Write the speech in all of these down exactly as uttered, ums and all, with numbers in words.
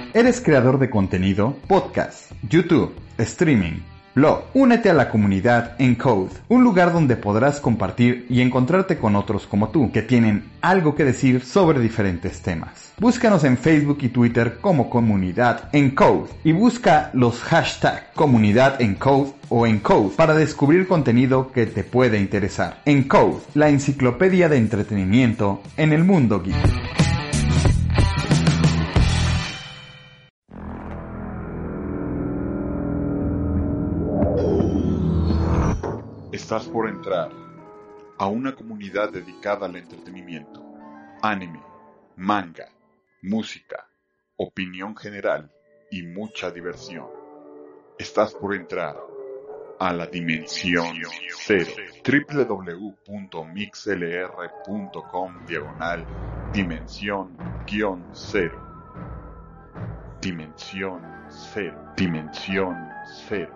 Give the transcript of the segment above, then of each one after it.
¿Eres creador de contenido? Podcast, YouTube, streaming, blog. Únete a la comunidad Encode, un lugar donde podrás compartir y encontrarte con otros como tú, que tienen algo que decir sobre diferentes temas. Búscanos en Facebook y Twitter como Comunidad Encode y busca los hashtags Comunidad Encode o Encode para descubrir contenido que te puede interesar. Encode, la enciclopedia de entretenimiento en el mundo geek. Estás por entrar a una comunidad dedicada al entretenimiento, anime, manga, música, opinión general y mucha diversión. Estás por entrar a la Dimensión Cero. doble u doble u doble u punto mixlr punto com diagonal Dimensión guión cero. Dimensión Cero. Dimensión Cero.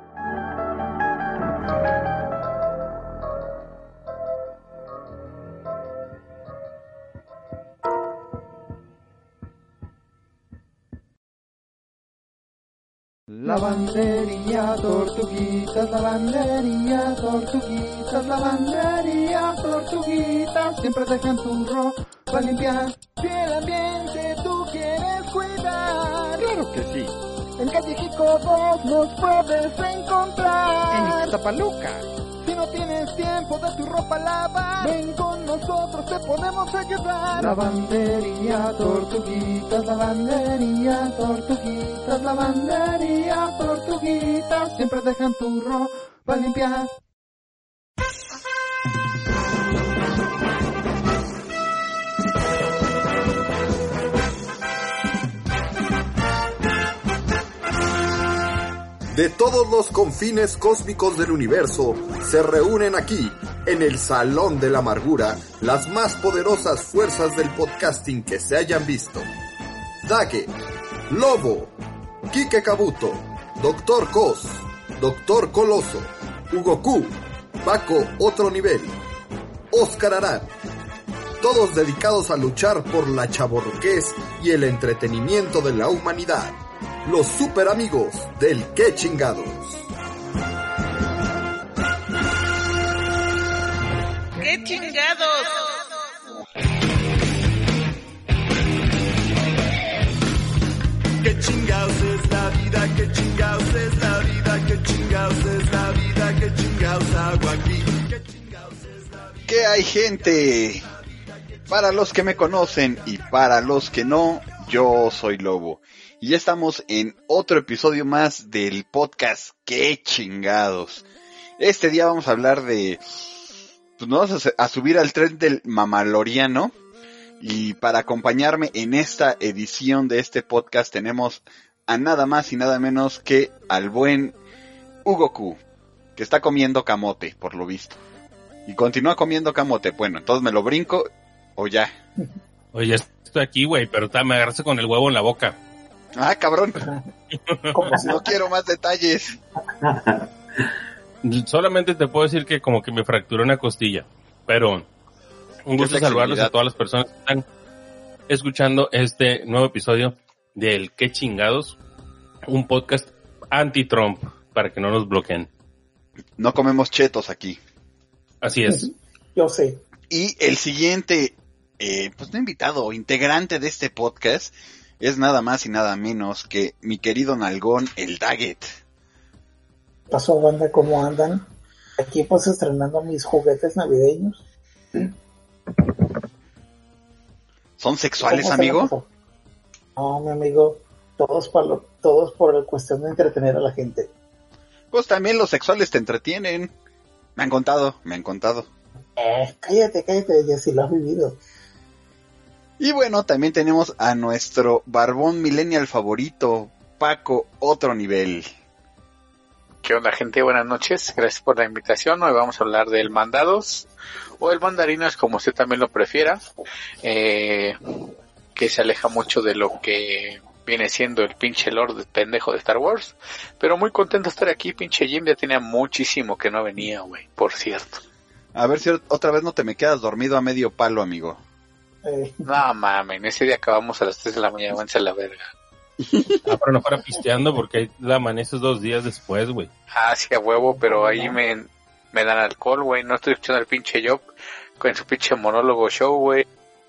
Lavandería, tortuguitas, lavandería, tortuguitas, lavandería, tortuguitas, siempre dejan tu ropa limpiar. Si el ambiente tú quieres cuidar, claro que sí. En Calle Jico dos nos puedes encontrar. En Iztapaluca. Si no tienes tiempo de tu ropa lavar, ven con nosotros, te podemos ayudar. Lavandería, tortuguitas, lavandería, tortuguitas, lavandería, tortuguitas, siempre dejan tu ropa limpiar. De todos los confines cósmicos del universo, se reúnen aquí, en el Salón de la Amargura, las más poderosas fuerzas del podcasting que se hayan visto. Daggett, Lobo, Kike Kabuto, Doctor Cos, Doctor Coloso, Hugo Q, Paco Otro Nivel, Oscar Arán. Todos dedicados a luchar por la chavorruquez y el entretenimiento de la humanidad. Los super amigos del Qué Chingados. ¡Qué chingados! ¡Qué chingados es la vida! ¡Qué chingados es la vida! ¡Qué chingados es la vida! ¡Qué chingados hago aquí! ¡Qué chingados es la vida! ¿Qué hay, gente? Para los que me conocen y para los que no, yo soy Lobo. Y ya estamos en otro episodio más del podcast ¡Qué Chingados! Este día vamos a hablar de... Pues nos vamos a, a subir al tren del mamaloriano. Y para acompañarme en esta edición de este podcast tenemos a nada más y nada menos que al buen Hugo Q, que está comiendo camote, por lo visto. Y continúa comiendo camote. Bueno, entonces me lo brinco o ya. Oye, estoy aquí, güey, pero me agarraste con el huevo en la boca. Ah, cabrón. No quiero más detalles. Solamente te puedo decir que como que me fracturé una costilla. Pero un gusto saludarlos a todas las personas que están escuchando este nuevo episodio del Qué Chingados, un podcast anti-Trump para que no nos bloqueen. No comemos chetos aquí. Así es. Yo sé. Y el siguiente, eh, pues no invitado, integrante de este podcast es nada más y nada menos que mi querido nalgón, el Daggett. ¿Pasó, banda? ¿Cómo andan? Aquí pues estrenando mis juguetes navideños. ¿Son sexuales, amigo? No, mi amigo, todos por, lo, todos por la cuestión de entretener a la gente. Pues también los sexuales te entretienen. Me han contado, me han contado. Eh, cállate, cállate, ya si lo has vivido. Y bueno, también tenemos a nuestro barbón millennial favorito, Paco Otro Nivel. ¿Qué onda, gente? Buenas noches, gracias por la invitación. Hoy vamos a hablar del Mandados, o el Mandarinas, como usted también lo prefiera, eh, que se aleja mucho de lo que viene siendo el pinche Lord de pendejo de Star Wars, pero muy contento de estar aquí. Pinche Jim ya tenía muchísimo que no venía, güey, por cierto. A ver si otra vez no te me quedas dormido a medio palo, amigo. Eh. No mames, ese día acabamos a las tres de la mañana, váyanse a la verga. Ah, pero no fuera pisteando porque ahí la amaneces dos días después, güey. Ah, sí, a huevo, pero ahí me, me dan alcohol, güey. No estoy escuchando al pinche Job con su pinche monólogo show, güey.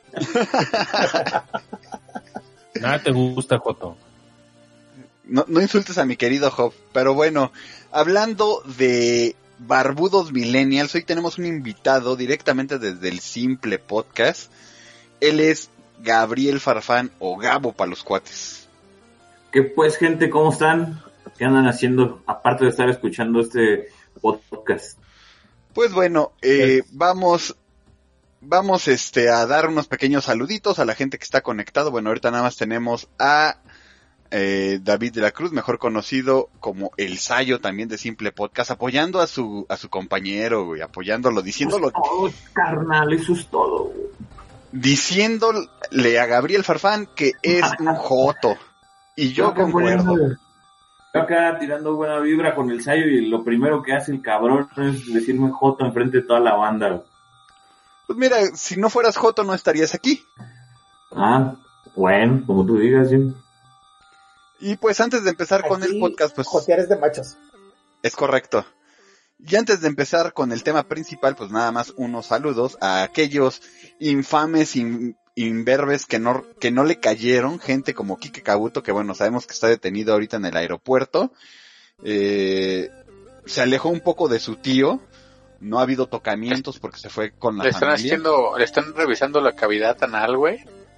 Nada te gusta, Joto. No, no insultes a mi querido Job, pero bueno, hablando de barbudos millennials, hoy tenemos un invitado directamente desde el Simple Podcast. Él es Gabriel Farfán, o Gabo para los cuates. ¿Qué pues, gente? ¿Cómo están? ¿Qué andan haciendo aparte de estar escuchando este podcast? Pues bueno, eh, vamos... Vamos este a dar unos pequeños saluditos a la gente que está conectado. Bueno, ahorita nada más tenemos a eh, David de la Cruz, mejor conocido como El Sayo, también de Simple Podcast, apoyando a su a su compañero, güey, apoyándolo, diciéndolo... Eso es todo, carnal, eso es todo, güey. Diciéndole a Gabriel Farfán que es un joto. Y yo concuerdo. Yo acá tirando buena vibra con El Sayo y lo primero que hace el cabrón es decirme joto enfrente de toda la banda, güey. Pues mira, si no fueras joto no estarías aquí. Ah, bueno, como tú digas, sí. Y pues antes de empezar aquí, con el podcast, pues... jotear es de machos. Es correcto. Y antes de empezar con el tema principal, pues nada más unos saludos a aquellos infames in, imberbes que no, que no le cayeron, gente como Quique Cabuto, que bueno, sabemos que está detenido ahorita en el aeropuerto. Eh, se alejó un poco de su tío. No ha habido tocamientos porque se fue con la ¿Le están familia. haciendo, le están revisando la cavidad anal, güey?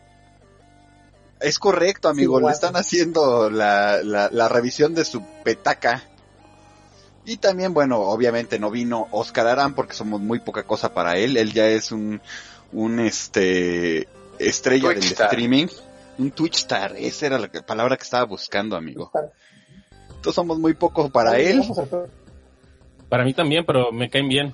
Es correcto, amigo. Sí, le están haciendo la, la, la revisión de su petaca. Y también, bueno, obviamente no vino Oscar Arán porque somos muy poca cosa para él. Él ya es un, un este, estrella Twitch del star. Streaming. Un Twitch star. Esa era la palabra que estaba buscando, amigo. Entonces somos muy poco para él. Para mí también, pero me caen bien.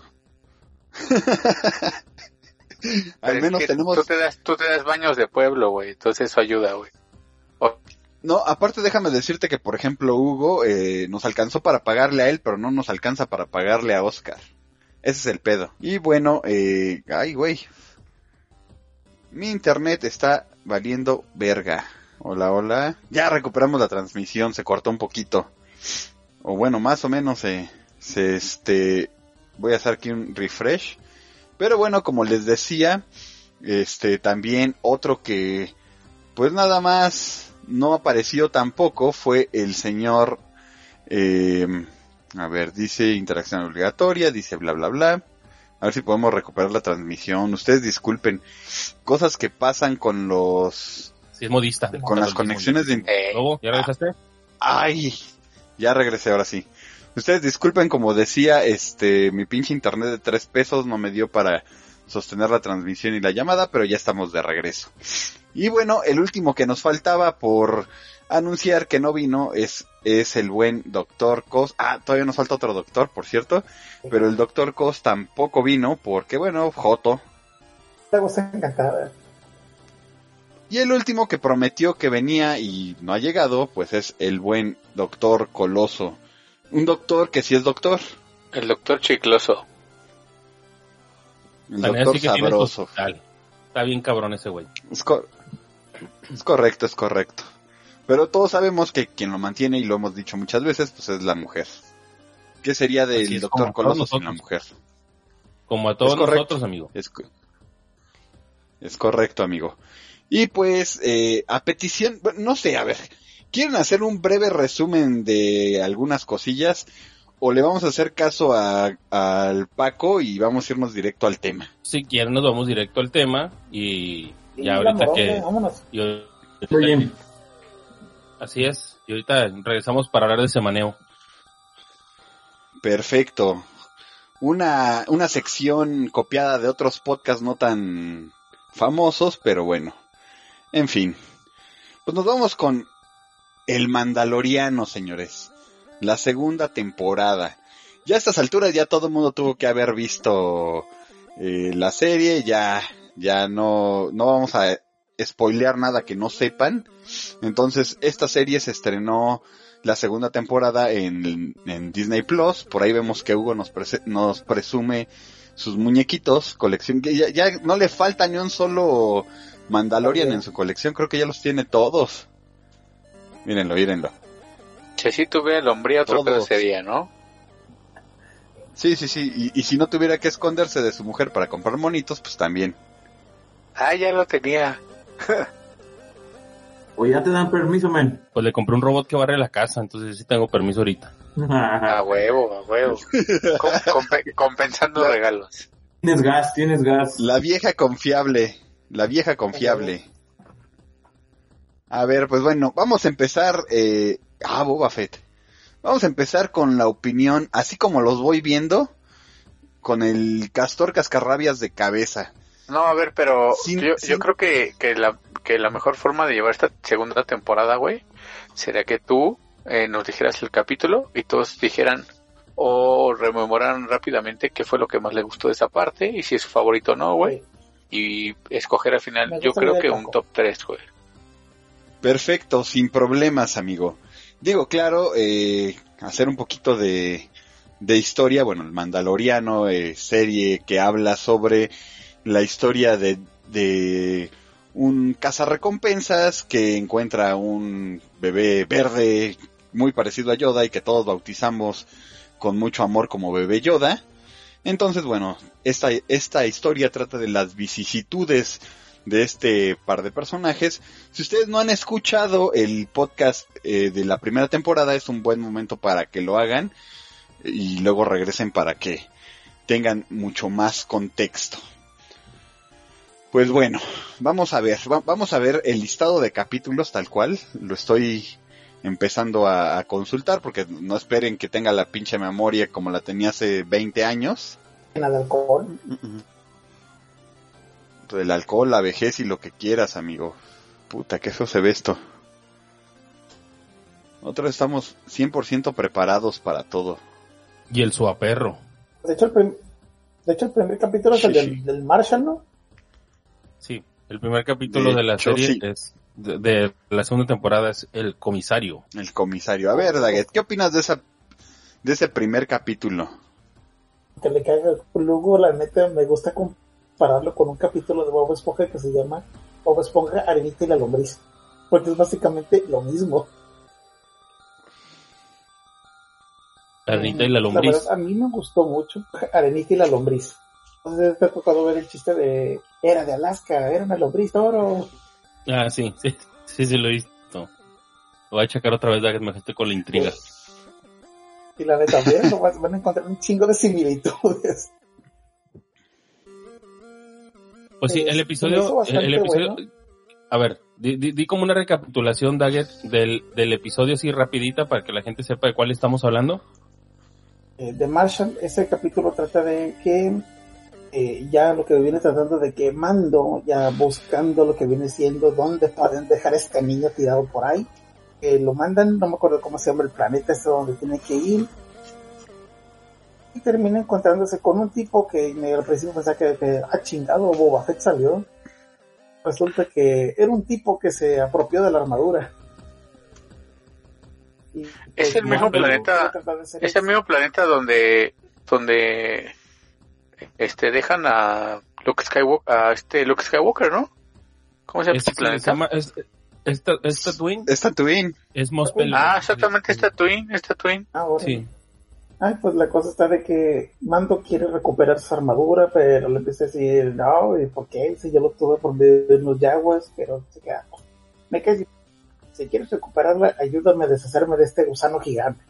Al menos tenemos... Tú te, das, tú te das baños de pueblo, güey. Entonces eso ayuda, güey. Oh. No, aparte déjame decirte que, por ejemplo, Hugo eh, nos alcanzó para pagarle a él, pero no nos alcanza para pagarle a Oscar. Ese es el pedo. Y bueno, eh... ay, güey. Mi internet está valiendo verga. Hola, hola. Ya recuperamos la transmisión, se cortó un poquito. O bueno, más o menos... Eh... Se, este, voy a hacer aquí un refresh, pero bueno, como les decía, este, también otro que, pues nada más, no apareció tampoco, fue el señor, eh, a ver, dice interacción obligatoria, dice bla bla bla, a ver si podemos recuperar la transmisión, ustedes disculpen, cosas que pasan con los, si es modista, con las conexiones de, eh, ¿Lobo? ¿Ya regresaste? Ay, ya regresé ahora sí. Ustedes disculpen, como decía, este, mi pinche internet de tres pesos no me dio para sostener la transmisión y la llamada, pero ya estamos de regreso. Y bueno, el último que nos faltaba por anunciar que no vino es, es el buen doctor Cos. Ah, todavía nos falta otro doctor, por cierto, pero el doctor Cos tampoco vino porque, bueno, joto. Está encantada. Y el último que prometió que venía y no ha llegado, pues es el buen doctor Coloso. Un doctor que sí es doctor. El doctor chicloso. El doctor sabroso. Está bien cabrón ese güey. Es, co- es correcto, es correcto. Pero todos sabemos que quien lo mantiene, y lo hemos dicho muchas veces, pues es la mujer. ¿Qué sería del doctor Coloso sin la mujer? Como a todos nosotros, amigo. Es, co- es correcto, amigo. Y pues, eh, a petición, bueno, no sé, a ver... ¿Quieren hacer un breve resumen de algunas cosillas? ¿O le vamos a hacer caso a, al Paco y vamos a irnos directo al tema? Si quieren nos vamos directo al tema y ya ahorita la que... vámonos. Y ahorita Muy bien. Así es, y ahorita regresamos para hablar de semaneo. Perfecto. Una, una sección copiada de otros podcasts no tan famosos, pero bueno. En fin. Pues nos vamos con... El Mandaloriano, señores. La segunda temporada. Ya a estas alturas ya todo el mundo tuvo que haber visto eh, la serie. Ya, ya no, no vamos a spoilear nada que no sepan. Entonces, esta serie se estrenó la segunda temporada en, en Disney Plus. Por ahí vemos que Hugo nos, prese- nos presume sus muñequitos. Colección que ya, ya no le falta ni un solo Mandalorian en su colección. Creo que ya los tiene todos. Mírenlo, mírenlo. Si así tuviera el hombría, otro pedo sería, ¿no? Sí, sí, sí. Y, y si no tuviera que esconderse de su mujer para comprar monitos, pues también. Ah, ya lo tenía. O ya te dan permiso, men. Pues le compré un robot que barre la casa, entonces sí tengo permiso ahorita. A huevo, a huevo. Com- comp- compensando regalos. Tienes gas, tienes gas. La vieja confiable. La vieja confiable. A ver, pues bueno, vamos a empezar. Eh... Ah, Boba Fett. Vamos a empezar con la opinión, así como los voy viendo, con el Castor Cascarrabias de cabeza. No, a ver, pero sin, yo, sin... yo creo que, que, la, que la mejor forma de llevar esta segunda temporada, güey, sería que tú eh, nos dijeras el capítulo y todos dijeran o rememoraran rápidamente qué fue lo que más le gustó de esa parte y si es su favorito o no, güey. Y escoger al final, yo creo que un top tres, güey. Perfecto, sin problemas, amigo. Digo, claro, eh, hacer un poquito de, de historia. Bueno, el Mandaloriano, eh, serie que habla sobre la historia de, de un cazarrecompensas que encuentra un bebé verde muy parecido a Yoda y que todos bautizamos con mucho amor como bebé Yoda. Entonces, bueno, esta, esta historia trata de las vicisitudes de este par de personajes. Si ustedes no han escuchado el podcast eh, de la primera temporada, es un buen momento para que lo hagan y luego regresen para que tengan mucho más contexto. Pues bueno, vamos a ver, va, vamos a ver el listado de capítulos tal cual, lo estoy empezando a, a consultar porque no esperen que tenga la pinche memoria como la tenía hace veinte años. ¿En el alcohol? El alcohol, la vejez y lo que quieras, amigo. Puta, que eso se ve esto. Nosotros estamos cien por ciento preparados para todo. Y el suaperro. De hecho, el, prim- de hecho, el primer capítulo es el Sí, del, sí. del Marshall, ¿no? Sí, el primer capítulo De de, la hecho, serie sí. es de, de la segunda temporada es El Comisario. El comisario. A ver, Daggett, ¿qué opinas de esa de ese primer capítulo? Que le caiga luego, la neta, me gusta compararlo con un capítulo de Bob Esponja que se llama Bob Esponja, Arenita y la Lombriz. Porque es básicamente lo mismo. Arenita y la Lombriz. La verdad, a mí me gustó mucho Arenita y la Lombriz. Entonces te ha tocado ver el chiste de era de Alaska, era una lombriz toro. Ah, sí, sí, sí, sí lo he visto. Lo voy a checar otra vez, ya que me dejaste con la intriga. Y la neta, también van a encontrar un chingo de similitudes. Pues sí, el episodio, el, el episodio, bueno. A ver, di, di, di como una recapitulación, Daggett, del, del episodio así rapidita para que la gente sepa de cuál estamos hablando. Eh, de Marshall, ese capítulo trata de que eh, ya lo que viene tratando de que Mando, ya buscando lo que viene siendo, dónde pueden dejar a este niño tirado por ahí. Eh, lo mandan, no me acuerdo cómo se llama el planeta, este donde tiene que ir. Y termina encontrándose con un tipo que al principio pensaba que, que ah, chingado, Boba Fett salió. Resulta que era un tipo que se apropió de la armadura. Y, pues, es el mismo planeta, es el mismo planeta donde, donde, este, dejan a Luke Skywalker, a este Luke Skywalker, ¿no? ¿Cómo se llama este planeta? Se llama, es, es, es Tatooine. Es Tatooine. Es Mos Pelgo. Ah, exactamente, es Tatooine, es Tatooine. Ah, bueno. Sí. Ay, pues la cosa está de que Mando quiere recuperar su armadura, pero le empieza a decir, no, ¿y por qué? Si yo lo tuve por medio de unos yaguas, pero se queda, me quedé, si quieres recuperarla, ayúdame a deshacerme de este gusano gigante.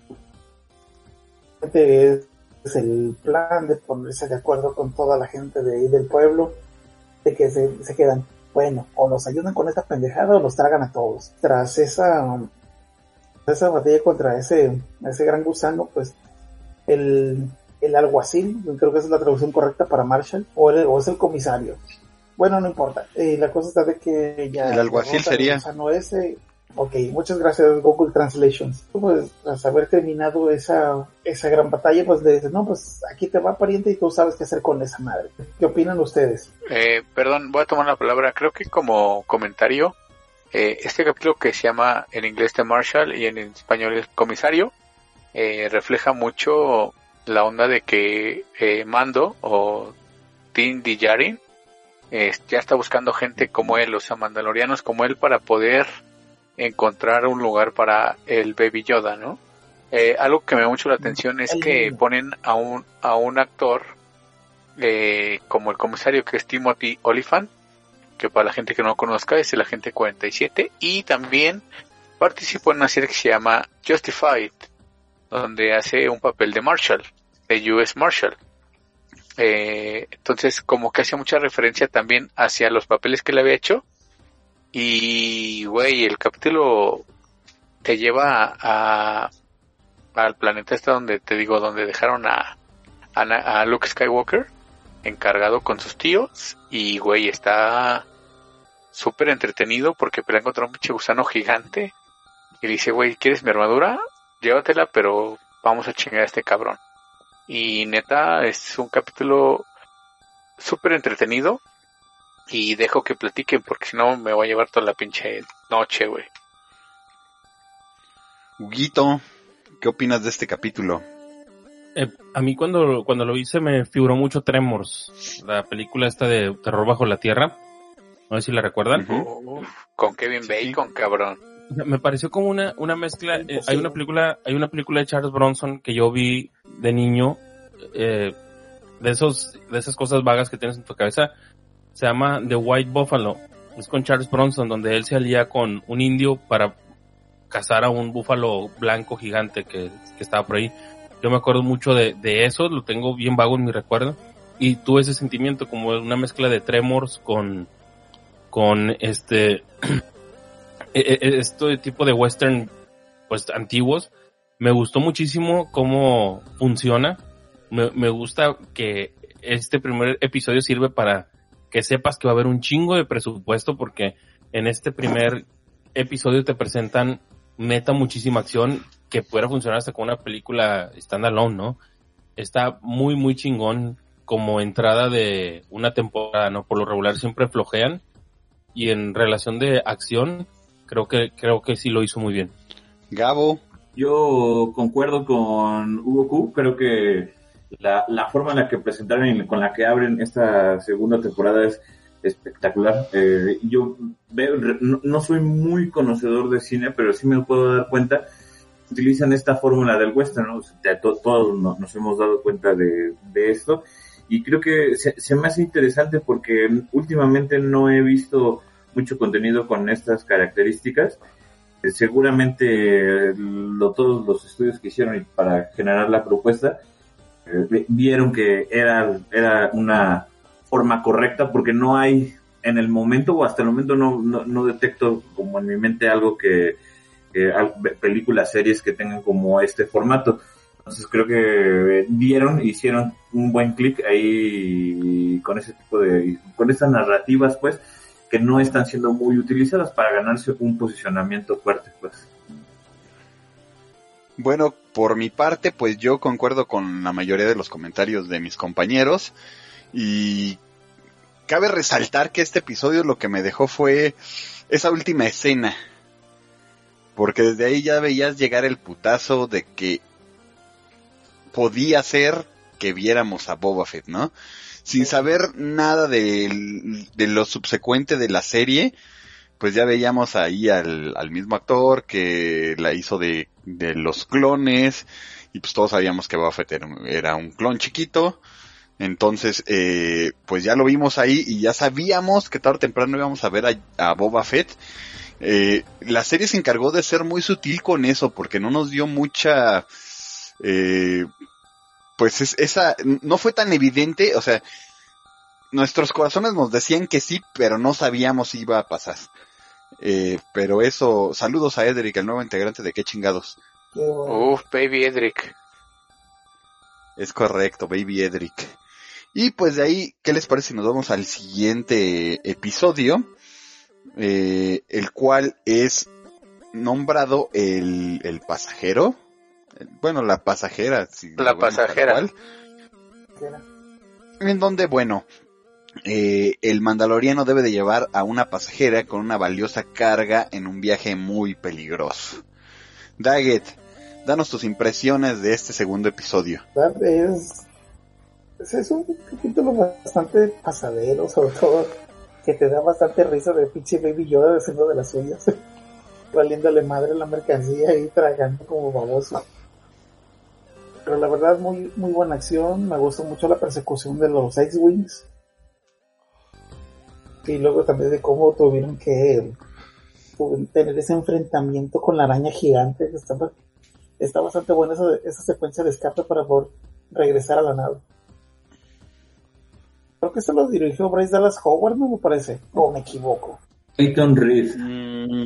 Este es el plan de ponerse de acuerdo con toda la gente de ahí del pueblo, de que se, se quedan, bueno, o nos ayudan con esta pendejada o los tragan a todos. Tras esa, esa batalla contra ese, ese gran gusano, pues, el, el alguacil, creo que esa es la traducción correcta para Marshall, o, el, o es el comisario. Bueno, no importa. Eh, la cosa está de que ya... El alguacil sería... No ese. Ok, muchas gracias Google Translations. Pues tras haber terminado esa, esa gran batalla, pues le dices, no, pues aquí te va pariente y tú sabes qué hacer con esa madre. ¿Qué opinan ustedes? Eh, perdón, voy a tomar la palabra. Creo que como comentario, eh, este capítulo que se llama en inglés The Marshal y en español el comisario, Eh, refleja mucho la onda de que eh, Mando o Din Djarin eh, ya está buscando gente como él, o sea, mandalorianos como él, para poder encontrar un lugar para el Baby Yoda, ¿no? Eh, algo que me da mucho la atención es que ponen a un a un actor eh, como el comisario, que es Timothy Olyphant, que para la gente que no lo conozca es el agente cuarenta y siete, y también participó en una serie que se llama Justified, donde hace un papel de Marshall, de U S Marshal. Eh, entonces como que hacía mucha referencia también hacia los papeles que le había hecho. Y güey, el capítulo te lleva a al planeta este donde te digo, donde dejaron a a, a Luke Skywalker encargado con sus tíos, y güey, está súper entretenido porque pelean contra un pinche gusano gigante y dice, güey, ¿quieres mi armadura? Llévatela, pero vamos a chingar a este cabrón. Y neta, es un capítulo súper entretenido, y dejo que platiquen porque si no me voy a llevar toda la pinche noche, güey. Huguito, ¿qué opinas de este capítulo? Eh, a mí cuando, cuando lo hice me figuró mucho Tremors, la película esta de terror bajo la tierra. No sé si la recuerdan. Uh-huh. Uf, con Kevin Bacon, sí. Cabrón. Me pareció como una, una mezcla. Eh, hay una película, hay una película de Charles Bronson que yo vi de niño, eh, de esos, de esas cosas vagas que tienes en tu cabeza. Se llama The White Buffalo. Es con Charles Bronson, donde él se alía con un indio para cazar a un búfalo blanco gigante que, que estaba por ahí. Yo me acuerdo mucho de, de eso, lo tengo bien vago en mi recuerdo, y tuve ese sentimiento como una mezcla de Tremors con, con este, este tipo de western, pues, antiguos. Me gustó muchísimo cómo funciona. Me, me gusta que este primer episodio sirve para que sepas que va a haber un chingo de presupuesto, porque en este primer episodio te presentan neta muchísima acción que pueda funcionar hasta con una película standalone, ¿no? Está muy, muy chingón como entrada de una temporada, ¿no? Por lo regular siempre flojean, y en relación de acción creo que creo que sí lo hizo muy bien. Gabo. Yo concuerdo con Hugo Q, creo que la, la forma en la que presentaron y con la que abren esta segunda temporada es espectacular. Eh, yo veo, no, no soy muy conocedor de cine, pero sí me puedo dar cuenta, utilizan esta fórmula del western, ¿no? To, todos nos, nos hemos dado cuenta de, de esto, y creo que se, se me hace interesante porque últimamente no he visto mucho contenido con estas características. Eh, seguramente lo, todos los estudios que hicieron para generar la propuesta eh, vieron que era, era una forma correcta, porque no hay en el momento, o hasta el momento no, no, no detecto como en mi mente algo que, que películas, series que tengan como este formato. Entonces creo que vieron, hicieron un buen clic ahí con ese tipo de, con estas narrativas, pues, que no están siendo muy utilizadas para ganarse un posicionamiento fuerte, pues. Bueno, por mi parte, pues yo concuerdo con la mayoría de los comentarios de mis compañeros. Y cabe resaltar que este episodio lo que me dejó fue esa última escena, porque desde ahí ya veías llegar el putazo de que podía ser que viéramos a Boba Fett, ¿no? Sin saber nada de, de lo subsecuente de la serie, pues ya veíamos ahí al, al mismo actor que la hizo de, de los clones, y pues todos sabíamos que Boba Fett era, era un clon chiquito. Entonces, eh, pues ya lo vimos ahí y ya sabíamos que tarde o temprano íbamos a ver a, a Boba Fett. Eh, la serie se encargó de ser muy sutil con eso, porque no nos dio mucha, eh, pues es, esa, no fue tan evidente, o sea, nuestros corazones nos decían que sí, pero no sabíamos si iba a pasar. Eh, pero eso, saludos a Edric, el nuevo integrante de Qué Chingados. Uf, Baby Edric. Es correcto, Baby Edric. Y pues de ahí, ¿qué les parece si nos vamos al siguiente episodio? Eh, el cual es nombrado el, el pasajero. Bueno, la pasajera. Si la pasajera. En donde, bueno, eh, el mandaloriano debe de llevar a una pasajera con una valiosa carga en un viaje muy peligroso. Daggett, danos tus impresiones de este segundo episodio. Es, es un capítulo bastante pasadero, sobre todo que te da bastante risa de pinche Baby Yoda haciendo de las suyas. valiéndole madre la mercancía y tragando como baboso. Pero la verdad, muy muy buena acción. Me gustó mucho la persecución de los X-Wings. Y luego también de cómo tuvieron que tener ese enfrentamiento con la araña gigante. Está, está bastante buena esa, esa secuencia de escape para poder regresar a la nave. Creo que esto lo dirigió Bryce Dallas Howard, ¿no me parece? ¿O me equivoco? Peyton Reed. Mm.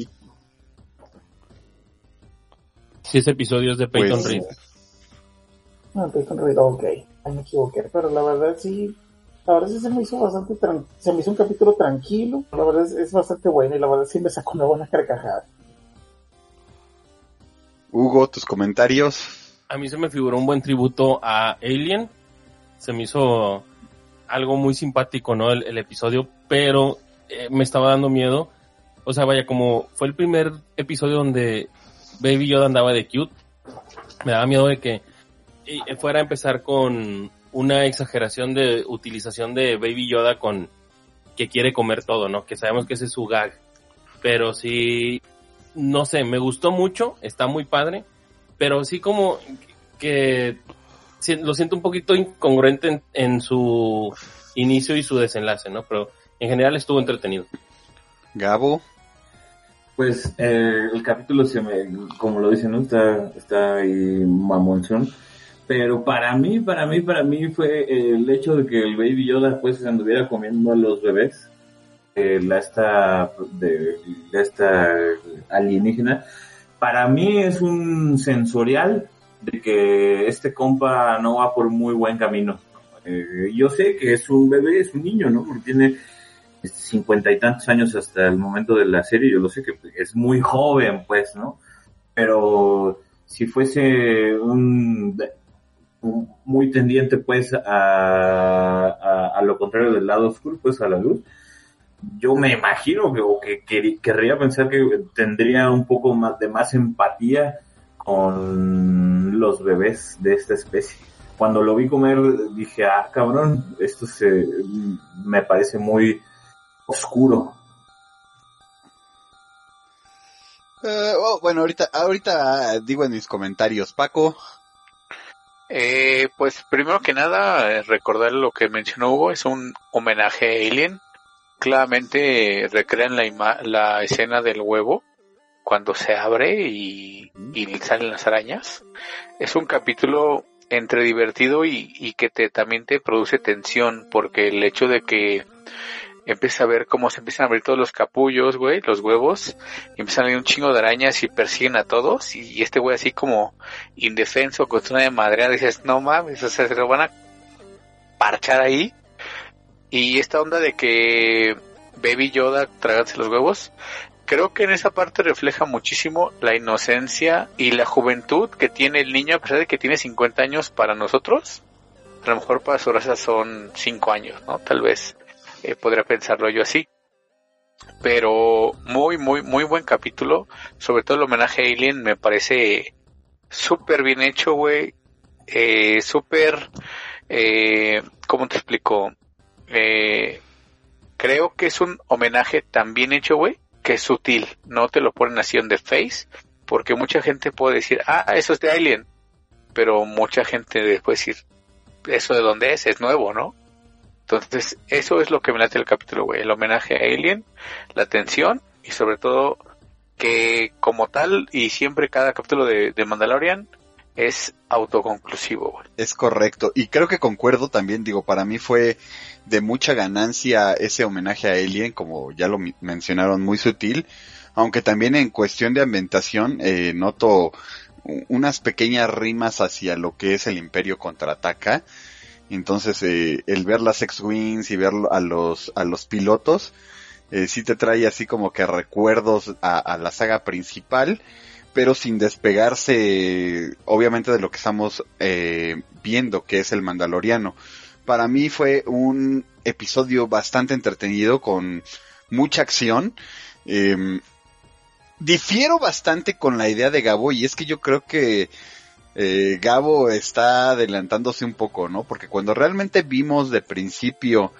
Sí, ese episodio es de Peyton Pues, Reed. Ah, Peyton Reed, ok. Ahí me equivoqué, pero la verdad sí... La verdad sí se me hizo bastante... Tran- se me hizo un capítulo tranquilo. La verdad es, es bastante bueno y la verdad sí me sacó una buena carcajada. Hugo, tus comentarios. A mí se me figuró un buen tributo a Alien. Se me hizo algo muy simpático, ¿no? El, el episodio, pero eh, me estaba dando miedo. O sea, vaya, como fue el primer episodio donde Baby Yoda andaba de cute, me daba miedo de que eh, fuera a empezar con una exageración de utilización de Baby Yoda con que quiere comer todo, ¿no? Que sabemos que ese es su gag. Pero sí, no sé, me gustó mucho, está muy padre, pero sí como que lo siento un poquito incongruente en, en su inicio y su desenlace, ¿no? Pero en general estuvo entretenido. Gabo. Pues eh, el capítulo, se me, como lo dicen, ¿no? Está, está ahí mamonzón. Pero para mí, para mí, para mí fue el hecho de que el Baby Yoda pues se anduviera comiendo a los bebés. Eh, la esta, de, de esta alienígena. Para mí es un sensorial de que este compa no va por muy buen camino. Eh, yo sé que es un bebé, es un niño, ¿no? Porque tiene cincuenta y tantos años hasta el momento de la serie. Yo lo sé que es muy joven, pues, ¿no? Pero si fuese un, un muy tendiente, pues, a, a, a lo contrario del lado oscuro, pues, a la luz, yo me imagino que, o que, que querría pensar que tendría un poco más de más empatía con los bebés de esta especie. Cuando lo vi comer dije, ah, cabrón, esto se me parece muy oscuro. Uh, oh, bueno, ahorita, ahorita digo en mis comentarios, Paco. Eh, pues primero que nada, eh, recordar lo que mencionó Hugo, es un homenaje a Alien. Claramente eh, recrean la, ima- la escena del huevo cuando se abre y, y salen las arañas. Es un capítulo entre divertido y, y que te también te produce tensión, porque el hecho de que empieza a ver cómo se empiezan a abrir todos los capullos, güey, los huevos, y empiezan a ir un chingo de arañas y persiguen a todos, y, y este güey así como indefenso, con una de madera, dices, no mames, o sea, se lo van a parchar ahí. Y esta onda de que Baby Yoda tragándose los huevos, creo que en esa parte refleja muchísimo la inocencia y la juventud que tiene el niño, a pesar de que tiene cincuenta años para nosotros. A lo mejor para su raza son cinco años, ¿no? Tal vez eh, podría pensarlo yo así. Pero muy, muy, muy buen capítulo. Sobre todo el homenaje a Alien me parece súper bien hecho, güey. Eh, súper, eh, ¿cómo te explico? Eh, creo que es un homenaje tan bien hecho, güey, que es sutil. No te lo ponen así on the face, porque mucha gente puede decir, ah, eso es de Alien. Pero mucha gente después decir, ¿eso de dónde es? Es nuevo, ¿no? Entonces, eso es lo que me late el capítulo, güey. El homenaje a Alien, la tensión y sobre todo que como tal y siempre cada capítulo de, de Mandalorian es autoconclusivo, güey. Es correcto. Y creo que concuerdo también, digo, para mí fue de mucha ganancia ese homenaje a Alien, como ya lo mencionaron, muy sutil. Aunque también en cuestión de ambientación, eh, noto unas pequeñas rimas hacia lo que es el Imperio Contraataca. Entonces, eh, el ver las X-Wings y ver a los, a los pilotos, eh, sí te trae así como que recuerdos a, a la saga principal, pero sin despegarse, obviamente, de lo que estamos eh, viendo, que es el Mandaloriano. Para mí fue un episodio bastante entretenido, con mucha acción. Eh, difiero bastante con la idea de Gabo, y es que yo creo que eh, Gabo está adelantándose un poco, ¿no? Porque cuando realmente vimos de principio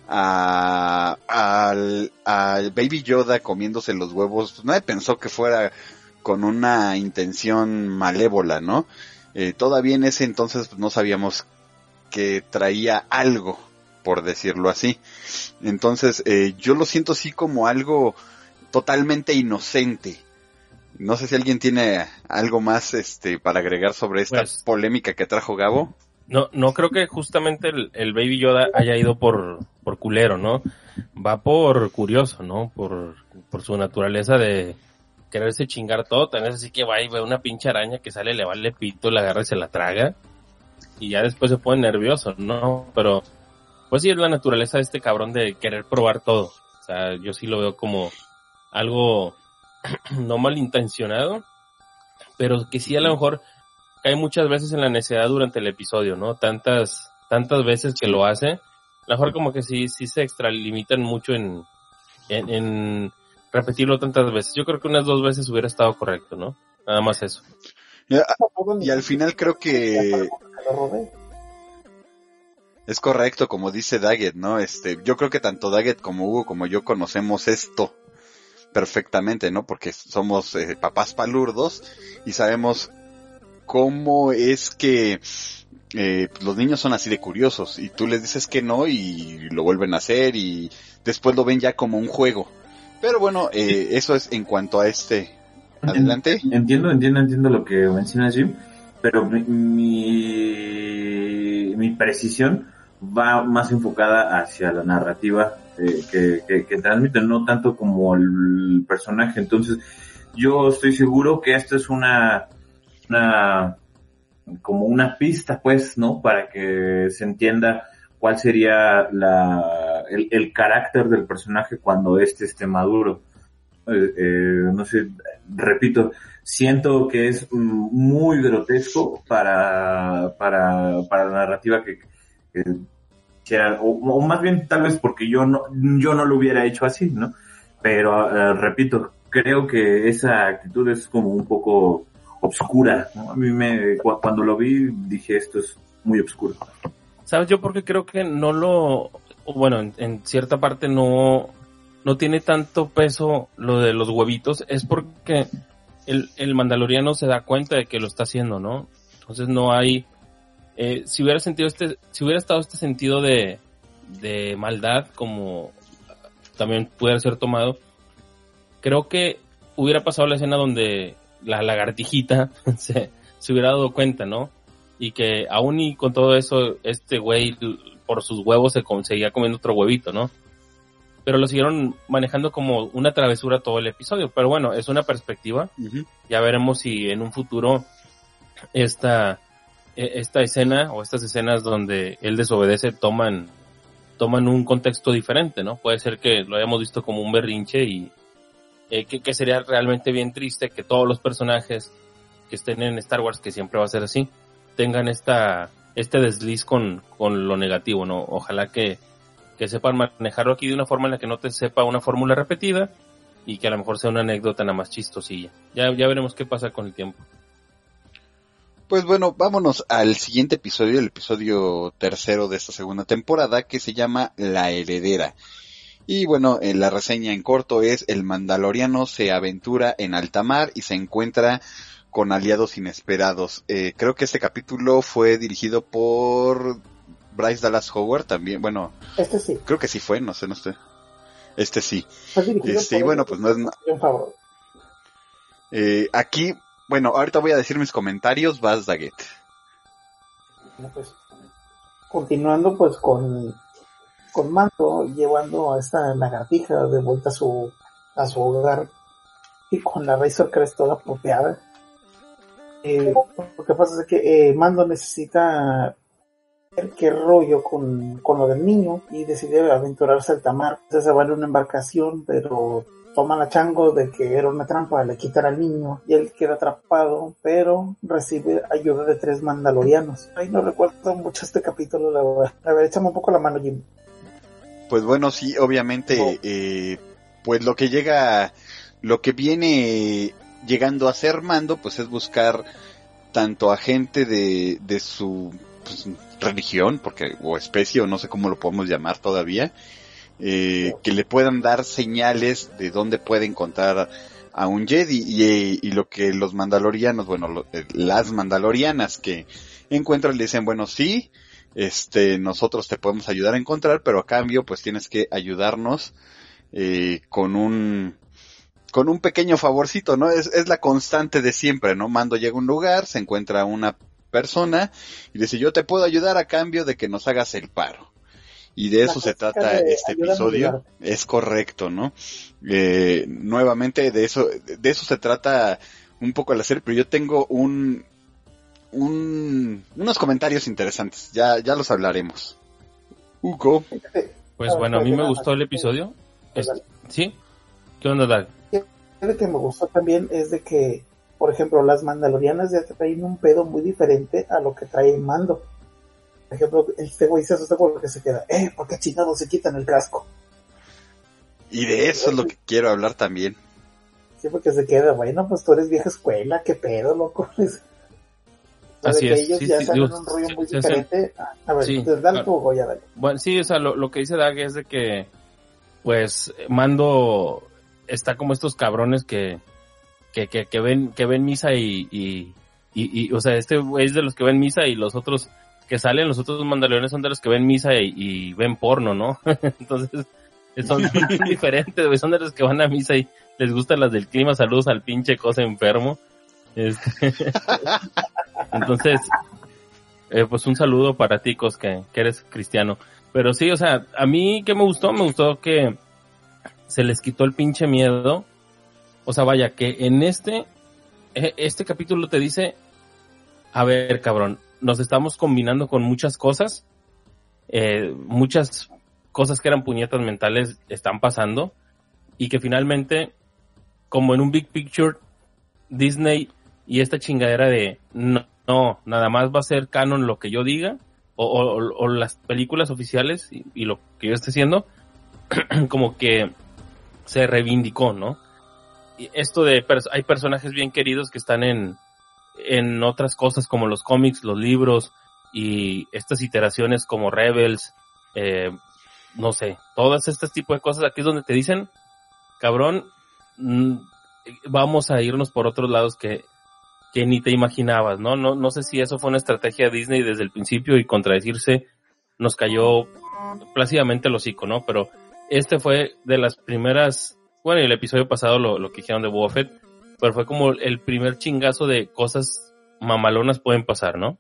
a, al, al Baby Yoda comiéndose los huevos, pues nadie pensó que fuera con una intención malévola, ¿no? Eh, todavía en ese entonces pues, no sabíamos que traía algo, por decirlo así. Entonces, eh, yo lo siento así como algo totalmente inocente. No sé si alguien tiene algo más este para agregar sobre esta pues, polémica que trajo Gabo. No, no creo que justamente el, el Baby Yoda haya ido por, por culero, ¿no? Va por curioso, ¿no? Por, por su naturaleza de quererse chingar todo. Tan es así que va y ve una pinche araña que sale, le vale pito, la agarra y se la traga. Y ya después se pone nervioso, ¿no? Pero, pues sí es la naturaleza de este cabrón de querer probar todo. O sea, yo sí lo veo como algo no malintencionado, pero que sí a lo mejor cae muchas veces en la necedad durante el episodio, ¿no? Tantas, tantas veces que lo hace, a lo mejor como que sí, sí se extralimitan mucho en, en, en repetirlo tantas veces. Yo creo que unas dos veces hubiera estado correcto, ¿no? Nada más eso. Y al final creo que es correcto, como dice Daggett, ¿no? Este, yo creo que tanto Daggett como Hugo como yo conocemos esto perfectamente, ¿no? Porque somos eh, papás palurdos y sabemos cómo es que eh, los niños son así de curiosos y tú les dices que no y lo vuelven a hacer y después lo ven ya como un juego. Pero bueno, eh, eso es en cuanto a este. Adelante. Entiendo, entiendo, entiendo lo que mencionas, Jim, pero mi, mi, mi precisión va más enfocada hacia la narrativa eh, que, que, que transmite, no tanto como el personaje. Entonces, yo estoy seguro que esto es una una como una pista, pues, ¿no? Para que se entienda cuál sería la el, el carácter del personaje cuando éste esté maduro. Eh, eh, no sé, repito, siento que es muy grotesco para para para la narrativa que, que quisiera, o, o más bien tal vez porque yo no yo no lo hubiera hecho así, ¿no? Pero eh, repito, creo que esa actitud es como un poco obscura, ¿no? A mí me, cuando lo vi, dije, esto es muy obscuro. ¿Sabes yo por qué creo que no lo, bueno, en, en cierta parte no, no tiene tanto peso lo de los huevitos? Es porque el, el mandaloriano se da cuenta de que lo está haciendo, ¿no? Entonces no hay, eh, si hubiera sentido este, si hubiera estado este sentido de, de maldad, como también pudiera ser tomado, creo que hubiera pasado la escena donde la lagartijita se, se hubiera dado cuenta, ¿no? Y que aún y con todo eso, este güey por sus huevos se seguía comiendo otro huevito, ¿no? Pero lo siguieron manejando como una travesura todo el episodio. Pero bueno, es una perspectiva. Uh-huh. Ya veremos si en un futuro esta, esta escena o estas escenas donde él desobedece toman, toman un contexto diferente, ¿no? Puede ser que lo hayamos visto como un berrinche y Eh, que, que sería realmente bien triste que todos los personajes que estén en Star Wars, que siempre va a ser así, tengan esta este desliz con, con lo negativo, ¿no? Ojalá que, que sepan manejarlo aquí de una forma en la que no te sepa una fórmula repetida y que a lo mejor sea una anécdota nada más chistosilla. Ya, ya veremos qué pasa con el tiempo. Pues bueno, vámonos al siguiente episodio, el episodio tercero de esta segunda temporada, que se llama La Heredera. Y bueno, eh, la reseña en corto es: el mandaloriano se aventura en alta mar y se encuentra con aliados inesperados. Eh, creo que este capítulo fue dirigido por Bryce Dallas Howard también. Bueno, este sí. Creo que sí fue, no sé, no sé. Este sí. Este, y bueno, pues no es nada. Eh, aquí, bueno, ahorita voy a decir mis comentarios. Vas, Daggett. Bueno, pues, continuando pues con... con Mando llevando a esta lagartija de vuelta a su a su hogar y con la Razor Crest toda popeada. Eh, lo que pasa es que eh, Mando necesita ver qué rollo con, con lo del niño y decide aventurarse al Tamar. Entonces se va en una embarcación, pero toma la chango de que era una trampa, le quitan al niño y él queda atrapado, pero recibe ayuda de tres mandalorianos. Ay, no recuerdo mucho este capítulo, la verdad. A ver, échame un poco la mano, Jim. Pues bueno, sí, obviamente, eh, pues lo que llega, lo que viene llegando a ser Mando, pues es buscar tanto a gente de, de su pues, religión, porque o especie, o no sé cómo lo podemos llamar todavía, eh, que le puedan dar señales de dónde puede encontrar a un Jedi, y, y lo que los mandalorianos, bueno, lo, las mandalorianas que encuentran le dicen, bueno, sí, este, nosotros te podemos ayudar a encontrar, pero a cambio, pues tienes que ayudarnos eh, con un con un pequeño favorcito, ¿no? Es, es la constante de siempre, ¿no? Mando llega a un lugar, se encuentra una persona y dice, yo te puedo ayudar a cambio de que nos hagas el paro. Y de eso se trata de este episodio. Es correcto, ¿no? Eh, nuevamente de eso, de eso se trata un poco la serie, pero yo tengo un, un, unos comentarios interesantes. Ya, ya los hablaremos. Hugo. Pues bueno, a mí me gustó el episodio. Es, ¿sí? ¿Qué onda, Dag? Lo que me gustó también es de que, por ejemplo, las mandalorianas ya traen un pedo muy diferente a lo que trae Mando. Por ejemplo, este güey se asusta por lo que se queda. Eh, ¿por qué chingados se quitan el casco? Y de eso es lo que quiero hablar también. Sí, porque se queda, bueno, pues tú eres vieja escuela, qué pedo, loco. Así que es. ellos Sí, ya sí, salen digo, un rollo muy sí, diferente. sí. A ver, Sí, entonces dale claro. tu Hugo, ya dale. Bueno, sí, o sea, lo, lo que dice Dag es de que, pues, Mando está como estos cabrones que, que, que, que ven, que ven misa y, y, y, y, o sea, este güey es de los que ven misa y los otros que salen, los otros mandalorianos son de los que ven misa y, y ven porno, ¿no? Entonces, son diferentes, güey, son de los que van a misa y les gustan las del clima. Saludos al pinche cosa enfermo. Este... Entonces, eh, pues un saludo para ti, Cos, que, que eres cristiano. Pero sí, o sea, a mí, ¿qué me gustó? Me gustó que se les quitó el pinche miedo. O sea, vaya, que en este, este capítulo te dice, a ver, cabrón, nos estamos combinando con muchas cosas, eh, muchas cosas que eran puñetas mentales están pasando, y que finalmente, como en un big picture, Disney y esta chingadera de no, no nada más va a ser canon lo que yo diga, o, o, o las películas oficiales y, y lo que yo esté haciendo, como que se reivindicó, ¿no? Y esto de, hay personajes bien queridos que están en en otras cosas como los cómics, los libros y estas iteraciones como Rebels, eh, no sé, todas estas tipos de cosas. Aquí es donde te dicen, cabrón, mmm, vamos a irnos por otros lados que, que ni te imaginabas, ¿no? No, no sé si eso fue una estrategia de Disney desde el principio y contradecirse nos cayó plácidamente el hocico, ¿no? Pero este fue de las primeras, bueno, y el episodio pasado lo, lo que dijeron de Boba Fett, pero fue como el primer chingazo de cosas mamalonas pueden pasar, ¿no?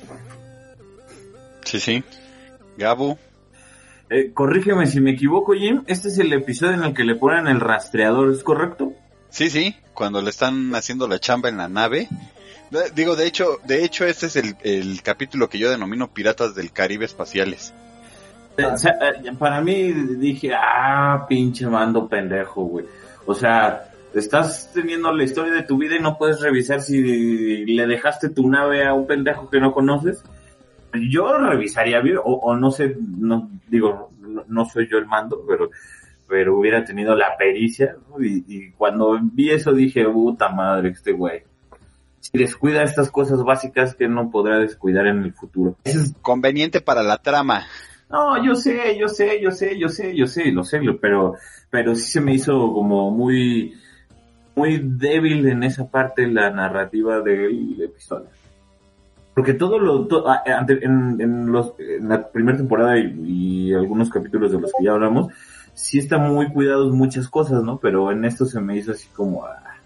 Sí, sí. Gabo. Eh, corrígeme si me equivoco, Jim. Este es el episodio en el que le ponen el rastreador, ¿es correcto? Sí, sí. Cuando le están haciendo la chamba en la nave. Digo, de hecho, de hecho este es el, el capítulo que yo denomino Piratas del Caribe Espaciales. Eh, o sea, eh, para mí dije, ah, pinche Mando pendejo, güey. O sea, estás teniendo la historia de tu vida y no puedes revisar si le dejaste tu nave a un pendejo que no conoces. Yo revisaría bien, o, o no sé, no digo, no, no soy yo el Mando, pero pero hubiera tenido la pericia, ¿no? y, y cuando vi eso dije, puta madre, este güey. Si descuida estas cosas básicas, que no podrá descuidar en el futuro. Es conveniente para la trama. No, yo sé, yo sé, yo sé, yo sé, yo sé, lo sé, pero pero sí se me hizo como muy muy débil en esa parte la narrativa del episodio. Porque todo lo to, en, en los en la primera temporada y, y algunos capítulos de los que ya hablamos, sí están muy cuidados muchas cosas, ¿no? Pero en esto se me hizo así como ah,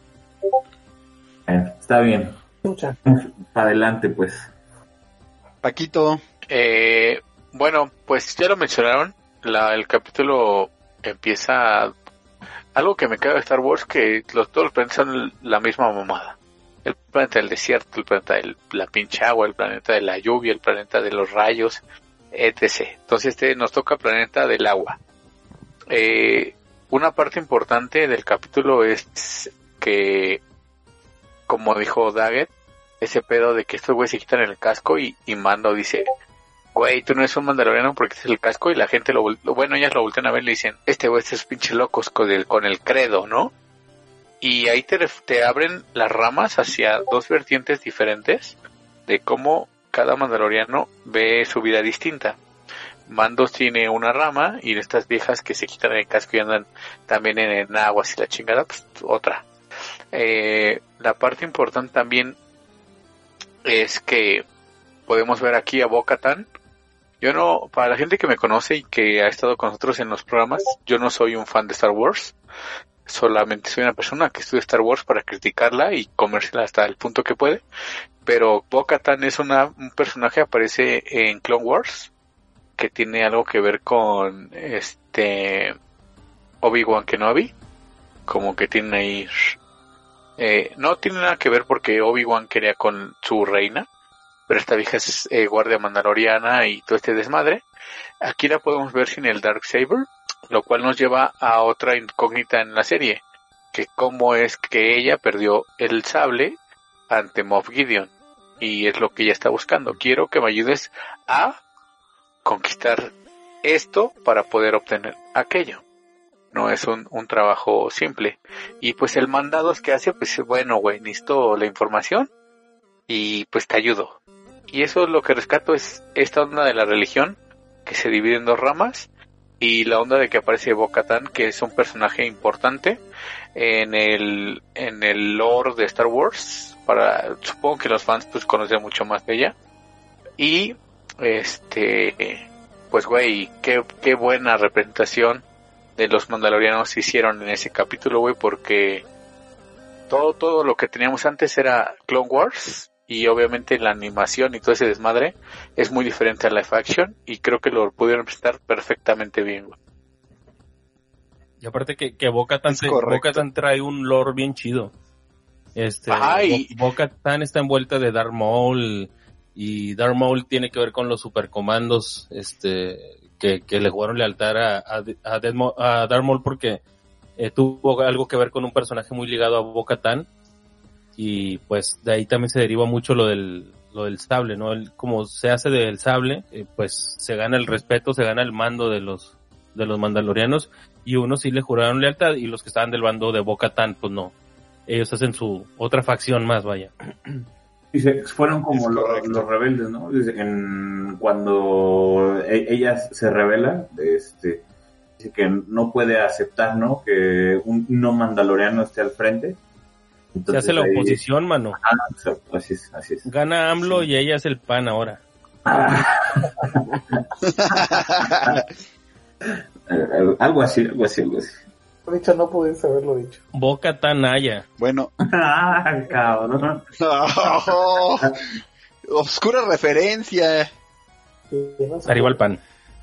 eh, está bien. Para adelante, pues. Paquito. Eh, bueno, pues ya lo mencionaron, la, el capítulo empieza algo que me caga de Star Wars, que los, todos los planetas son la misma mamada. El planeta del desierto, el planeta de la pinche agua, el planeta de la lluvia, el planeta de los rayos, etcétera. Entonces este nos toca el planeta del agua. Eh, una parte importante del capítulo es que, como dijo Daggett, ese pedo de que estos güeyes se quitan el casco y, y Mando dice, güey, tú no eres un mandaloriano porque es el casco, y la gente lo, bueno, ellas lo voltean a ver y le dicen, este güey, estos pinches locos con el, con el credo, ¿no? Y ahí te, te abren las ramas hacia dos vertientes diferentes de cómo cada mandaloriano ve su vida distinta. Mando tiene una rama y estas viejas que se quitan el casco y andan también en el aguas y la chingada, pues otra. Eh, la parte importante también es que podemos ver aquí a Bo-Katan. Yo no, para la gente que me conoce y que ha estado con nosotros en los programas, yo no soy un fan de Star Wars. Solamente soy una persona que estudia Star Wars para criticarla y comérsela hasta el punto que puede. Pero Bo-Katan es una, un personaje, aparece en Clone Wars, que tiene algo que ver con este Obi-Wan Kenobi, como que tiene ahí eh, no tiene nada que ver porque Obi-Wan quería con su reina, pero esta vieja es eh, guardia mandaloriana y todo este desmadre. Aquí la podemos ver sin el Darksaber, lo cual nos lleva a otra incógnita en la serie, que cómo es que ella perdió el sable ante Moff Gideon, y es lo que ella está buscando. Quiero que me ayudes a conquistar esto para poder obtener aquello. No es un, un trabajo simple. Y pues el mandado es que hace, pues bueno, güey, necesito la información y pues te ayudo. Y eso es lo que rescato, es esta onda de la religión que se divide en dos ramas, y la onda de que aparece Bo-Katan, que es un personaje importante en el en el lore de Star Wars. Para, supongo que los fans pues conocen mucho más de ella. Y este pues güey, qué, qué buena representación de los mandalorianos hicieron en ese capítulo, güey, porque todo todo lo que teníamos antes era Clone Wars, y obviamente la animación y todo ese desmadre es muy diferente a live action, y creo que lo pudieron presentar perfectamente bien, güey. Y aparte que, que Bo-Katan, se, Bo-Katan trae un lore bien chido. Este, Ajá, y... Bo- Bo-Katan está envuelta de Darth Maul, y Darth Maul tiene que ver con los supercomandos, este, que, que le jugaron lealtad a, a, a, Deadmo, a Darth Maul porque eh, tuvo algo que ver con un personaje muy ligado a Bo-Katan, y pues de ahí también se deriva mucho lo del lo del sable, ¿no? El, como se hace del sable, eh, pues se gana el respeto, se gana el mando de los de los mandalorianos, y unos sí le juraron lealtad y los que estaban del bando de Bo-Katan, pues no. Ellos hacen su otra facción más, vaya. Y se fueron como los, los rebeldes, ¿no? En, cuando e- ella se revela, este, dice que no puede aceptar, ¿no? Que un no mandaloriano esté al frente. Entonces, se hace la ahí... oposición, mano. Ah, exacto, así es, así es. Gana AMLO, sí. Y ella es el P A N ahora. algo así, algo así, algo así. Dicho, no pudiste haberlo dicho. Bo-Katan Naya. Bueno. Ah, cabrón. Oh, obscura referencia. Arriba el pan.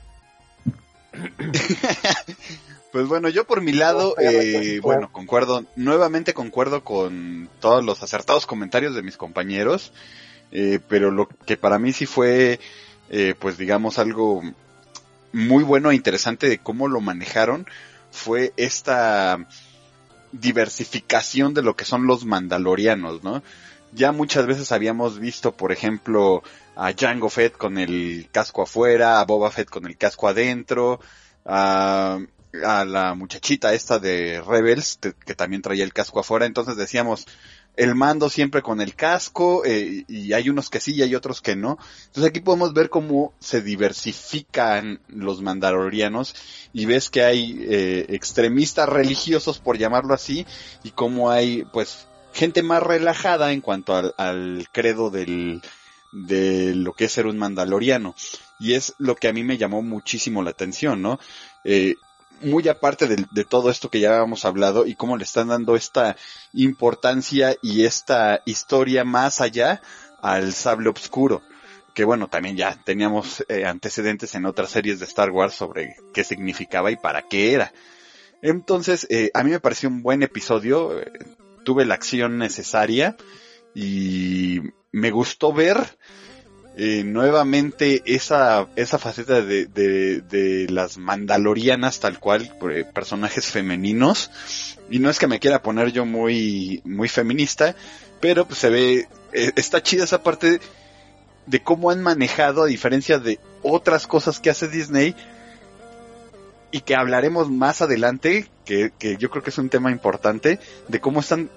Pues bueno, yo por mi lado, eh, bueno, concuerdo, nuevamente concuerdo con todos los acertados comentarios de mis compañeros, eh, pero lo que para mí sí fue, eh, pues digamos, algo muy bueno e interesante de cómo lo manejaron, fue esta diversificación de lo que son los mandalorianos, ¿no? Ya muchas veces habíamos visto, por ejemplo, a Jango Fett con el casco afuera, a Boba Fett con el casco adentro, a, a la muchachita esta de Rebels, te, que también traía el casco afuera. Entonces decíamos, el mando siempre con el casco, eh, y hay unos que sí y hay otros que no. Entonces aquí podemos ver cómo se diversifican los mandalorianos, y ves que hay eh, extremistas religiosos, por llamarlo así, y cómo hay, pues, gente más relajada en cuanto al, al credo del, de lo que es ser un mandaloriano. Y es lo que a mí me llamó muchísimo la atención, ¿no? Eh, muy aparte de, de todo esto que ya habíamos hablado, y cómo le están dando esta importancia y esta historia más allá al sable oscuro, que bueno, también ya teníamos eh, antecedentes en otras series de Star Wars sobre qué significaba y para qué era. Entonces, eh, a mí me pareció un buen episodio, eh, tuve la acción necesaria, y me gustó ver Eh, nuevamente esa esa faceta de, de, de las mandalorianas tal cual, eh, personajes femeninos, y no es que me quiera poner yo muy muy feminista, pero pues se ve, eh, está chida esa parte de cómo han manejado, a diferencia de otras cosas que hace Disney, y que hablaremos más adelante, que, que yo creo que es un tema importante, de cómo están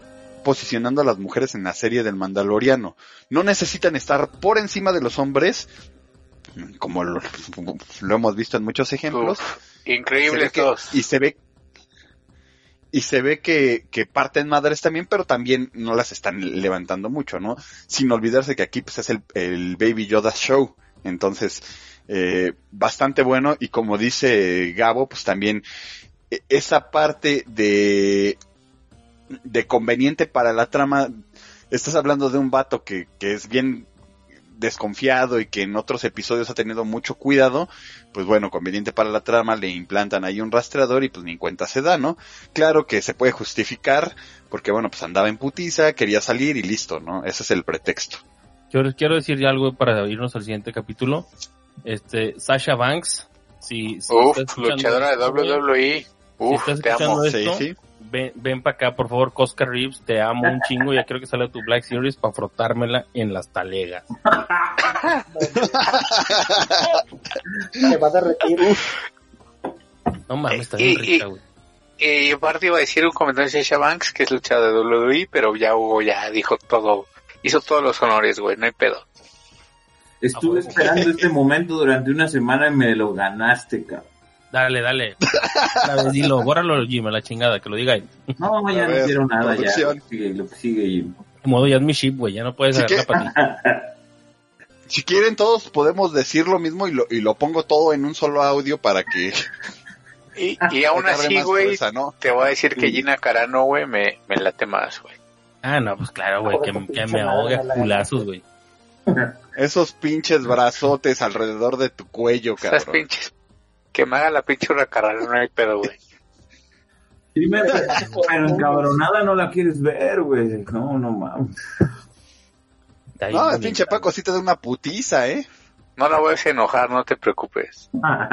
posicionando a las mujeres en la serie del Mandaloriano. No necesitan estar por encima de los hombres, como lo, lo hemos visto en muchos ejemplos. Uf, increíbles todos. Y se ve y se ve que, que parten madres también, pero también no las están levantando mucho, ¿no? Sin olvidarse que aquí pues es el, el Baby Yoda Show. Entonces, eh, bastante bueno. Y como dice Gabo, pues también esa parte de de conveniente para la trama. Estás hablando de un vato que, que es bien desconfiado y que en otros episodios ha tenido mucho cuidado, pues bueno, conveniente para la trama, le implantan ahí un rastreador y pues ni en cuenta se da, ¿no? Claro que se puede justificar, porque bueno, pues andaba en putiza, quería salir y listo, ¿no? Ese es el pretexto. Yo les quiero decir algo para irnos al siguiente capítulo. Este, Sasha Banks, si, si Uf, luchadora de doble u doble u E. Uf, si estás te amo. Esto, sí, sí. Ven, ven para acá, por favor, Cosca Reeves, te amo un chingo, ya quiero que salga tu Black Series para frotármela en las talegas. Me va a derretir. No mames, está bien rica, güey. Y aparte iba a decir un comentario de Sasha Banks, que es luchadora de doble u doble u E, pero ya Hugo ya dijo todo, hizo todos los honores, güey, no hay pedo. Estuve esperando este momento durante una semana y me lo ganaste, cabrón. Dale, dale. Dale, dilo, bórralo, Jim, a la chingada, que lo diga él. No, ya no hicieron nada, ya. Lo que sigue, lo que sigue, Jim. De modo, ya es mi ship, güey, ya no puedes si agarrar para ti. Si quieren, todos podemos decir lo mismo y lo, y lo pongo todo en un solo audio para que... Y, y aún así, güey, ¿no? Te voy a decir que Gina Carano, güey, me, me late más, güey. Ah, no, pues claro, güey, que, que me ahogue a culazos, güey. Esos pinches brazotes alrededor de tu cuello, cabrón. Esas pinches... Que me haga la pinche Carano, no hay pedo, güey. Primero, pero encabronada no la quieres ver, güey. No, no mames. No, el pinche Paco sí te da una putiza, ¿eh? No la voy a enojar, no te preocupes.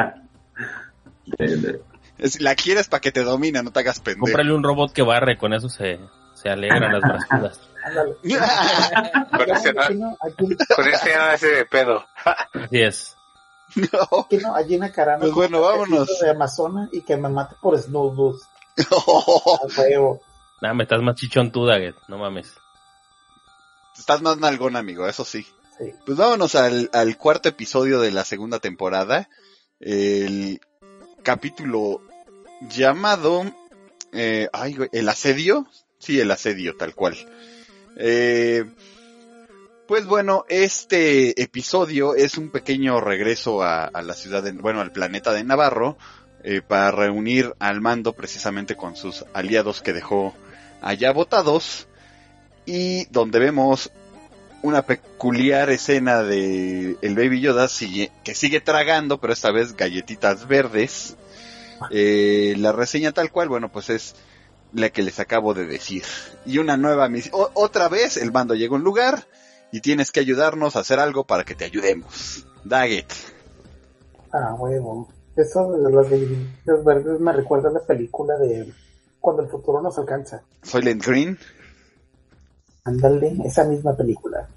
Es, la quieres para que te domine, no te hagas pendejo. Cómprale un robot que barre, con eso se, se alegran las brazudas. Con ese no, con ese no hace de pedo. Así es. No. Que no, a Gina Carano. Pues bueno, vámonos. De Amazona y que me mate por snowbus. Oh. A huevo. Nah, me estás más chichón tú, Daggett, no mames. Estás más nalgón, amigo, eso sí. Sí. Pues vámonos al, al cuarto episodio de la segunda temporada. El capítulo llamado... Eh, ay, ¿el asedio? Sí, el asedio, tal cual. Eh... Pues bueno, este episodio es un pequeño regreso a, a la ciudad de, bueno, al planeta de Navarro, eh, para reunir al mando precisamente con sus aliados que dejó allá botados, y donde vemos una peculiar escena de el Baby Yoda sigue, que sigue tragando, pero esta vez galletitas verdes. Eh, la reseña tal cual, bueno, pues es la que les acabo de decir. Y una nueva misión, o, otra vez el mando llega a un lugar y tienes que ayudarnos a hacer algo para que te ayudemos. Daggett. Ah, huevo. Eso de las galletitas verdes me recuerda a la película de Cuando el futuro nos alcanza. Soylent Green. Ándale, esa misma película.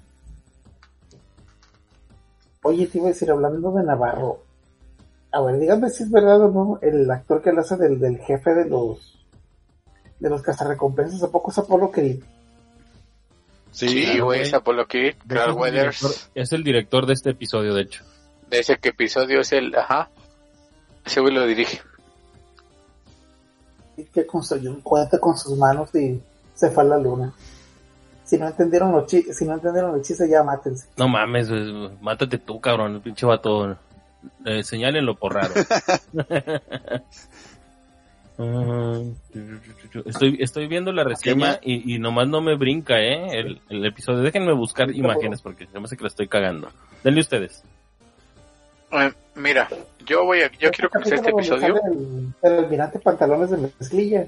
Oye, te iba a decir, hablando de Navarro. A ver, dígame si es verdad o no, el actor que le hace del, del jefe de los de los cazarrecompensas, ¿a poco es Apollo Creed? Sí, güey, es Apollo Creed, Carl Weathers. Es el director de este episodio, de hecho. De ese que episodio es el, ajá, ese güey lo dirige. Y que construyó un cohete con sus manos y se fue a la luna. Si no entendieron los chistes, si no entendieron los chistes, ya mátense. No mames, wey, mátate tú, cabrón, el pinche vato. Eh, señálenlo por raro. uh, estoy estoy viendo la reseña y, y nomás no me brinca, eh, el, el episodio. Déjenme buscar imágenes porque se me hace que la estoy cagando. Denle ustedes. Eh, mira, yo voy a, yo quiero comenzar este episodio. El, el almirante pantalones de mezclilla.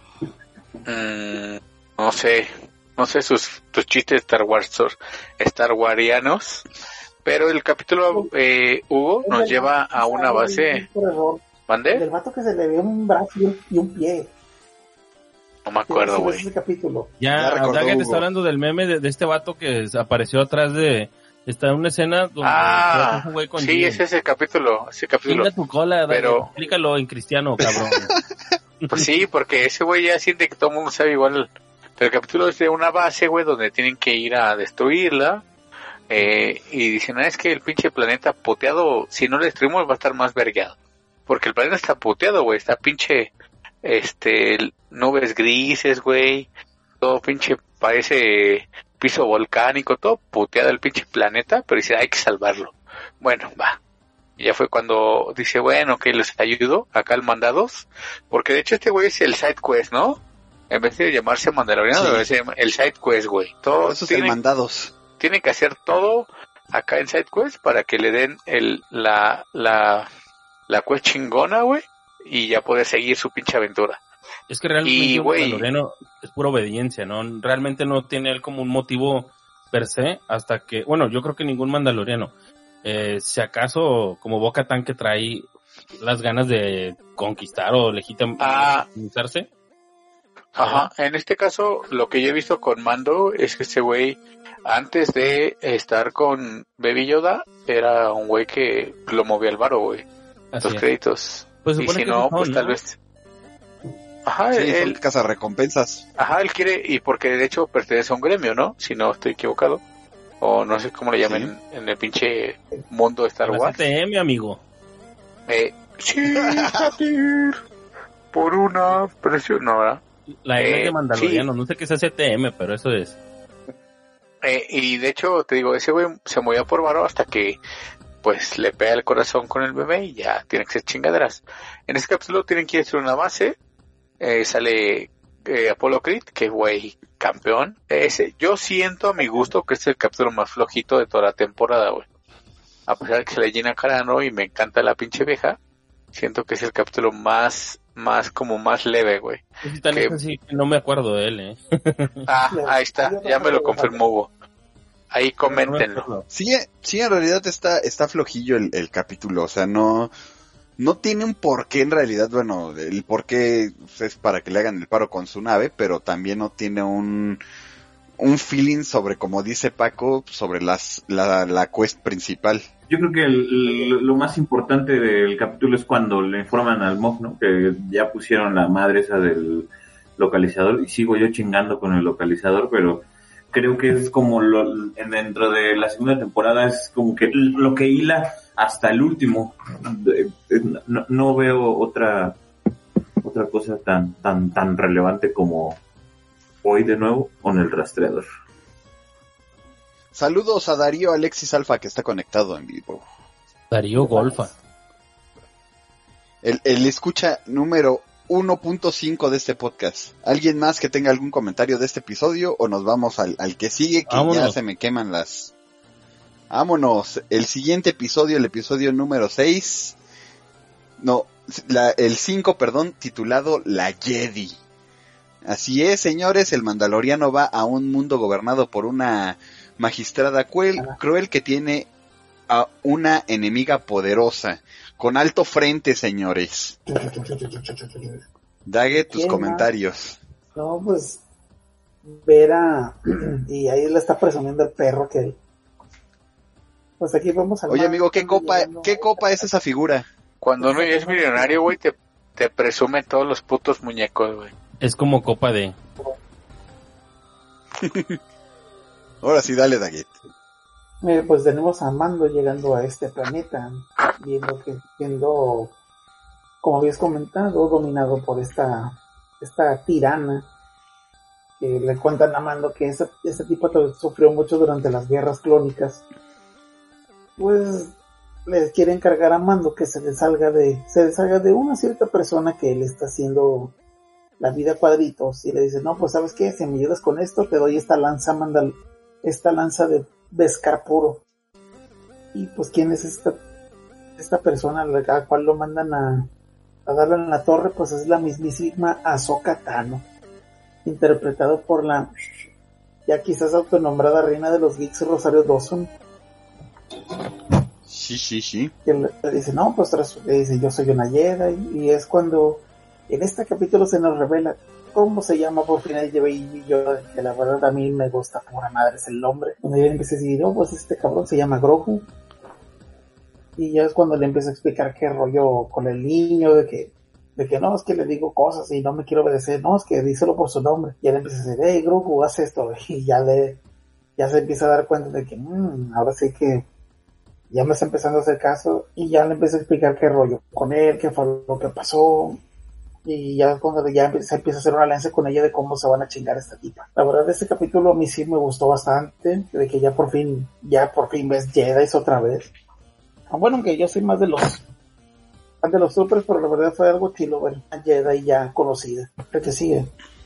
Mm, no sé, no sé sus tus chistes Star Wars, Star Warianos. Pero el capítulo, eh, Hugo, nos lleva a una base... ¿Mande? Del vato que se le ve un brazo y un, y un pie. No me acuerdo, güey. Ese capítulo. Ya, Daggett está hablando del meme de, de este vato que apareció atrás de... Está en una escena donde... Ah, un güey con sí, ese es el capítulo, ese capítulo. Chinga tu cola, Daggett, pero... explícalo en cristiano, cabrón. Pues sí, porque ese güey ya siente que todo el mundo sabe igual el capítulo es de una base, güey, donde tienen que ir a destruirla. Eh, y dicen, ah, es que el pinche planeta puteado, si no lo destruimos va a estar más vergueado. Porque el planeta está puteado, güey, está pinche, este, nubes grises, güey, todo pinche parece piso volcánico, todo puteado el pinche planeta, pero dice, hay que salvarlo. Bueno, va. Y ya fue cuando dice, bueno, que les ayudo acá al mandados, porque de hecho este güey es el side quest, ¿no? En vez de llamarse Mandaloriano, sí. Debe ser el side quest, güey. Todo eso es el mandados. Tienen que hacer todo acá en SideQuest para que le den el la la la quest chingona, güey, y ya poder seguir su pinche aventura. Es que realmente y, el Mandaloriano es pura obediencia, ¿no? Realmente no tiene él como un motivo per se hasta que, bueno, yo creo que ningún Mandaloriano, eh, si acaso como Bo-Katan que trae las ganas de conquistar o legitimizarse. Ah, ajá, en este caso lo que yo he visto con Mando es que ese güey antes de estar con Baby Yoda, era un güey que lo movía el varo, güey. Los es. créditos. Pues y si no, no, pues ¿no? tal vez... Ajá, sí, él... son cazarrecompensas. Ajá, él quiere, y porque de hecho pertenece a un gremio, ¿no? Si no estoy equivocado. O no sé cómo le llamen sí. en el pinche mundo de Star Wars. C T M, amigo. Eh, sí, por una presión, no, ¿verdad? La eh, de Mandaloriano, sí. No sé qué es C T M, pero eso es... Eh, y de hecho, te digo, ese güey se movía por varo hasta que, pues, le pega el corazón con el bebé y ya tiene que ser chingaderas. En este capítulo tienen que ir a una base, eh, sale eh, Apollo Creed, que güey, campeón. Ese, yo siento a mi gusto que este es el capítulo más flojito de toda la temporada, güey. A pesar de que se le llena Carano y me encanta la pinche vieja, siento que es el capítulo más, más como más leve, güey. Sí, tal vez así, no me acuerdo de él, eh. Ah, ahí está, ya me lo confirmó Hugo. Ahí coméntenlo. Sí, sí, en realidad está, está flojillo el, el capítulo, o sea, no, no tiene un porqué en realidad, bueno, el porqué es para que le hagan el paro con su nave, pero también no tiene un, un feeling sobre, como dice Paco, sobre las, la, la quest principal. Yo creo que el, el, lo más importante del capítulo es cuando le informan al Moff, ¿no? Que ya pusieron la madre esa del localizador, y sigo yo chingando con el localizador, pero creo que es como lo, dentro de la segunda temporada es como que lo que hila hasta el último. No, no veo otra otra cosa tan tan tan relevante como hoy de nuevo con el rastreador. Saludos a Darío Alexis Alfa que está conectado en vivo. Darío Golfa. El, el escucha número uno punto cinco de este podcast. ¿Alguien más que tenga algún comentario de este episodio o nos vamos al, al que sigue que Vámonos. Ya se me queman las... Vámonos. El siguiente episodio, el episodio número seis. No, la, el cinco, perdón, titulado La Jedi. Así es, señores, el Mandaloriano va a un mundo gobernado por una magistrada cruel, cruel que tiene a una enemiga poderosa, con alto frente, señores. Dague, tus comentarios. Más? No, pues, ver a... y ahí le está presumiendo el perro que... Pues aquí vamos a... Oye, amigo, ¿qué copa, llegando... ¿qué copa es esa figura? Cuando uno es millonario, güey, te, te presume todos los putos muñecos, güey. Es como copa de... Ahora sí, dale, Daguet. Eh, pues tenemos a Mando llegando a este planeta, viendo que, viendo, como habías comentado, dominado por esta, esta tirana, que le cuentan a Mando que ese, ese tipo sufrió mucho durante las guerras clónicas. Pues le quiere encargar a Mando que se dessalga de, se deshaga de una cierta persona que le está haciendo la vida a cuadritos, y le dice, no, pues ¿sabes qué? Si me ayudas con esto, te doy esta lanza mandal, esta lanza de Beskar puro. Y pues ¿quién es esta esta persona a la cual lo mandan a, a darle en la torre? Pues es la mismísima Ahsoka Tano, interpretado por la ya quizás autonombrada reina de los geeks, Rosario Dawson. Sí, sí, sí. Que le, le dice, no, pues le dice, yo soy una Jedi, y es cuando en este capítulo se nos revela cómo se llama por fin el Baby Yoda, que la verdad a mí me gusta pura madre es el nombre. Cuando ya empieza a decir, no, pues este cabrón se llama Grogu. Y ya es cuando le empieza a explicar qué rollo con el niño, de que de que no, es que le digo cosas y no me quiero obedecer, no, es que díselo por su nombre. Y él empieza a decir, hey, Grogu, haz esto, y ya le, ya se empieza a dar cuenta de que, mmm, ahora sí que ya me está empezando a hacer caso, y ya le empieza a explicar qué rollo con él, qué fue lo que pasó, y ya cuando ya se empieza a hacer una alianza con ella de cómo se van a chingar a esta tipa. La verdad, este capítulo a mí sí me gustó bastante, de que ya por fin, ya por fin ves Jedi otra vez. Ah, bueno, aunque yo soy más de los, más de los supers, pero la verdad fue algo chilo ver a Jedi ya conocida. ¿Qué te sigue?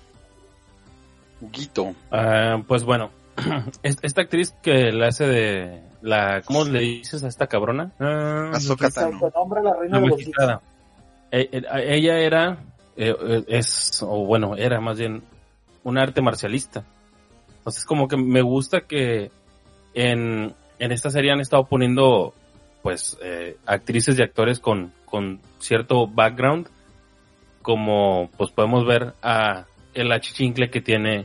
Guito. Uh, pues bueno, esta actriz que la hace de la, ¿cómo le dices a esta cabrona? Uh, Ahsoka Tano. La reina de los Sith. Ella era, eh, es, o bueno, era más bien un arte marcialista. Entonces como que me gusta que en, en esta serie han estado poniendo pues eh, actrices y actores con, con cierto background, como pues podemos ver a el achichincle que tiene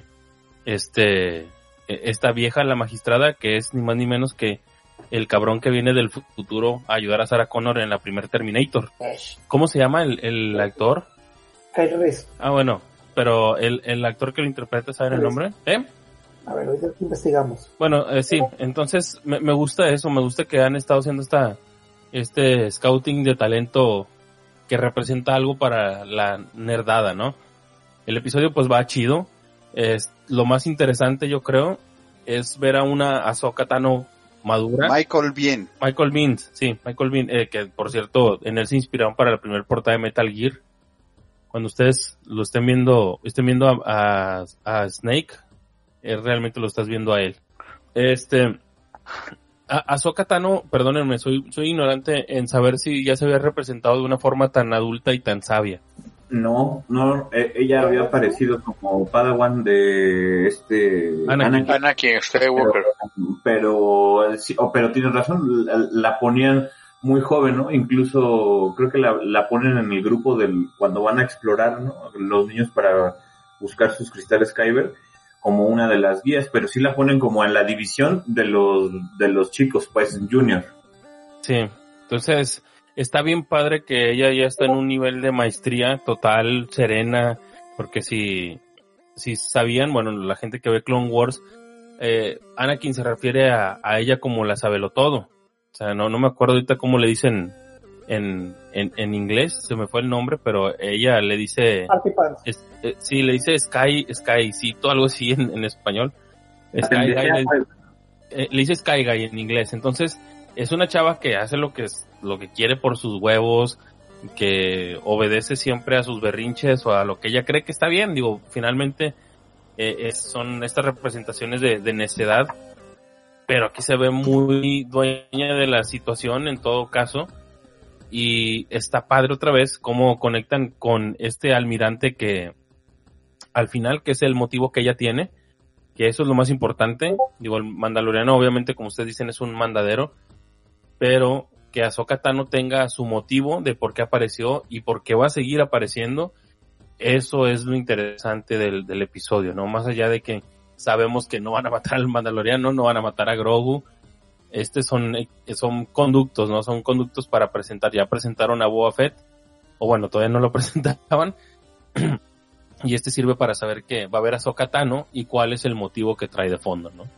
este esta vieja, la magistrada, que es ni más ni menos que el cabrón que viene del futuro a ayudar a Sarah Connor en la primer Terminator. ¿Cómo se llama el, el actor? Kyle Reese. Ah, bueno, pero el, el actor que lo interpreta, ¿saben el nombre? ¿Eh? A ver, ahorita investigamos. Bueno, eh, sí, entonces me, me gusta eso, me gusta que han estado haciendo esta este scouting de talento que representa algo para la nerdada, ¿no? El episodio pues va chido. Es, lo más interesante, yo creo, es ver a una Ahsoka Tano madura. Michael Biehn. Michael Biehn, sí, Michael Biehn, eh, que por cierto, en él se inspiraron para la primera portada de Metal Gear. Cuando ustedes lo estén viendo, estén viendo a, a, a Snake, eh, realmente lo estás viendo a él. Este, a, Ahsoka Tano, perdónenme, soy, soy ignorante en saber si ya se había representado de una forma tan adulta y tan sabia. No, no, eh, ella había aparecido como Padawan de este Anakin, Anakin Skywalker. Pero, pero, sí, oh, pero tienes razón, la, la ponían muy joven, ¿no? Incluso creo que la, la ponen en el grupo del cuando van a explorar, ¿no? Los niños para buscar sus cristales Kyber como una de las guías, pero sí la ponen como en la división de los de los chicos, pues junior. Sí, entonces está bien padre que ella ya está en un nivel de maestría total, serena, porque si, si sabían, bueno, la gente que ve Clone Wars, eh, Anakin se refiere a, a ella como la sabelotodo. O sea, no, no me acuerdo ahorita cómo le dicen en, en, en inglés, se me fue el nombre, pero ella le dice, es, eh, sí, le dice Sky, Sky, sí, todo algo así en, en español. Sky Guy, le, eh, le dice Sky Guy en inglés, entonces es una chava que hace lo que es, lo que quiere por sus huevos, que obedece siempre a sus berrinches o a lo que ella cree que está bien. Digo, finalmente eh, es, son estas representaciones de, de necedad, pero aquí se ve muy dueña de la situación en todo caso, y está padre otra vez cómo conectan con este almirante que al final, que es el motivo que ella tiene, que eso es lo más importante. Digo, el mandaloriano obviamente, como ustedes dicen, es un mandadero, pero que Ahsoka Tano tenga su motivo de por qué apareció y por qué va a seguir apareciendo, eso es lo interesante del, del episodio, ¿no? Más allá de que sabemos que no van a matar al mandaloriano, no van a matar a Grogu, este son, son conductos, ¿no? Son conductos para presentar, ya presentaron a Boba Fett, o bueno, todavía no lo presentaban, y este sirve para saber que va a haber a Ahsoka Tano y cuál es el motivo que trae de fondo, ¿no?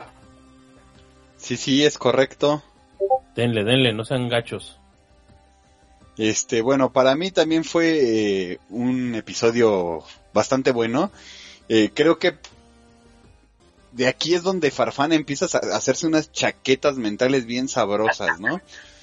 Sí, sí, es correcto. Denle, denle, no sean gachos. Este, bueno, para mí también fue eh, un episodio bastante bueno. Eh, creo que de aquí es donde Farfán empieza a hacerse unas chaquetas mentales bien sabrosas, ¿no?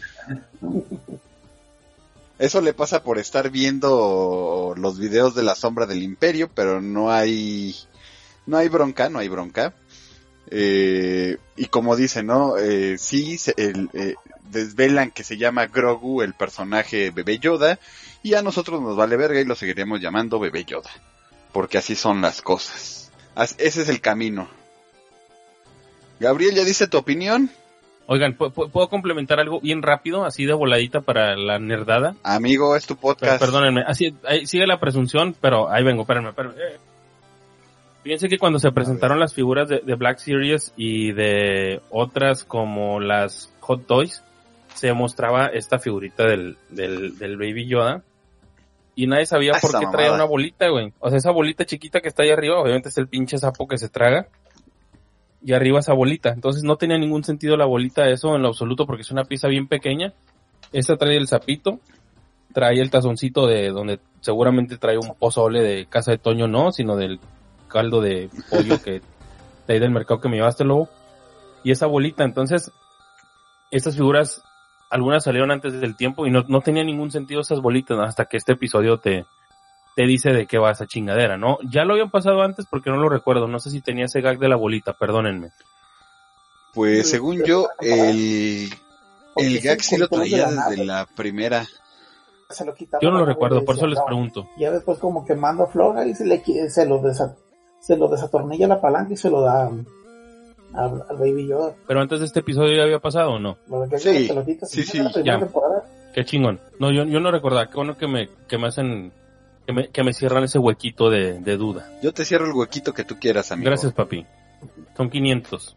Eso le pasa por estar viendo los videos de la Sombra del Imperio, pero no hay, no hay bronca, no hay bronca. Eh, y como dice, ¿no? Eh, sí, se, el, eh, desvelan que se llama Grogu el personaje Bebé Yoda, y a nosotros nos vale verga y lo seguiremos llamando Bebé Yoda, porque así son las cosas. As, ese es el camino. Gabriel, ¿ya dice tu opinión? Oigan, ¿puedo complementar algo bien rápido, así de voladita para la nerdada? Amigo, es tu podcast. Pero, perdónenme, así ahí, sigue la presunción, pero ahí vengo, espérenme, espérenme. Fíjense que cuando se presentaron las figuras de, de Black Series y de otras como las Hot Toys, se mostraba esta figurita del, del, del Baby Yoda, y nadie sabía Ah, por esa qué traía mamada. una bolita, güey. O sea, esa bolita chiquita que está ahí arriba, obviamente es el pinche sapo que se traga. Y arriba esa bolita. Entonces no tenía ningún sentido la bolita, eso en lo absoluto, porque es una pieza bien pequeña. Esta trae el sapito, trae el tazoncito de donde seguramente trae un pozole de casa de Toño, no, sino del caldo de pollo que de ahí del mercado que me llevaste, Lobo. Y esa bolita, entonces, estas figuras, algunas salieron antes del tiempo y no, no tenía ningún sentido esas bolitas, ¿no? Hasta que este episodio te, te dice de qué va esa chingadera, ¿no? Ya lo habían pasado antes porque no lo recuerdo, no sé si tenía ese gag de la bolita, perdónenme. Pues según yo, el, el gag sí lo traía desde la primera. Se lo quitaba Yo no lo la recuerdo, nave y por eso decía, les "No". pregunto. Ya después como que manda floja y se le qui- se lo desa- se lo desatornilla la palanca y se lo da al, al Baby Yoda. Pero antes de este episodio ya había pasado, ¿o no? Lo que Sí, se lo quita, sí, se sí, quita la primera ya. temporada. Qué chingón. No, yo, yo no recordaba. Qué bueno que me, que me hacen, que me, que me cierran ese huequito de, de duda. Yo te cierro el huequito que tú quieras, amigo. Gracias, papi. Son quinientos.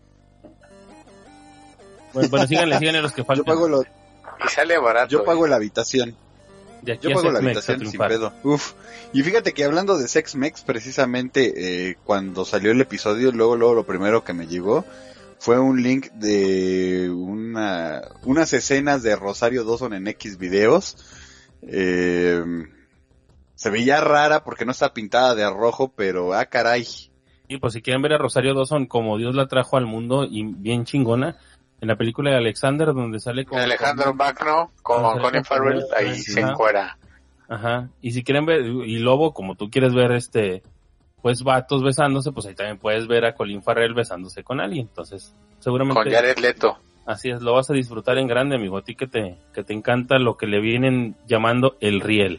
Bueno, bueno, síganle, síganle los que Yo faltan. pago, lo, Y sale barato. yo pago eh. la habitación. De aquí Yo a pago la Sex Mex a habitación sin triunfar. pedo. Uf. Y fíjate que hablando de Sex Mex, precisamente eh, cuando salió el episodio, luego, luego lo primero que me llegó fue un link de una unas escenas de Rosario Dawson en X videos. Eh, se veía rara porque no está pintada de rojo, pero ah caray. Y pues si quieren ver a Rosario Dawson como Dios la trajo al mundo y bien chingona, en la película de Alexander donde sale con Alejandro Magno con Con Colin Farrell, ahí Ajá. se encuera. Ajá. Y si quieren ver, y Lobo, como tú quieres ver este, pues vatos besándose, pues ahí también puedes ver a Colin Farrell besándose con alguien. Entonces, seguramente Con Jared Leto. así es, lo vas a disfrutar en grande, amigo. A ti que te, que te encanta lo que le vienen llamando el riel.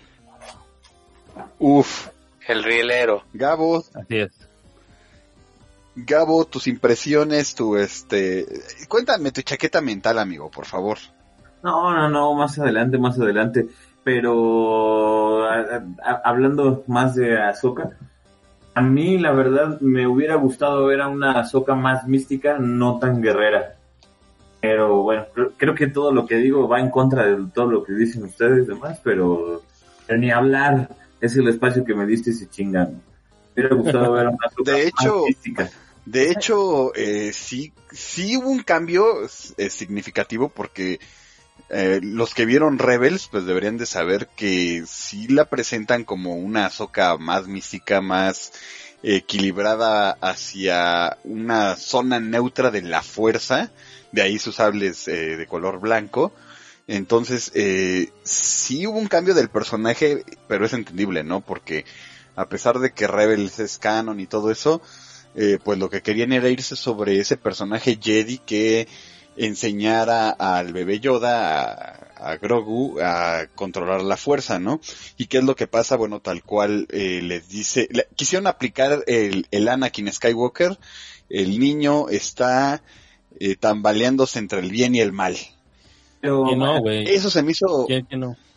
Uf. El rielero. Gabo, Así es. Gabo, tus impresiones, tu este, cuéntame tu chaqueta mental, amigo, por favor. No, no, no, más adelante, más adelante. Pero a- a- hablando más de Ahsoka, a mí la verdad me hubiera gustado ver a una Ahsoka más mística, no tan guerrera. Pero bueno, creo, creo que todo lo que digo va en contra de todo lo que dicen ustedes y demás, pero, pero ni hablar, es el espacio que me diste y se chingan. Me hubiera gustado ver a una Ahsoka De hecho, más mística. De hecho, eh, sí, sí hubo un cambio eh, significativo porque eh, los que vieron Rebels pues deberían de saber que sí la presentan como una Ahsoka más mística, más eh, equilibrada hacia una zona neutra de la fuerza, de ahí sus sables eh, de color blanco. Entonces, eh, sí hubo un cambio del personaje, pero es entendible, ¿no? Porque a pesar de que Rebels es canon y todo eso, Eh, pues lo que querían era irse sobre ese personaje Jedi que enseñara al bebé Yoda, a, a Grogu, a controlar la fuerza, ¿no? ¿Y qué es lo que pasa? Bueno, tal cual eh, les dice, le, quisieron aplicar el, el Anakin Skywalker, el niño está eh, tambaleándose entre el bien y el mal. Pero, Que no, güey. Eso se me hizo... Que, que no.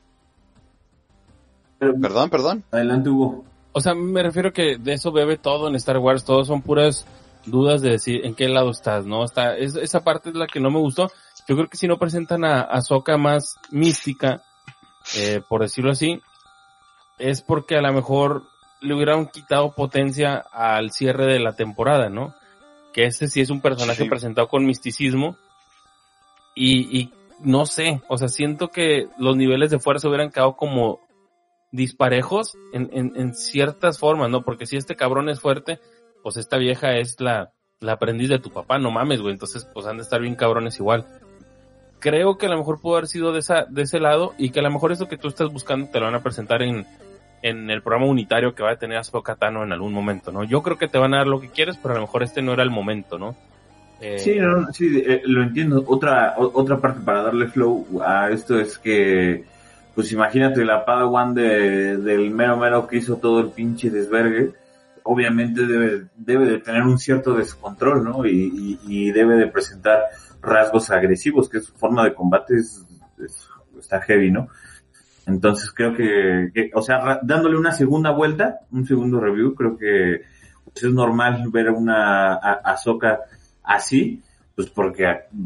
pero- Perdón, perdón. adelante, Hugo. O sea, me refiero que de eso bebe todo en Star Wars, todo son puras dudas de decir en qué lado estás, ¿no? Está, es, esa parte es la que no me gustó. Yo creo que si no presentan a Ahsoka más mística, eh, por decirlo así, es porque a lo mejor le hubieran quitado potencia al cierre de la temporada, ¿no? Que este sí es un personaje Sí. presentado con misticismo y, y no sé, o sea, siento que los niveles de fuerza hubieran quedado como disparejos en, en, en ciertas formas, ¿no? Porque si este cabrón es fuerte, pues esta vieja es la, la aprendiz de tu papá, no mames, güey, entonces pues han de estar bien cabrones igual. Creo que a lo mejor pudo haber sido de esa, de ese lado, y que a lo mejor eso que tú estás buscando te lo van a presentar en, en el programa unitario que va a tener Ahsoka Tano en algún momento, ¿no? Yo creo que te van a dar lo que quieres, pero a lo mejor este no era el momento, ¿no? Eh, Sí, no, sí, eh, lo entiendo. Otra o- otra parte para darle flow a esto es que, pues imagínate la Padawan de, del mero mero que hizo todo el pinche desvergue, obviamente debe, debe de tener un cierto descontrol, ¿no? Y, y, y debe de presentar rasgos agresivos, que su forma de combate es, es- está heavy, ¿no? Entonces creo que, que o sea, ra- dándole una segunda vuelta, un segundo review, creo que pues, es normal ver una a- Ahsoka así, pues porque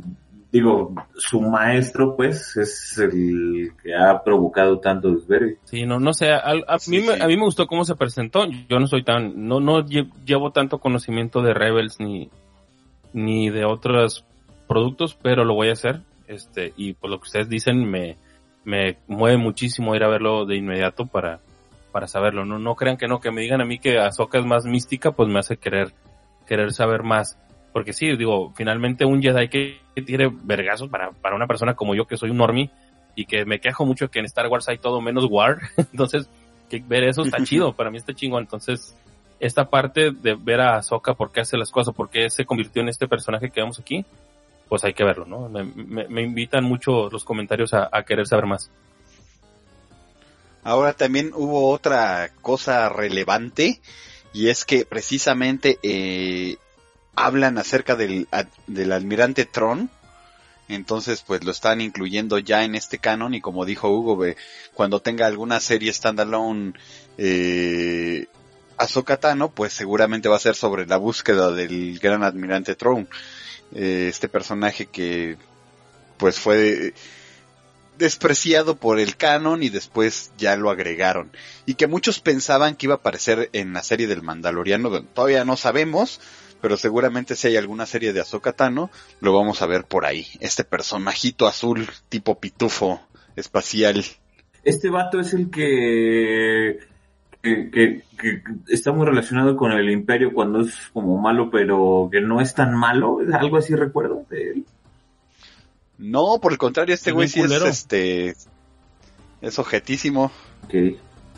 digo, su maestro, pues, es el que ha provocado tanto desvergue. Sí, no, no sé, a, a Sí, mí sí. me, a mí me gustó cómo se presentó. Yo no soy tan, no, no lle- llevo tanto conocimiento de Rebels ni, ni de otros productos, pero lo voy a hacer. Este, y por lo que ustedes dicen, me, me mueve muchísimo ir a verlo de inmediato para, para saberlo. No, no crean que no, que me digan a mí que Ahsoka es más mística, pues me hace querer, querer saber más. Porque sí, digo, finalmente un Jedi que, que tiene vergazos para, para una persona como yo, que soy un normie, y que me quejo mucho que en Star Wars hay todo menos war, entonces, que ver eso está chido, para mí está chingón. Entonces, esta parte de ver a Ahsoka, por qué hace las cosas, por qué se convirtió en este personaje que vemos aquí, pues hay que verlo, ¿no? Me, me, me invitan mucho los comentarios a, a querer saber más. Ahora también hubo otra cosa relevante, y es que precisamente eh, hablan acerca del, del almirante Thrawn. Entonces pues lo están incluyendo ya en este canon, y como dijo Hugo, ve, cuando tenga alguna serie standalone eh, Ahsoka Tano, pues seguramente va a ser sobre la búsqueda del gran almirante Thrawn, eh, este personaje que pues fue despreciado por el canon y después ya lo agregaron, y que muchos pensaban que iba a aparecer en la serie del Mandaloriano. Todavía no sabemos, pero seguramente si hay alguna serie de Ahsoka Tano, lo vamos a ver por ahí. Este personajito azul tipo pitufo espacial. Este vato es el que, que, que, que está muy relacionado con el Imperio cuando es como malo, pero que no es tan malo. Algo así recuerdo de él. No, por el contrario, este Es güey bien sí es culero. este es objetísimo. Okay.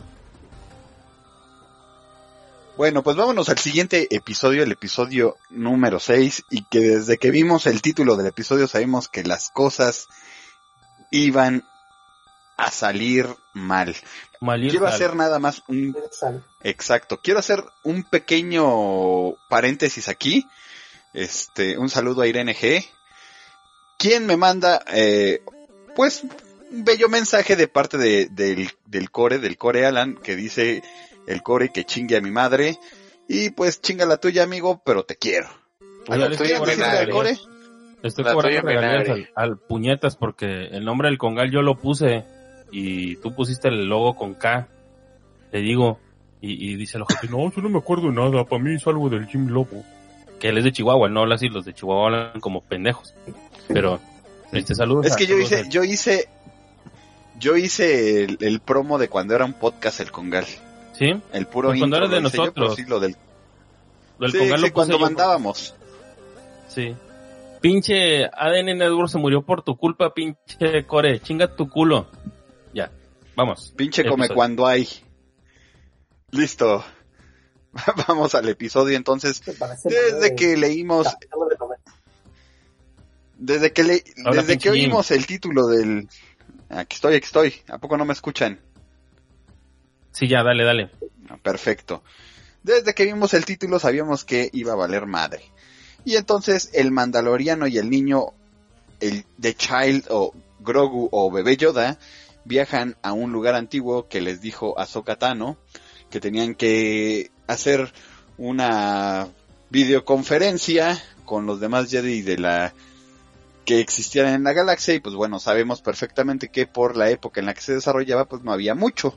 Bueno, pues vámonos al siguiente episodio, el episodio número seis, y que desde que vimos el título del episodio sabemos que las cosas iban a salir mal. Malir Quiero Hal. hacer nada más un... Sal. Exacto, quiero hacer un pequeño paréntesis aquí. Este, un saludo a Irene G, quien me manda, eh, pues, un bello mensaje de parte de, del, del core, del core Alan, que dice... El core que chingue a mi madre. Y pues chinga la tuya, amigo, pero te quiero. Pues ya le estoy ¿Quieres cobrando decirle al core? regalías. Le estoy La cobrando tuya en regalías vinagre. al, al puñetas, porque el nombre del congal yo lo puse y tú pusiste el logo con K. Le digo, y, y dice el ojete, no, yo no me acuerdo de nada, para mí es algo del Jim Lobo. Que él es de Chihuahua, él no habla así, los de Chihuahua hablan como pendejos. Pero, este saludo. Es que yo hice, yo hice, yo hice el, el promo de cuando era un podcast el congal. ¿Sí? El puro Pues cuando intro era de lo hice yo, pero nosotros. sí, lo del, Lo del sí, congal sí, lo puse cuando yo. mandábamos. Sí. Pinche A D N Network se murió por tu culpa, pinche core. Chinga tu culo. Ya, vamos. Pinche come Episodio. cuando hay. Listo. Vamos al episodio entonces. Se parece Desde de- que leímos, capítulo de novela. desde que le, Hola, desde que pinche Jim. oímos el título del, aquí estoy, aquí estoy. ¿A poco no me escuchan? Sí, ya, dale, dale. Ah, perfecto. Desde que vimos el título sabíamos que iba a valer madre. Y entonces el Mandaloriano y el niño, el The Child o Grogu o Bebé Yoda, viajan a un lugar antiguo que les dijo Ahsoka Tano, que tenían que hacer una videoconferencia con los demás Jedi de la que existían en la galaxia, y pues bueno, sabemos perfectamente que por la época en la que se desarrollaba pues no había mucho.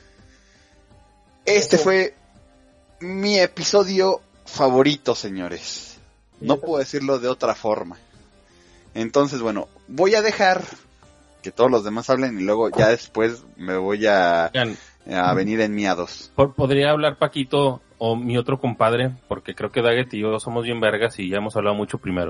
Este fue mi episodio favorito, señores. No puedo decirlo de otra forma. Entonces, bueno, voy a dejar que todos los demás hablen y luego ya después me voy a, Oigan, a venir en miados. por- podría hablar Paquito o mi otro compadre, porque creo que Daggett y yo somos bien vergas y ya hemos hablado mucho primero.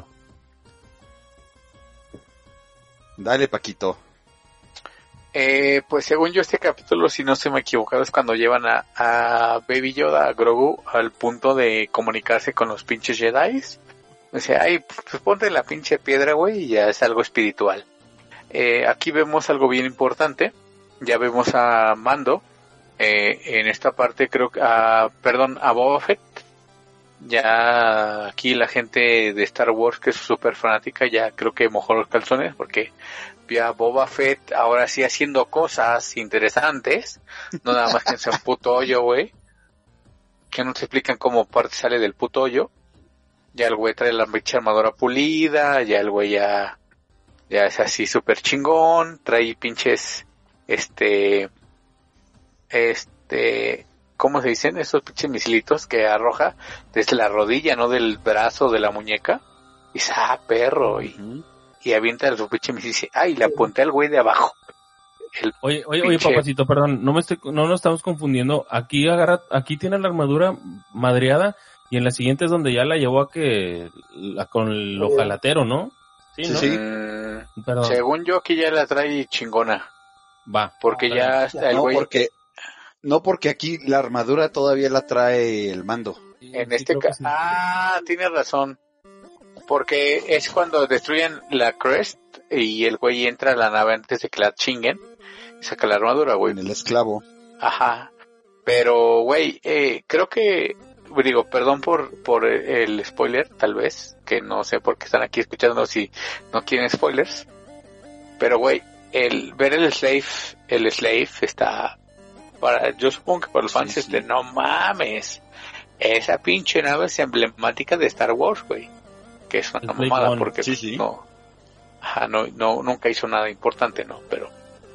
Dale, Paquito. Eh, pues según yo este capítulo, si no estoy me equivocado, es cuando llevan a, a Baby Yoda, a Grogu, al punto de comunicarse con los pinches Jedis. O sea, ay, pues ponte la pinche piedra, güey, y ya es algo espiritual. Eh, aquí vemos algo bien importante. Ya vemos a Mando. Eh, en esta parte creo que, a, perdón, a Boba Fett. Ya aquí la gente de Star Wars que es súper fanática ya creo que mojó los calzones porque vio a Boba Fett ahora sí haciendo cosas interesantes, no nada más que en un puto hoyo, güey, que no te explican cómo parte sale del puto hoyo. Ya el güey trae la pinche armadura pulida, ya el güey ya Ya es así súper chingón, trae pinches, este, este, ¿cómo se dicen? Esos pinches misilitos que arroja desde la rodilla, no del brazo, de la muñeca. Y dice, ah, perro, y, uh-huh. y avienta su pinche misil y dice, ay, le apunté al güey de abajo. El oye, oye, oye, papacito, perdón, no me estoy, no nos estamos confundiendo. Aquí agarra, aquí tiene la armadura madreada y en la siguiente es donde ya la llevó a que, la, con el ojalatero, ¿no? Sí, ¿no? sí. Mm, Perdón. Según yo, aquí ya la trae chingona. Va. Porque ya está el no, güey. Porque, no, porque aquí la armadura todavía la trae el mando. En sí, este caso. Sí. Ah, tienes razón. Porque es cuando destruyen la Crest y el güey entra a la nave antes de que la chinguen. Y saca la armadura, güey. En el esclavo. Ajá. Pero, güey, eh, creo que. Digo, perdón por por el spoiler, tal vez, que no sé por qué están aquí escuchando si no quieren spoilers, pero güey, el ver el Slave, el Slave está, para, yo supongo que para los fans sí, sí. de no mames, esa pinche nave es emblemática de Star Wars, güey, que es una el mamada porque sí, sí. no, ajá, no, no, nunca hizo nada importante, no, pero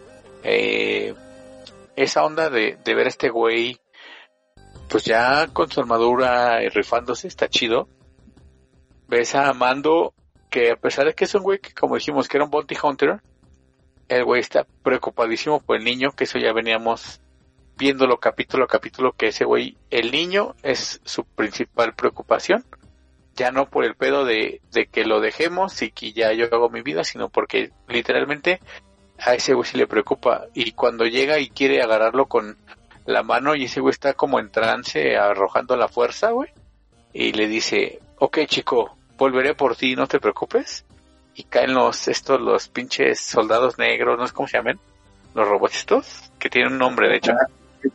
eh, esa onda de, de ver a este güey pues ya con su armadura y rifándose, está chido. Ves a Mando, que a pesar de que es un güey que, como dijimos, que era un bounty hunter, el güey está preocupadísimo por el niño, que eso ya veníamos viéndolo capítulo a capítulo, que ese güey, el niño es su principal preocupación, ya no por el pedo de, de que lo dejemos y que ya yo hago mi vida, sino porque literalmente a ese güey sí le preocupa, y cuando llega y quiere agarrarlo con la mano y ese güey está como en trance arrojando la fuerza, güey, y le dice, ok chico, volveré por ti, no te preocupes, y caen los, estos, los pinches soldados negros, no sé cómo se llaman, los robots estos, que tienen un nombre de hecho.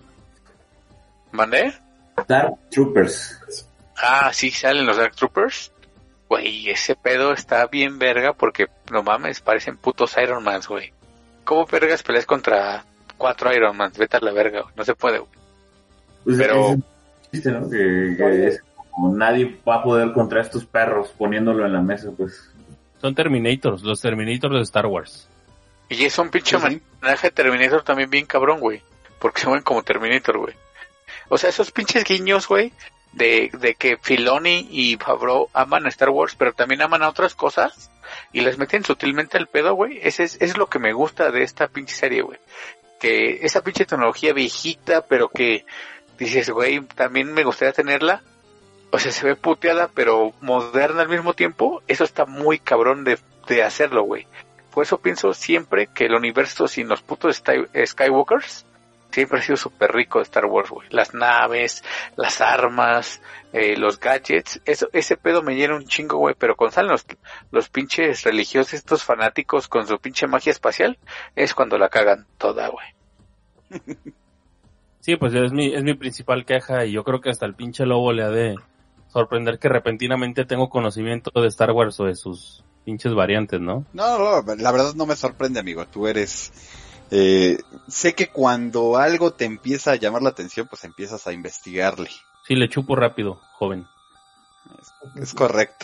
¿Mandé? Dark Troopers. Ah, sí, salen los Dark Troopers. Güey, ese pedo está bien verga porque, no mames, parecen putos Iron Mans, güey. ¿Cómo vergas peleas contra cuatro Iron Man? Vete a la verga, güey. No se puede, güey. Pues pero es, ¿no? que, que es como nadie va a poder contra estos perros poniéndolo en la mesa, pues. Son Terminators, los Terminators de Star Wars. Y es un pinche sí, homenaje a Terminator también bien cabrón, güey, porque se mueven como Terminator, güey. O sea, esos pinches guiños, güey, de, de que Filoni y Favreau aman a Star Wars, pero también aman a otras cosas y les meten sutilmente al pedo, güey. Ese es, es lo que me gusta de esta pinche serie, güey. Que esa pinche tecnología viejita, pero que dices, güey, también me gustaría tenerla. O sea, se ve puteada, pero moderna al mismo tiempo. Eso está muy cabrón de, de hacerlo, güey. Por eso pienso siempre que el universo sin los putos Skywalkers siempre ha sido súper rico de Star Wars, güey. Las naves, las armas, eh, los gadgets. Eso, ese pedo me llena un chingo, güey. Pero cuando salen los, los pinches religiosos, estos fanáticos con su pinche magia espacial, es cuando la cagan toda, güey. Sí, pues es mi, es mi principal queja y yo creo que hasta el pinche lobo le ha de sorprender que repentinamente tengo conocimiento de Star Wars o de sus pinches variantes, ¿no? No, no, la verdad no me sorprende, amigo. Tú eres... Eh, sé que cuando algo te empieza a llamar la atención, pues empiezas a investigarle. Sí, le chupo rápido, joven. Es, es correcto.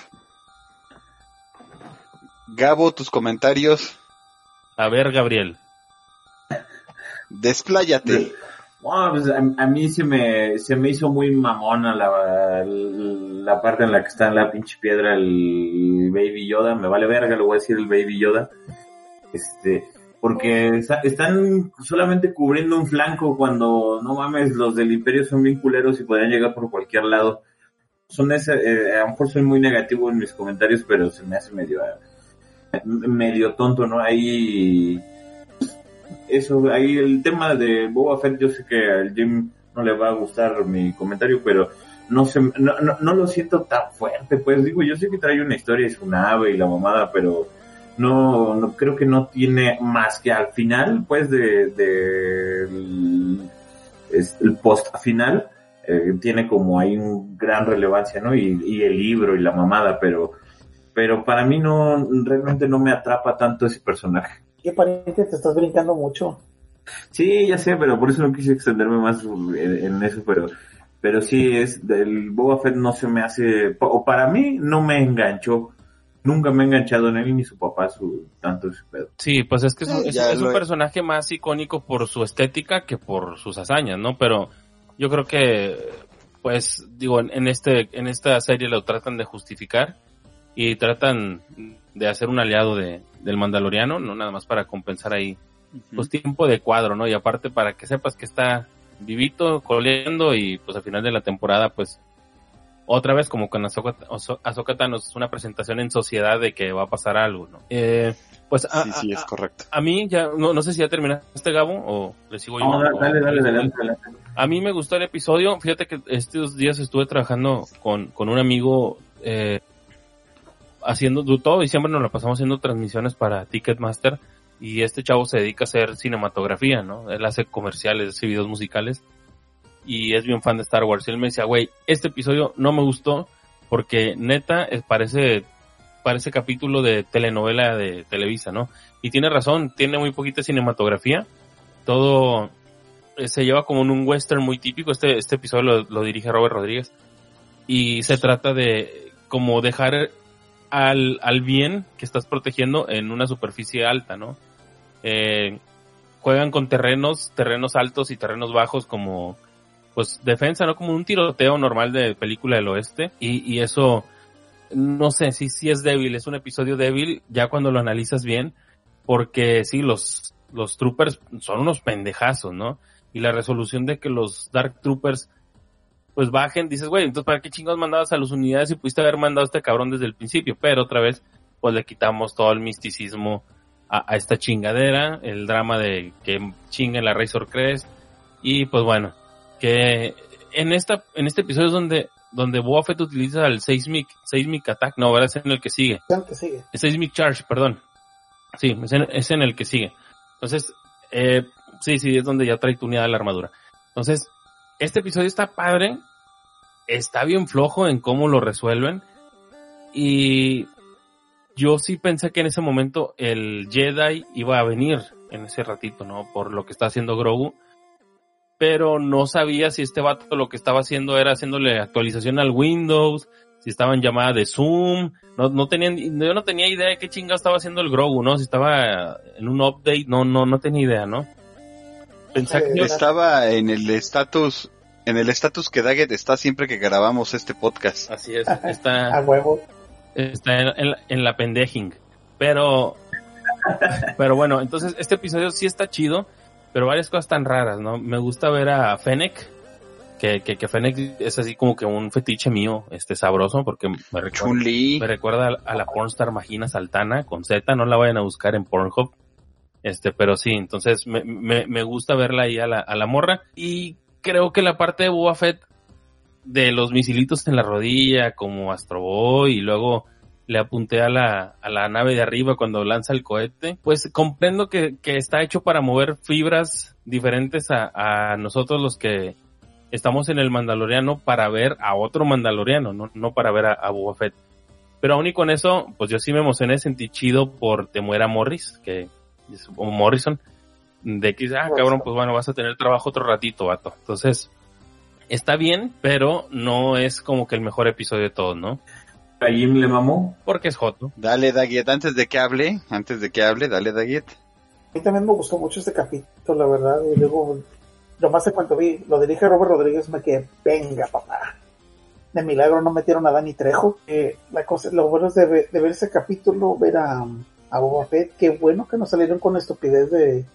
Gabo, tus comentarios. A ver, Gabriel. Despláyate. Bueno, pues a, a mí se me se me hizo muy mamona la, la parte en la que está en la pinche piedra el Baby Yoda. Me vale verga, le voy a decir el Baby Yoda. Este... Porque están solamente cubriendo un flanco cuando, no mames, los del Imperio son bien culeros y podrían llegar por cualquier lado. Son ese, eh, a lo mejor soy muy negativo en mis comentarios, pero se me hace medio, eh, medio tonto, ¿no? Ahí, eso, ahí el tema de Boba Fett, yo sé que al Jim no le va a gustar mi comentario, pero no sé, no, no, no lo siento tan fuerte, pues digo, yo sé que trae una historia, es una ave y la mamada, pero... No, no creo que no tiene más que al final, pues, de, de el, el post final, eh, tiene como ahí un gran relevancia, ¿no? Y, y el libro y la mamada, pero, pero para mí no, realmente no me atrapa tanto ese personaje. ¿Qué pariente te estás brincando mucho? Sí, ya sé, pero por eso no quise extenderme más en, en eso, pero, pero sí es, el Boba Fett no se me hace, o para mí no me enganchó. nunca me ha enganchado en él ni su papá su tanto ese pedo. Sí, pues es que es, un, es, es un he... personaje más icónico por su estética que por sus hazañas, ¿no? Pero yo creo que, pues, digo, en, en este en esta serie lo tratan de justificar y tratan de hacer un aliado de del Mandaloriano, no nada más para compensar ahí, uh-huh. pues tiempo de cuadro, ¿no? Y aparte para que sepas que está vivito, coleando y pues al final de la temporada, pues otra vez como con Ahsoka, Ahsoka Tano es una presentación en sociedad de que va a pasar algo, ¿no? Eh, pues a, sí, sí, es a, correcto. A, a mí ya, no, no sé si ya terminaste, Gabo, o le sigo yo. No, dale, dale, dale, dale, dale. A mí me gustó el episodio, fíjate que estos días estuve trabajando con, con un amigo, eh, haciendo todo y siempre nos lo pasamos haciendo transmisiones para Ticketmaster y este chavo se dedica a hacer cinematografía, ¿no? Él hace comerciales, hace videos musicales y es bien fan de Star Wars. Y él me decía, güey, este episodio no me gustó porque neta es, parece parece capítulo de telenovela de Televisa, ¿no? Y tiene razón, tiene muy poquita cinematografía, todo eh, se lleva como en un western muy típico. Este este episodio lo, lo dirige Robert Rodríguez y se trata de como dejar al al bien que estás protegiendo en una superficie alta, ¿no? Eh, juegan con terrenos, terrenos altos y terrenos bajos como pues defensa, ¿no? Como un tiroteo normal de película del oeste y, y eso no sé si sí, sí es débil, es un episodio débil ya cuando lo analizas bien, porque sí, los los troopers son unos pendejazos, ¿no? Y la resolución de que los Dark Troopers pues bajen, dices, güey, entonces ¿para qué chingados mandabas a las unidades si pudiste haber mandado a este cabrón desde el principio? Pero otra vez, pues le quitamos todo el misticismo a, a esta chingadera, el drama de que chinguen la Razor Crest, y pues bueno, que en esta en este episodio es donde donde Boba Fett utiliza el Seismic, Seismic Attack, no, ¿verdad? Es en el que sigue. El que sigue. El Seismic Charge, perdón. Sí, es en, es en el que sigue. Entonces, eh, sí, sí, es donde ya trae tuneada la armadura. Entonces, este episodio está padre, está bien flojo en cómo lo resuelven, y yo sí pensé que en ese momento el Jedi iba a venir en ese ratito, ¿no? Por lo que está haciendo Grogu, pero no sabía si este vato lo que estaba haciendo era haciéndole actualización al Windows, si estaba en llamada de Zoom, no, no tenían, yo no tenía idea de qué chingado estaba haciendo el Grogu, ¿no? Si estaba en un update, no, no, no tenía idea, ¿no? Pensaba que estaba en el estatus, en el estatus que Daggett está siempre que grabamos este podcast. Así es, está a huevo. Está en, en, en la pendejing. Pero, pero bueno, entonces este episodio sí está chido, pero varias cosas tan raras, ¿no? Me gusta ver a Fennec, que, que, que Fennec es así como que un fetiche mío, este sabroso, porque me recuerda, me recuerda a la pornstar Magina Saltana con Z, no la vayan a buscar en Pornhub. Este, pero sí, entonces me, me, me gusta verla ahí a la, a la morra, y creo que la parte de Boba Fett de los misilitos en la rodilla, como Astro Boy, y luego le apunté a la, a la nave de arriba cuando lanza el cohete, pues comprendo que, que está hecho para mover fibras diferentes a, a nosotros los que estamos en el Mandaloriano para ver a otro Mandaloriano, no, no para ver a, a Boba Fett. Pero aún y con eso, pues yo sí me emocioné, sentí chido por Te Muera Morris, que o Morrison, de que, ah, cabrón, pues bueno, vas a tener trabajo otro ratito, vato. Entonces, está bien, pero no es como que el mejor episodio de todos, ¿no? ¿A Jim le mamó? Porque es joto. Dale, Daggett, antes de que hable, antes de que hable, dale, Daggett. A mí también me gustó mucho este capítulo, la verdad, y luego, lo más de cuando vi, lo dirige Robert Rodríguez, me quedé, venga, papá. De milagro no metieron a Dani Trejo. Eh, la cosa, lo bueno es de, de ver ese capítulo, ver a... a Boba Fett, qué bueno que no salieron con la estupidez de,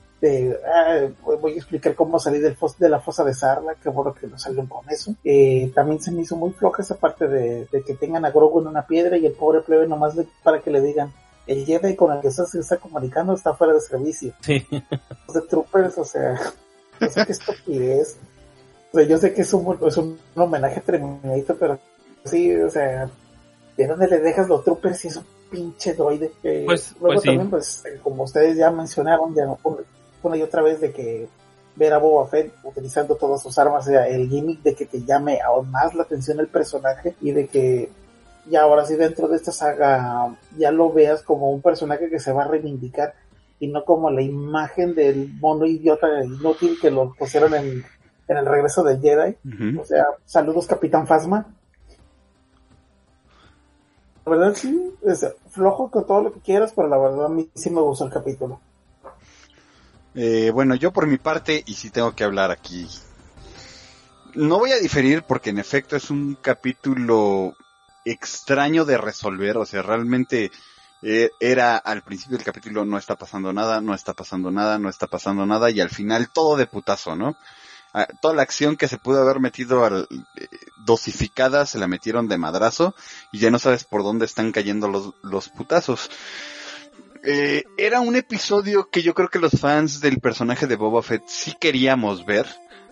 de ah, voy a explicar cómo salir del fos, de la fosa de Sarlacc, qué bueno que no salieron con eso. Eh, también se me hizo muy floja esa parte de, de que tengan a Grogu en una piedra y el pobre plebe nomás le, para que le digan, el Jedi con el que se está comunicando está fuera de servicio. Sí. Los de Troopers, o sea, no sé qué estupidez. O sea, yo sé que es un, es un, un homenaje tremendito, pero sí, o sea, ¿de dónde le dejas los Troopers si es un pinche droide? Eh, pues, luego pues sí. También, pues, como ustedes ya mencionaron, ya una y otra vez de que ver a Boba Fett utilizando todas sus armas, o sea, el gimmick de que te llame aún más la atención el personaje, y de que ya ahora sí dentro de esta saga ya lo veas como un personaje que se va a reivindicar y no como la imagen del mono idiota inútil que lo pusieron en, en el regreso del Jedi. Uh-huh. O sea, saludos Capitán Phasma. verdad sí, es flojo con todo lo que quieras, pero la verdad a mí sí me gustó el capítulo. Eh, bueno, yo por mi parte, y sí tengo que hablar aquí, no voy a diferir porque en efecto es un capítulo extraño de resolver, o sea, realmente eh, era al principio del capítulo no está pasando nada, no está pasando nada, no está pasando nada, y al final todo de putazo, ¿no? Ah, toda la acción que se pudo haber metido al, eh, dosificada se la metieron de madrazo y ya no sabes por dónde están cayendo los, los putazos. Eh, era un episodio que yo creo que los fans del personaje de Boba Fett sí queríamos ver,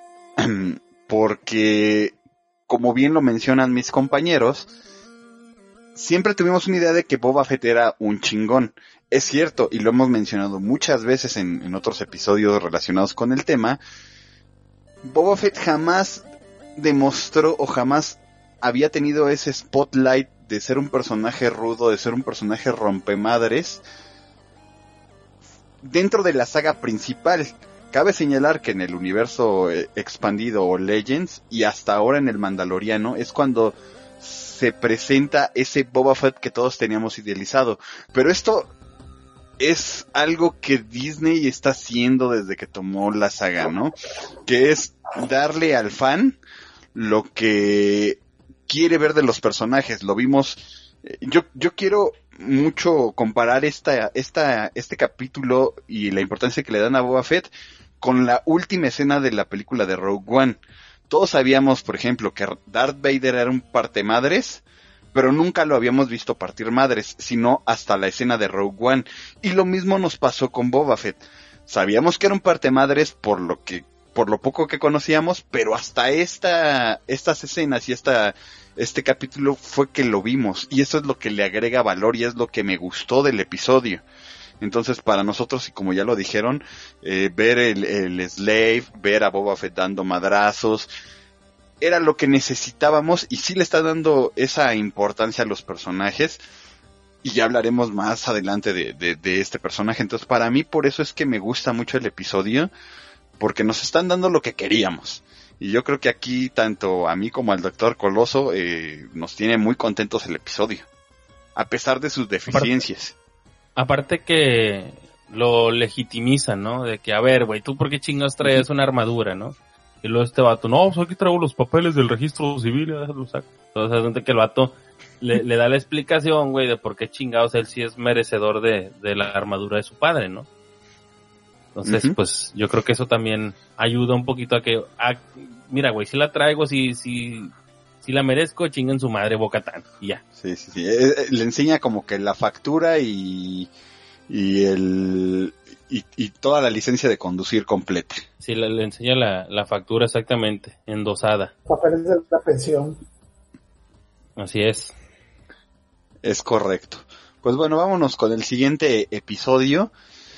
porque, como bien lo mencionan mis compañeros, siempre tuvimos una idea de que Boba Fett era un chingón. Es cierto, y lo hemos mencionado muchas veces en, en otros episodios relacionados con el tema, Boba Fett jamás demostró o jamás había tenido ese spotlight de ser un personaje rudo, de ser un personaje rompemadres dentro de la saga principal. Cabe señalar que en el universo eh, expandido o Legends y hasta ahora en el Mandaloriano es cuando se presenta ese Boba Fett que todos teníamos idealizado. Pero esto es algo que Disney está haciendo desde que tomó la saga, ¿no? Que es darle al fan lo que quiere ver de los personajes. Lo vimos. Eh, yo yo quiero mucho comparar esta esta este capítulo y la importancia que le dan a Boba Fett con la última escena de la película de Rogue One. Todos sabíamos, por ejemplo, que Darth Vader era un partemadres, pero nunca lo habíamos visto partir madres, sino hasta la escena de Rogue One. Y lo mismo nos pasó con Boba Fett. Sabíamos que era un partemadres por lo que, por lo poco que conocíamos, pero hasta esta, estas escenas y esta, este capítulo fue que lo vimos. Y eso es lo que le agrega valor y es lo que me gustó del episodio. Entonces, para nosotros, y como ya lo dijeron, eh, ver el, el Slave, ver a Boba Fett dando madrazos, era lo que necesitábamos y sí le está dando esa importancia a los personajes. Y ya hablaremos más adelante de, de, de este personaje. Entonces, para mí, por eso es que me gusta mucho el episodio, porque nos están dando lo que queríamos. Y yo creo que aquí, tanto a mí como al Doctor Coloso, eh, nos tiene muy contentos el episodio, a pesar de sus deficiencias. Aparte que lo legitimizan, ¿no? De que, a ver, güey, ¿tú por qué chingados traes una armadura, no? Y luego este vato, no, pues aquí traigo los papeles del registro civil, y déjalo saco. Entonces, donde que el vato le, le da la explicación, güey, de por qué chingados él sí es merecedor de, de la armadura de su padre, ¿no? Entonces, uh-huh. pues, yo creo que eso también ayuda un poquito a que, a, mira, güey, si la traigo, si, si, si la merezco, chinguen su madre Bo-Katan, y ya. Sí, sí, sí. Eh, eh, le enseña como que la factura y, y el, y, y toda la licencia de conducir completa. Sí, le, le enseña la, la factura exactamente, endosada. Papeles de la pensión. Así es. Es correcto. Pues bueno, vámonos con el siguiente episodio,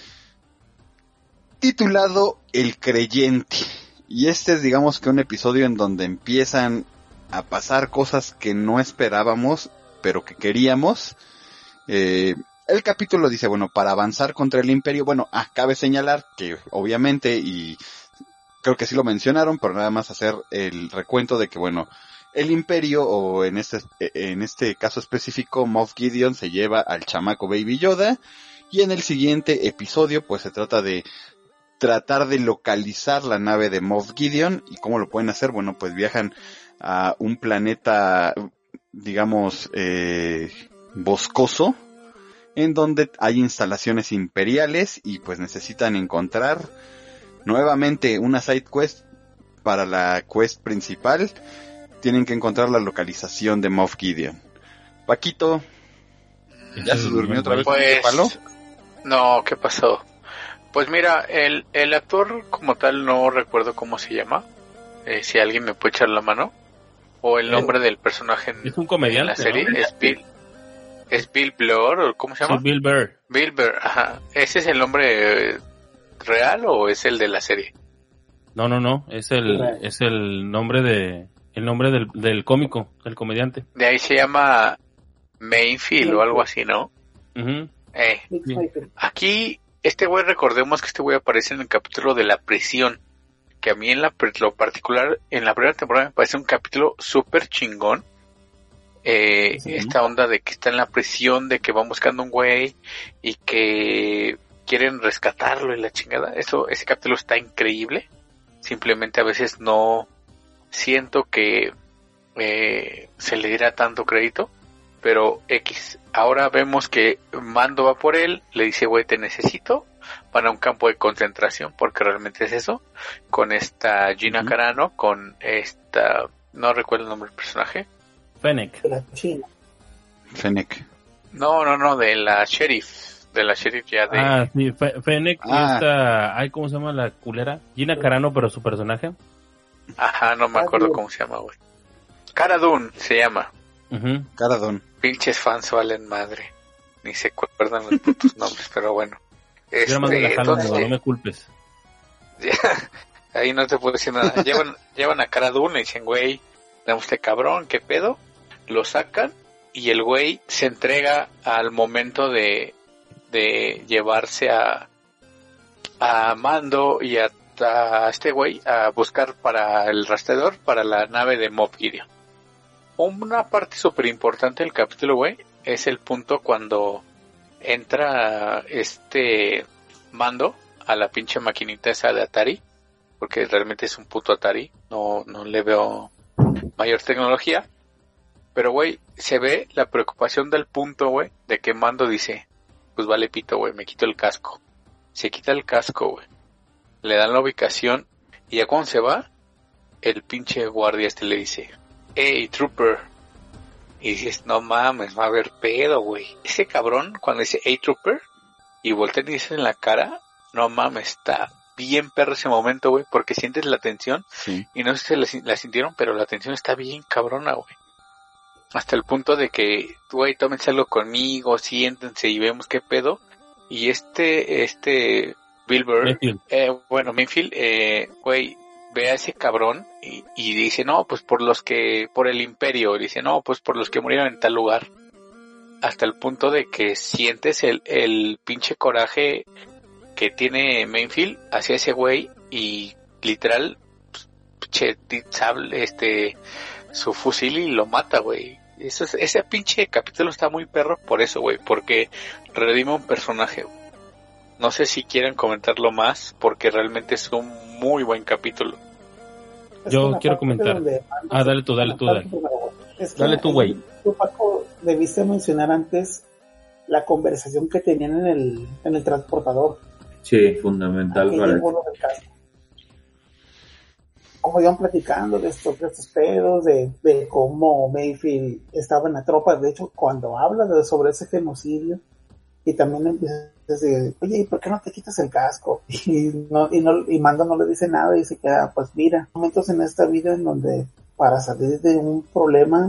titulado El Creyente. Y este es, digamos, que un episodio en donde empiezan a pasar cosas que no esperábamos, pero que queríamos. Eh, el capítulo dice, bueno, para avanzar contra el Imperio, bueno, ah, cabe señalar que obviamente, y creo que sí lo mencionaron, pero nada más hacer el recuento de que, bueno, el Imperio, o en este, en este caso específico, Moff Gideon se lleva al chamaco Baby Yoda, y en el siguiente episodio, pues se trata de tratar de localizar la nave de Moff Gideon. ¿Y cómo lo pueden hacer? Bueno, pues viajan a un planeta, digamos, eh, boscoso, en donde hay instalaciones imperiales y pues necesitan encontrar nuevamente una side quest para la quest principal. Tienen que encontrar la localización de Moff Gideon. Paquito, ¿ya se durmió otra vez? Pues, palo? No, ¿qué pasó? Pues mira, el, el actor como tal no recuerdo cómo se llama. Eh, si alguien me puede echar la mano. O el nombre del personaje en, es un comediante, en la serie. ¿No? Es Bill, es Bill Blur, ¿o cómo se llama? Sí, Bill Burr. Bill Burr, ajá. ¿Ese es el nombre real o es el de la serie? No, no, no. Es el, es el nombre de, el nombre del, del cómico, del comediante. De ahí se llama Mainfield o algo así, ¿no? Uh-huh. Eh, aquí, este güey, recordemos que este güey aparece en el capítulo de la prisión. Que a mí en la, lo particular, en la primera temporada me parece un capítulo súper chingón. Eh, Sí. Esta onda de que está en la prisión, de que van buscando un güey y que quieren rescatarlo y la chingada. Eso, ese capítulo está increíble. Simplemente a veces no siento que eh, se le diera tanto crédito, pero X. Ahora vemos que Mando va por él, le dice, güey, te necesito para un campo de concentración, porque realmente es eso, con esta Gina Ujú. Carano, con esta, no recuerdo el nombre del personaje. Fennec. De la China. Fennec. No, no, no, de la sheriff, de la sheriff ya de... Ah, sí, Fe- Fennec y Ah. esta, ay, ¿cómo se llama la culera? Gina Carano, pero su personaje. Ajá, no me acuerdo cómo se llama, güey. Cara Dune se llama. Ujú. Caradón. Pinches fans valen madre. Ni se acuerdan los putos nombres, pero bueno. Yo nada más me la Este, jalo, entonces, amigo, no me culpes. ahí no te puedo decir nada. Llevan, llevan a Cara Dune y dicen, güey, damos este cabrón, ¿qué pedo? Lo sacan y el güey se entrega al momento de, de llevarse a, a Mando y a, a este güey a buscar para el rastreador para la nave de Moff Gideon. Una parte súper importante del capítulo, güey, es el punto cuando entra este Mando a la pinche maquinita esa de Atari, porque realmente es un puto Atari, no, no le veo mayor tecnología, pero güey, se ve la preocupación del punto, güey, de que Mando dice, pues vale pito, güey, me quito el casco. Se quita el casco, güey, le dan la ubicación y ya cuando se va, el pinche guardia este le dice, hey, trooper. Y dices, no mames, va a haber pedo, güey. Ese cabrón, cuando dice, hey, trooper, y voltean y dicen en la cara, no mames, está bien perro ese momento, güey, porque sientes la tensión, Sí. y no sé si la, la sintieron, pero la tensión está bien cabrona, güey. Hasta el punto de que, güey, tómense algo conmigo, siéntense y vemos qué pedo. Y este, este, Bill Burr, Mayfield. eh, bueno, Mayfield, eh, güey, ve a ese cabrón y, y dice, no, pues por los que, por el imperio, dice, no, pues por los que murieron en tal lugar. Hasta el punto de que sientes el, el pinche coraje que tiene Mayfield hacia ese güey y literal, pues, pinche sable, este, su fusil y lo mata, güey. Eso es, ese pinche capítulo está muy perro por eso, güey, porque redime un personaje, güey. No sé si quieren comentarlo más, porque realmente es un muy buen capítulo. Es Yo una quiero parte comentar. donde- Ah, dale tú, dale tú, dale. Es que Dale tú, ahí, güey. tú, Paco, debiste mencionar antes la conversación que tenían en el, en el transportador. Sí, fundamental Que para llegó lo del casco. Como iban platicando de estos, de estos pedos, de, de cómo Mayfield estaba en la tropa. De hecho, cuando habla de, sobre ese genocidio, y también empieza a decir, oye, ¿y por qué no te quitas el casco? Y, no, y, no, y Mando no le dice nada y dice que, ah, pues mira, momentos en esta vida en donde para salir de un problema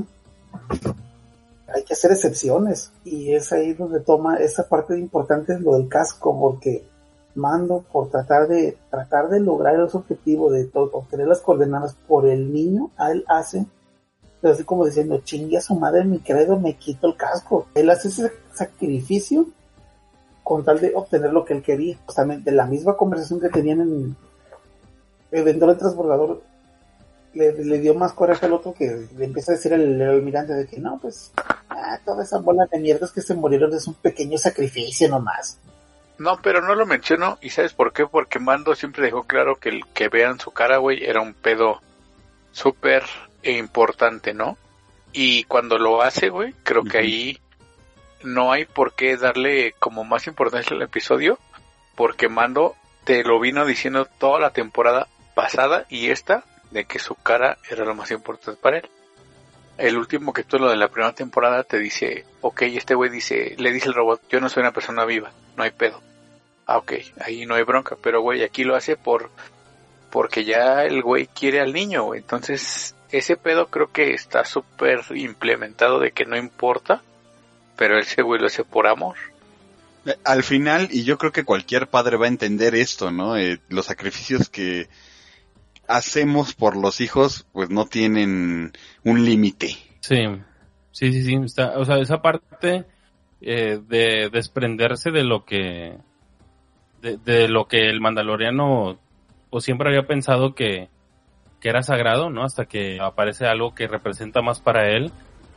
hay que hacer excepciones. Y es ahí donde toma esa parte importante, es lo del casco, porque Mando, por tratar de tratar de lograr ese objetivo de to- obtener las coordenadas por el niño, a él hace, pero así como diciendo, chingue a su madre mi credo, me quito el casco. Él hace ese sacrificio con tal de obtener lo que él quería. Justamente la misma conversación que tenían en el dentro del transbordador, le, le dio más coraje al otro, que le empieza a decir al, al almirante de que no, pues ah, toda esa bola de mierdas que se murieron es un pequeño sacrificio nomás. No, pero no lo menciono, y ¿sabes por qué? Porque Mando siempre dejó claro que el que vean su cara, güey, era un pedo súper importante, ¿no? Y cuando lo hace, güey, creo que ahí no hay por qué darle como más importancia al episodio, porque Mando te lo vino diciendo toda la temporada pasada y esta, de que su cara era lo más importante para él. El último capítulo de la primera temporada te dice, ok, este güey dice, le dice el robot, yo no soy una persona viva, no hay pedo. Ah, ok, ahí no hay bronca, pero güey, aquí lo hace por, porque ya el güey quiere al niño, güey. Entonces, ese pedo creo que está súper implementado de que no importa, pero ese güey lo hace por amor. Al final, y yo creo que cualquier padre va a entender esto, ¿no? Eh, los sacrificios que hacemos por los hijos, pues no tienen un límite. Sí, sí, sí, sí. Está, o sea, esa parte eh, de desprenderse de lo que, de, de lo que el mandaloriano, o siempre había pensado que, que era sagrado, ¿no? Hasta que aparece algo que representa más para él.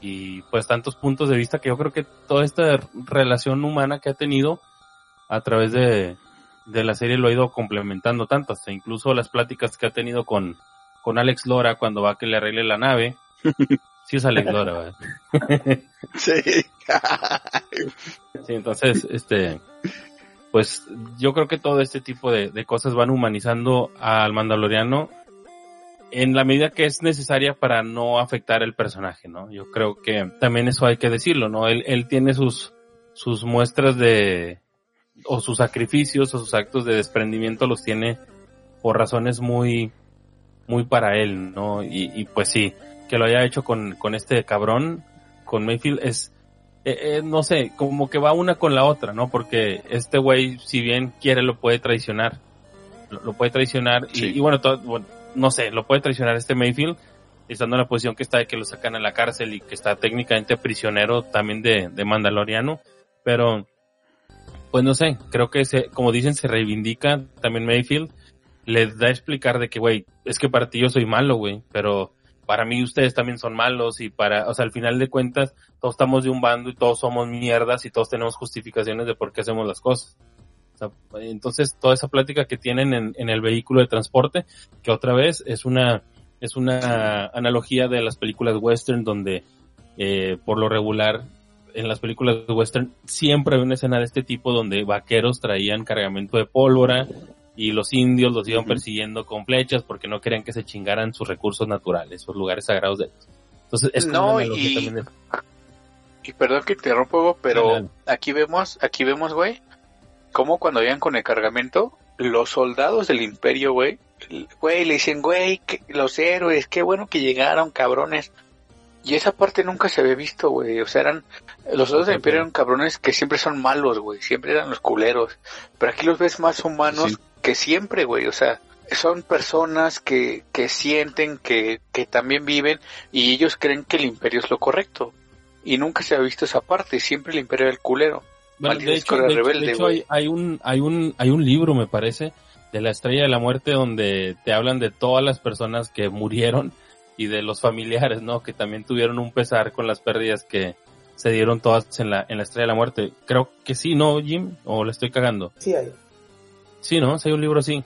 y pues tantos puntos de vista que yo creo que toda esta relación humana que ha tenido a través de, de la serie lo ha ido complementando tanto, hasta incluso las pláticas que ha tenido con, con Alex Lora cuando va a que le arregle la nave. Sí es Alex Lora, ¿verdad? Sí. Sí, entonces, este, pues yo creo que todo este tipo de, de cosas van humanizando al Mandaloriano en la medida que es necesaria para no afectar el personaje, ¿no? Yo creo que también eso hay que decirlo, ¿no? Él, él tiene sus, sus muestras de, o sus sacrificios o sus actos de desprendimiento los tiene por razones muy, muy para él, ¿no? Y, y pues sí, que lo haya hecho con, con este cabrón, con Mayfield, es, eh, eh, no sé, como que va una con la otra, ¿no? Porque este güey, si bien quiere, lo puede traicionar. Lo, lo puede traicionar y, sí. y bueno, todo, bueno, no sé, lo puede traicionar este Mayfield, estando en la posición que está de que lo sacan a la cárcel y que está técnicamente prisionero también de, de Mandaloriano, pero pues no sé, creo que se, como dicen, se reivindica también Mayfield, les da a explicar de que, güey, es que para ti yo soy malo, güey, pero para mí ustedes también son malos y para, o sea, al final de cuentas, todos estamos de un bando y todos somos mierdas y todos tenemos justificaciones de por qué hacemos las cosas. Entonces toda esa plática que tienen en, en el vehículo de transporte, que otra vez es una es una analogía de las películas western donde eh, por lo regular en las películas western siempre hay una escena de este tipo donde vaqueros traían cargamento de pólvora y los indios los iban persiguiendo con flechas porque no querían que se chingaran sus recursos naturales, sus lugares sagrados de ellos. Entonces es como no, una analogía y, también de... y perdón que interrumpo, Hugo, pero Dale, dale. aquí vemos, aquí vemos, güey, como cuando llegan con el cargamento, los soldados del imperio, güey, güey, le dicen, güey, que los héroes, qué bueno que llegaron, cabrones. Y esa parte nunca se había visto, güey. O sea, eran, los soldados del imperio eran cabrones que siempre son malos, güey. Siempre eran los culeros. Pero aquí los ves más humanos sí. que siempre, güey. O sea, son personas que, que sienten, que, que también viven, y ellos creen que el imperio es lo correcto. Y nunca se ha visto esa parte. Siempre el imperio era el culero. Bueno, de hecho, de, rebelde, de hecho hay, hay un hay un hay un libro, me parece, de la Estrella de la Muerte donde te hablan de todas las personas que murieron y de los familiares, ¿no? Que también tuvieron un pesar con las pérdidas que se dieron todas en la en la Estrella de la Muerte. Creo que sí, ¿no, Jim? ¿O le estoy cagando? Sí hay. Sí, ¿no? Sí hay un libro así.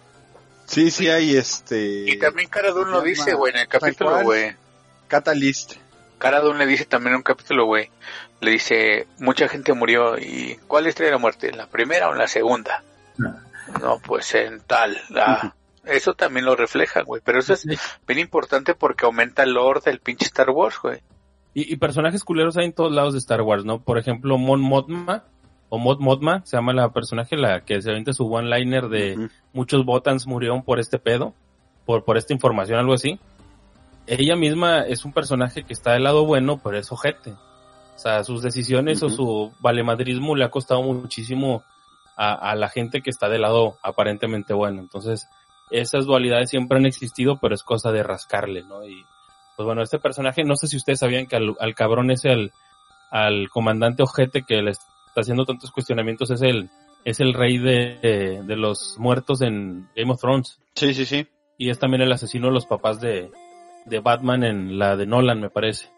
Sí, sí hay este... Y también Cara Dune lo dice, güey, en el capítulo, güey. Catalyst. Cara Dune le dice también en un capítulo, güey, le dice, mucha gente murió, y ¿cuál estrella de la muerte? ¿La primera o la segunda? No, no pues en tal, la... eso también lo refleja, güey, pero eso es bien importante porque aumenta el lore del pinche Star Wars, güey. Y, y personajes culeros hay en todos lados de Star Wars, ¿no? Por ejemplo, Mon Mothma, o Mod Mothma, se llama la personaje, la que se avienta su one-liner de uh-huh. muchos Botans murieron por este pedo, por, por esta información, algo así. Ella misma es un personaje que está del lado bueno, pero es ojete. O sea, sus decisiones uh-huh. o su valemadrismo le ha costado muchísimo a, a la gente que está del lado aparentemente bueno. Entonces, esas dualidades siempre han existido, pero es cosa de rascarle, ¿no? Y, pues bueno, este personaje, no sé si ustedes sabían que al, al cabrón ese, al, al comandante ojete que le está haciendo tantos cuestionamientos, es el, es el rey de, de, de los muertos en Game of Thrones. Sí, sí, sí. Y es también el asesino de los papás de... de Batman en la de Nolan, me parece.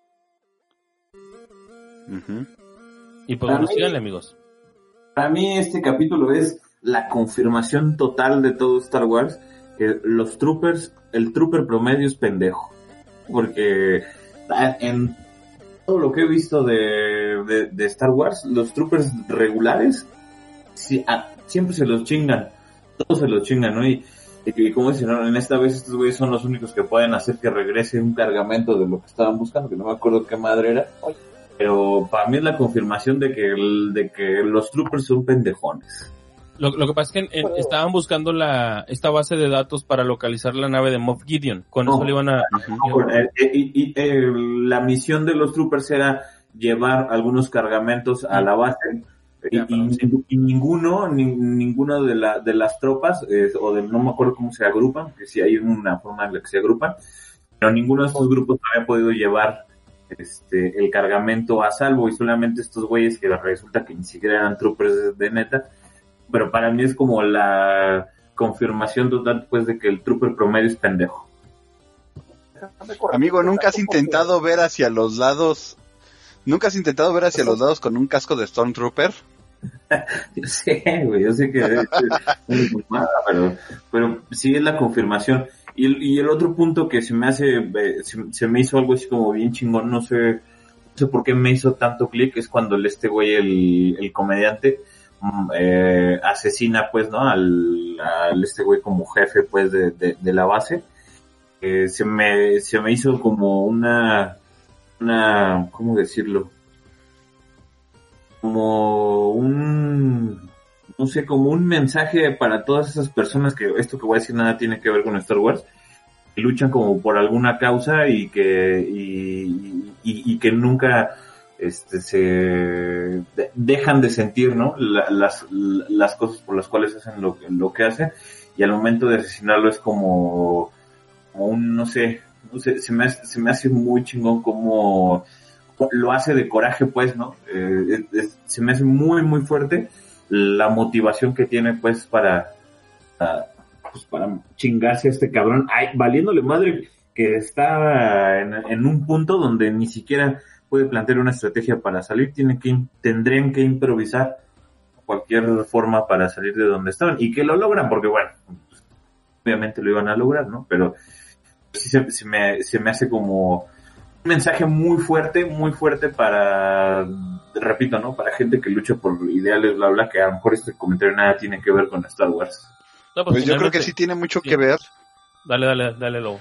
Uh-huh. Y pues bueno, síganle, amigos. Para mí este capítulo es la confirmación total de todo Star Wars, que los troopers, el trooper promedio es pendejo. Porque en todo lo que he visto de, de, de Star Wars, los troopers regulares si, a, siempre se los chingan. Todos se los chingan, ¿no? Y Y como dicen, ¿no? En esta vez estos güeyes son los únicos que pueden hacer que regrese un cargamento de lo que estaban buscando, que no me acuerdo qué madre era. Pero para mí es la confirmación de que el, de que los troopers son pendejones. Lo, lo que pasa es que en, en, estaban buscando la esta base de datos para localizar la nave de Moff Gideon. Con no, eso le iban a... No, eh, y, y eh, la misión de los troopers era llevar algunos cargamentos a la base. Y, y, y ninguno, ni, ninguna de, la, de las tropas, eh, o de, no me acuerdo cómo se agrupan, que sí hay una forma en la que se agrupan, pero ninguno de estos grupos había podido llevar este el cargamento a salvo, y solamente estos güeyes que resulta que ni siquiera eran troopers de, de neta, pero para mí es como la confirmación total, pues, de que el trooper promedio es pendejo. Amigo, ¿nunca has intentado ver hacia los lados? ¿Nunca has intentado ver hacia los lados con un casco de Stormtrooper? Yo sé, güey, yo sé que es muy fumada, pero, pero sí es la confirmación. Y el, y el otro punto que se me hace, eh, se, se me hizo algo así como bien chingón, no sé, no sé por qué me hizo tanto clic, es cuando el, este güey, el, el comediante, eh, asesina pues, ¿no? Al, al este güey como jefe pues de, de, de la base. Eh, se me, se me hizo como una, una, ¿cómo decirlo? Como un, no sé, como un mensaje para todas esas personas que esto que voy a decir nada tiene que ver con Star Wars, que luchan como por alguna causa y que, y, y, y que nunca, este, se de, dejan de sentir, ¿no? La, las, las cosas por las cuales hacen lo, lo que hacen, y al momento de asesinarlo es como, como un, no sé, no sé, se me hace, se me hace muy chingón como lo hace de coraje, pues, ¿no? Eh, es, es, se me hace muy, muy fuerte la motivación que tiene, pues, para, para, pues, para chingarse a este cabrón, ay, valiéndole madre que está en, en un punto donde ni siquiera puede plantear una estrategia para salir, tiene que, tendrían que improvisar cualquier forma para salir de donde estaban, y que lo logran, porque bueno, pues, obviamente lo iban a lograr, ¿no? Pero sí se, se me, se me hace como un mensaje muy fuerte, muy fuerte para, repito, ¿no? Para gente que lucha por ideales, bla, bla, que a lo mejor este comentario nada tiene que ver con Star Wars. No, pues, pues yo creo que sí tiene mucho sí. que ver. Dale, dale, dale, Lobo.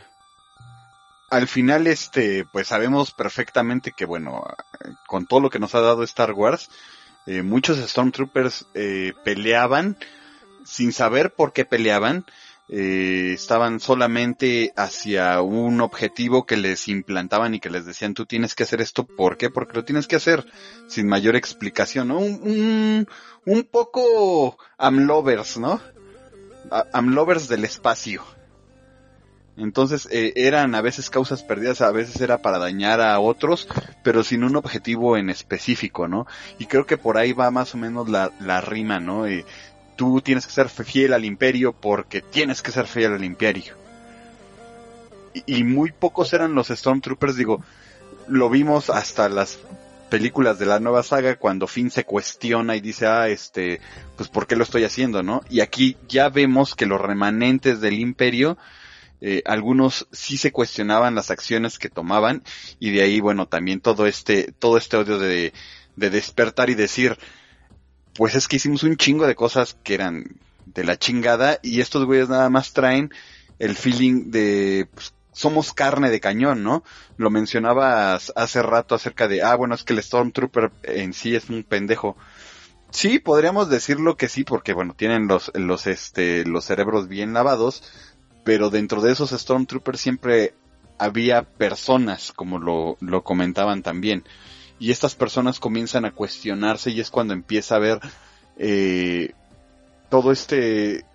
Al final, este, pues sabemos perfectamente que, bueno, con todo lo que nos ha dado Star Wars, eh, muchos Stormtroopers eh, peleaban sin saber por qué peleaban. Eh, estaban solamente hacia un objetivo que les implantaban y que les decían, tú tienes que hacer esto, ¿por qué? Porque lo tienes que hacer, sin mayor explicación, ¿no? Un, un, un poco amlovers, ¿no? Amlovers del espacio. Entonces, eh, eran a veces causas perdidas, a veces era para dañar a otros, pero sin un objetivo en específico, ¿no? Y creo que por ahí va más o menos la, la rima, ¿no? Eh, tú tienes que ser fiel al imperio porque tienes que ser fiel al imperio. Y, y muy pocos eran los Stormtroopers, digo, lo vimos hasta las películas de la nueva saga cuando Finn se cuestiona y dice, ah, este, pues ¿por qué lo estoy haciendo, no? Y aquí ya vemos que los remanentes del imperio, eh, algunos sí se cuestionaban las acciones que tomaban, y de ahí, bueno, también todo este, todo este odio de, de despertar y decir, pues es que hicimos un chingo de cosas que eran de la chingada, y estos güeyes nada más traen el feeling de, pues, somos carne de cañón, ¿no? Lo mencionabas hace rato acerca de, ah, bueno, es que el Stormtrooper en sí es un pendejo. Sí, podríamos decirlo que sí, porque bueno, tienen los, los, este, los cerebros bien lavados, pero dentro de esos Stormtroopers siempre había personas, como lo, lo comentaban también. Y estas personas comienzan a cuestionarse, y es cuando empieza a haber eh, todo este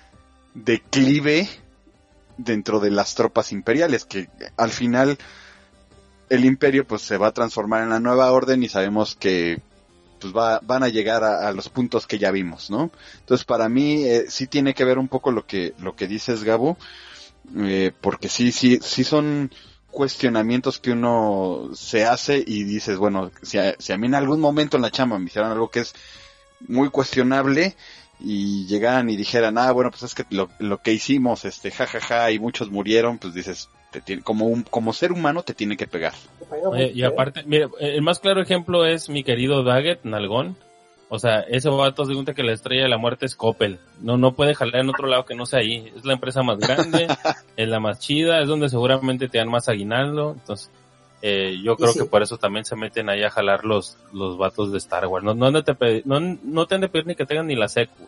declive dentro de las tropas imperiales, que al final el imperio pues se va a transformar en la nueva orden, y sabemos que pues va, van a llegar a, a los puntos que ya vimos, ¿no? Entonces para mí eh, sí tiene que ver un poco lo que lo que dices, Gabo, eh, porque sí sí sí son cuestionamientos que uno se hace y dices, bueno, si a, si a mí en algún momento en la chamba me hicieran algo que es muy cuestionable y llegaran y dijeran, ah, bueno, pues es que lo, lo que hicimos, este, jajaja, ja, ja, y muchos murieron, pues dices, te tiene, como un, como ser humano te tiene que pegar. Oye, y aparte, mira, el más claro ejemplo es mi querido Daggett, Nalgón. O sea, ese vato se cuenta que la estrella de la muerte es Coppel. No, no puede jalar en otro lado que no sea ahí. Es la empresa más grande, es la más chida, es donde seguramente te dan más aguinaldo. Entonces, eh, yo creo sí. que por eso también se meten ahí a jalar los, los vatos de Star Wars. No, no, te, pedi- no, no te han de pedir ni que tengan ni la secu.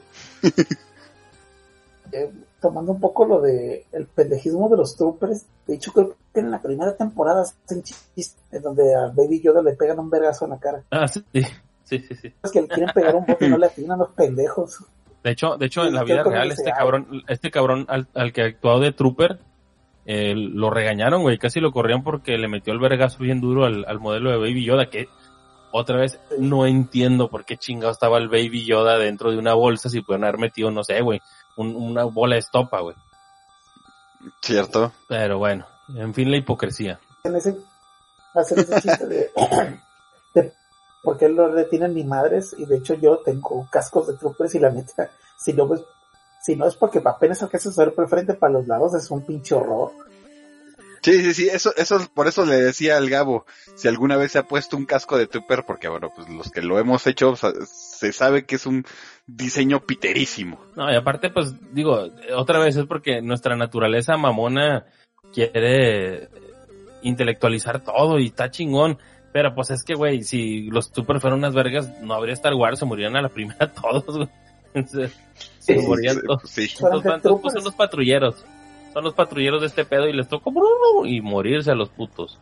eh, tomando un poco lo de el pendejismo de los troopers, de hecho creo que en la primera temporada hacen chistes en donde a Baby Yoda le pegan un vergazo en la cara. Ah, sí. Sí, sí, sí. Es que le quieren pegar un bote y no le atinan los pendejos. De hecho, de hecho, en la vida real, este cabrón, este cabrón al, al que actuó de Trooper, eh, lo regañaron, güey, casi lo corrían porque le metió el vergazo bien duro al, al modelo de Baby Yoda, que otra vez no entiendo por qué chingado estaba el Baby Yoda dentro de una bolsa si pueden haber metido, no sé, güey, un, una bola de estopa, güey. Cierto. Pero bueno, En fin, la hipocresía. En ese, hacer ese chiste de, de por qué lo detienen ni madres, y de hecho yo tengo cascos de troopers y la neta, si no, pues, si no es porque apenas alcanzas a ver por frente para los lados, es un pinche horror. Sí, sí, sí, eso, eso, por eso le decía al Gabo, si alguna vez se ha puesto un casco de trooper, porque bueno, pues los que lo hemos hecho, se sabe que es un diseño piterísimo. No, y aparte, pues, digo, otra vez es porque nuestra naturaleza mamona quiere intelectualizar todo y está chingón, pero pues es que, güey, si los troopers fueran unas vergas, no habría Star Wars, se morirían a la primera todos, güey. Se, se sí, morían sí, todos. Sí. Los bandos, pues, son los patrulleros. Son los patrulleros de este pedo y les tocó y morirse a los putos.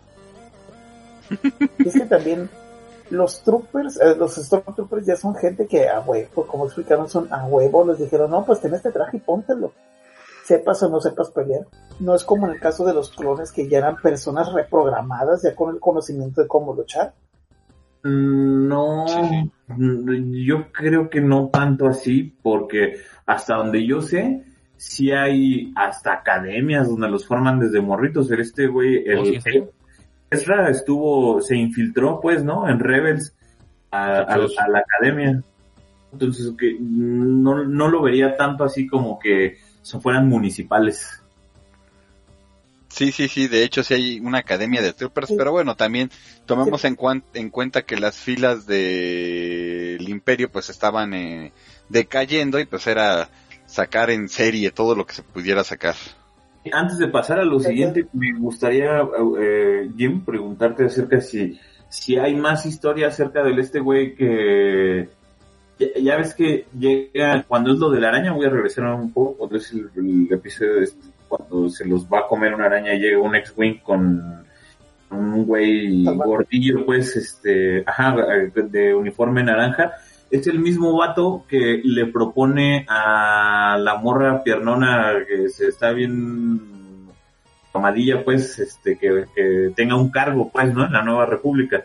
Y es que también los troopers, eh, los stormtroopers ya son gente que a huevo, como explicaron, son a huevo, les dijeron, no, pues ten este traje y póntelo. Sepas o no sepas pelear. No es como en el caso de los clones que ya eran personas reprogramadas ya con el conocimiento de cómo luchar. No, sí. Yo creo que no tanto así, porque hasta donde yo sé, sí hay hasta academias donde los forman desde morritos. Este güey, el, oh, sí, sí. Ezra estuvo, se infiltró, pues, ¿no? En Rebels a, a, a la academia. Entonces, que no, no lo vería tanto así como que se fueran municipales. Sí, sí, sí, de hecho sí hay una academia de troopers, pero bueno, también tomemos en, cuan- en cuenta que las filas del Imperio pues estaban eh, decayendo y pues era sacar en serie todo lo que se pudiera sacar. Antes de pasar a lo siguiente, me gustaría, eh, Jim, preguntarte acerca de si, si hay más historia acerca del este güey que... Ya, ya ves que llega, cuando es lo de la araña, voy a regresar un poco, cuando es el, el episodio de este, cuando se los va a comer una araña y llega un X-Wing con un güey gordillo, pues, este, ajá, de uniforme naranja. Es el mismo vato que le propone a la morra piernona que se está bien amadilla, pues, este, que, que tenga un cargo, pues, ¿no? En la Nueva República.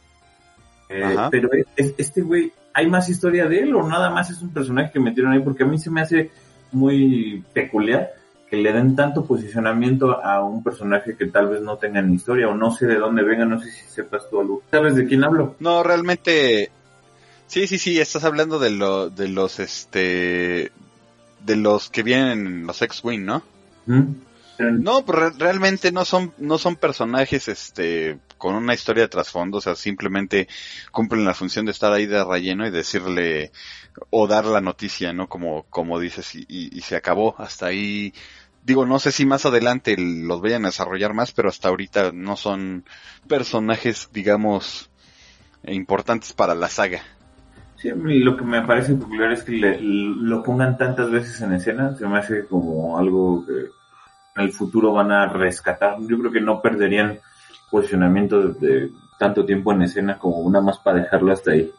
Eh, pero es, este güey, ¿hay más historia de él o nada más es un personaje que metieron ahí? Porque a mí se me hace muy peculiar que le den tanto posicionamiento a un personaje que tal vez no tenga ni historia o no sé de dónde venga, no sé si sepas tú algo. ¿Sabes de quién hablo? No, realmente... Sí, sí, sí, estás hablando de, lo, de los, este... de los que vienen en los X-Wing, ¿no? ¿Mm? No, pues re- realmente no son no son personajes este con una historia de trasfondo, o sea, simplemente cumplen la función de estar ahí de relleno y decirle o dar la noticia, ¿no? Como como dices y, y, y se acabó hasta ahí. Digo, no sé si más adelante los vayan a desarrollar más, pero hasta ahorita no son personajes, digamos, importantes para la saga. Sí, lo que me parece peculiar es que le, lo pongan tantas veces en escena, se me hace como algo que en el futuro van a rescatar. Yo creo que no perderían posicionamiento de, de tanto tiempo en escena como una más para dejarlo hasta ahí.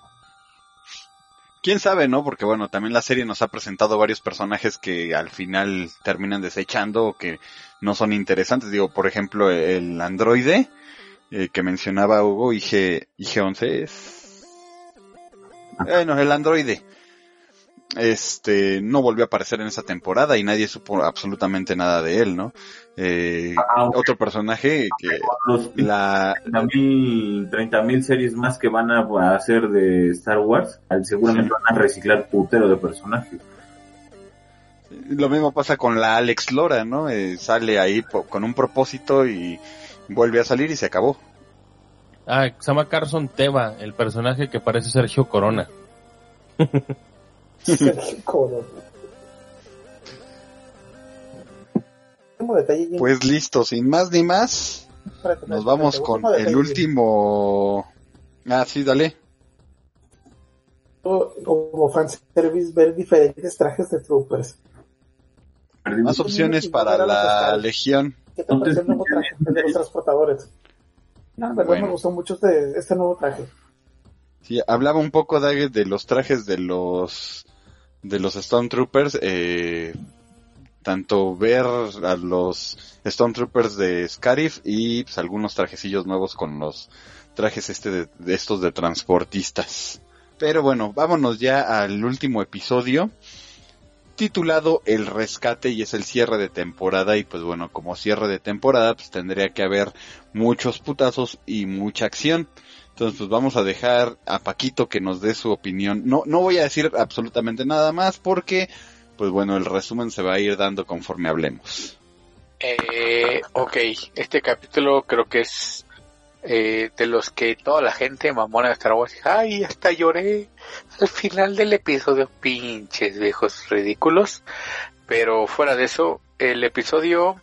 Quién sabe, ¿no? Porque bueno, también la serie nos ha presentado varios personajes que al final terminan desechando o que no son interesantes. Digo, por ejemplo, el androide eh, que mencionaba Hugo, I G, I G once es... Bueno, el androide. Este, no volvió a aparecer en esa temporada y nadie supo absolutamente nada de él, ¿no? Eh, ah, okay. Otro personaje que los la treinta mil series más que van a hacer de Star Wars, seguramente sí. Van a reciclar putero de personajes. Lo mismo pasa con la Alex Lora, ¿no? Eh, sale ahí po- con un propósito y vuelve a salir y se acabó. Ah, se llama Carson Teva, el personaje que parece Sergio Corona. Pues listo, sin más ni más, nos vamos con el último... Ah, sí, dale. Como fanservice, ver diferentes trajes de troopers. Más opciones para la Legión. ¿Qué te parece el nuevo traje de los transportadores? No, en verdad bueno. Me gustó mucho este, este nuevo traje. Sí, hablaba un poco, Daggett, de los trajes de los de los Stormtroopers, eh, tanto ver a los Stormtroopers de Scarif y pues, algunos trajecillos nuevos con los trajes este de, de estos de transportistas. Pero bueno, vámonos ya al último episodio, titulado El Rescate, y es el cierre de temporada, y pues bueno, como cierre de temporada, pues tendría que haber muchos putazos y mucha acción. Entonces pues vamos a dejar a Paquito que nos dé su opinión. No, no voy a decir absolutamente nada más porque, pues bueno, el resumen se va a ir dando conforme hablemos. Eh, ok, este capítulo creo que es eh, de los que toda la gente mamona de Star Wars, ay, hasta lloré al final del episodio, pinches viejos ridículos. Pero fuera de eso, el episodio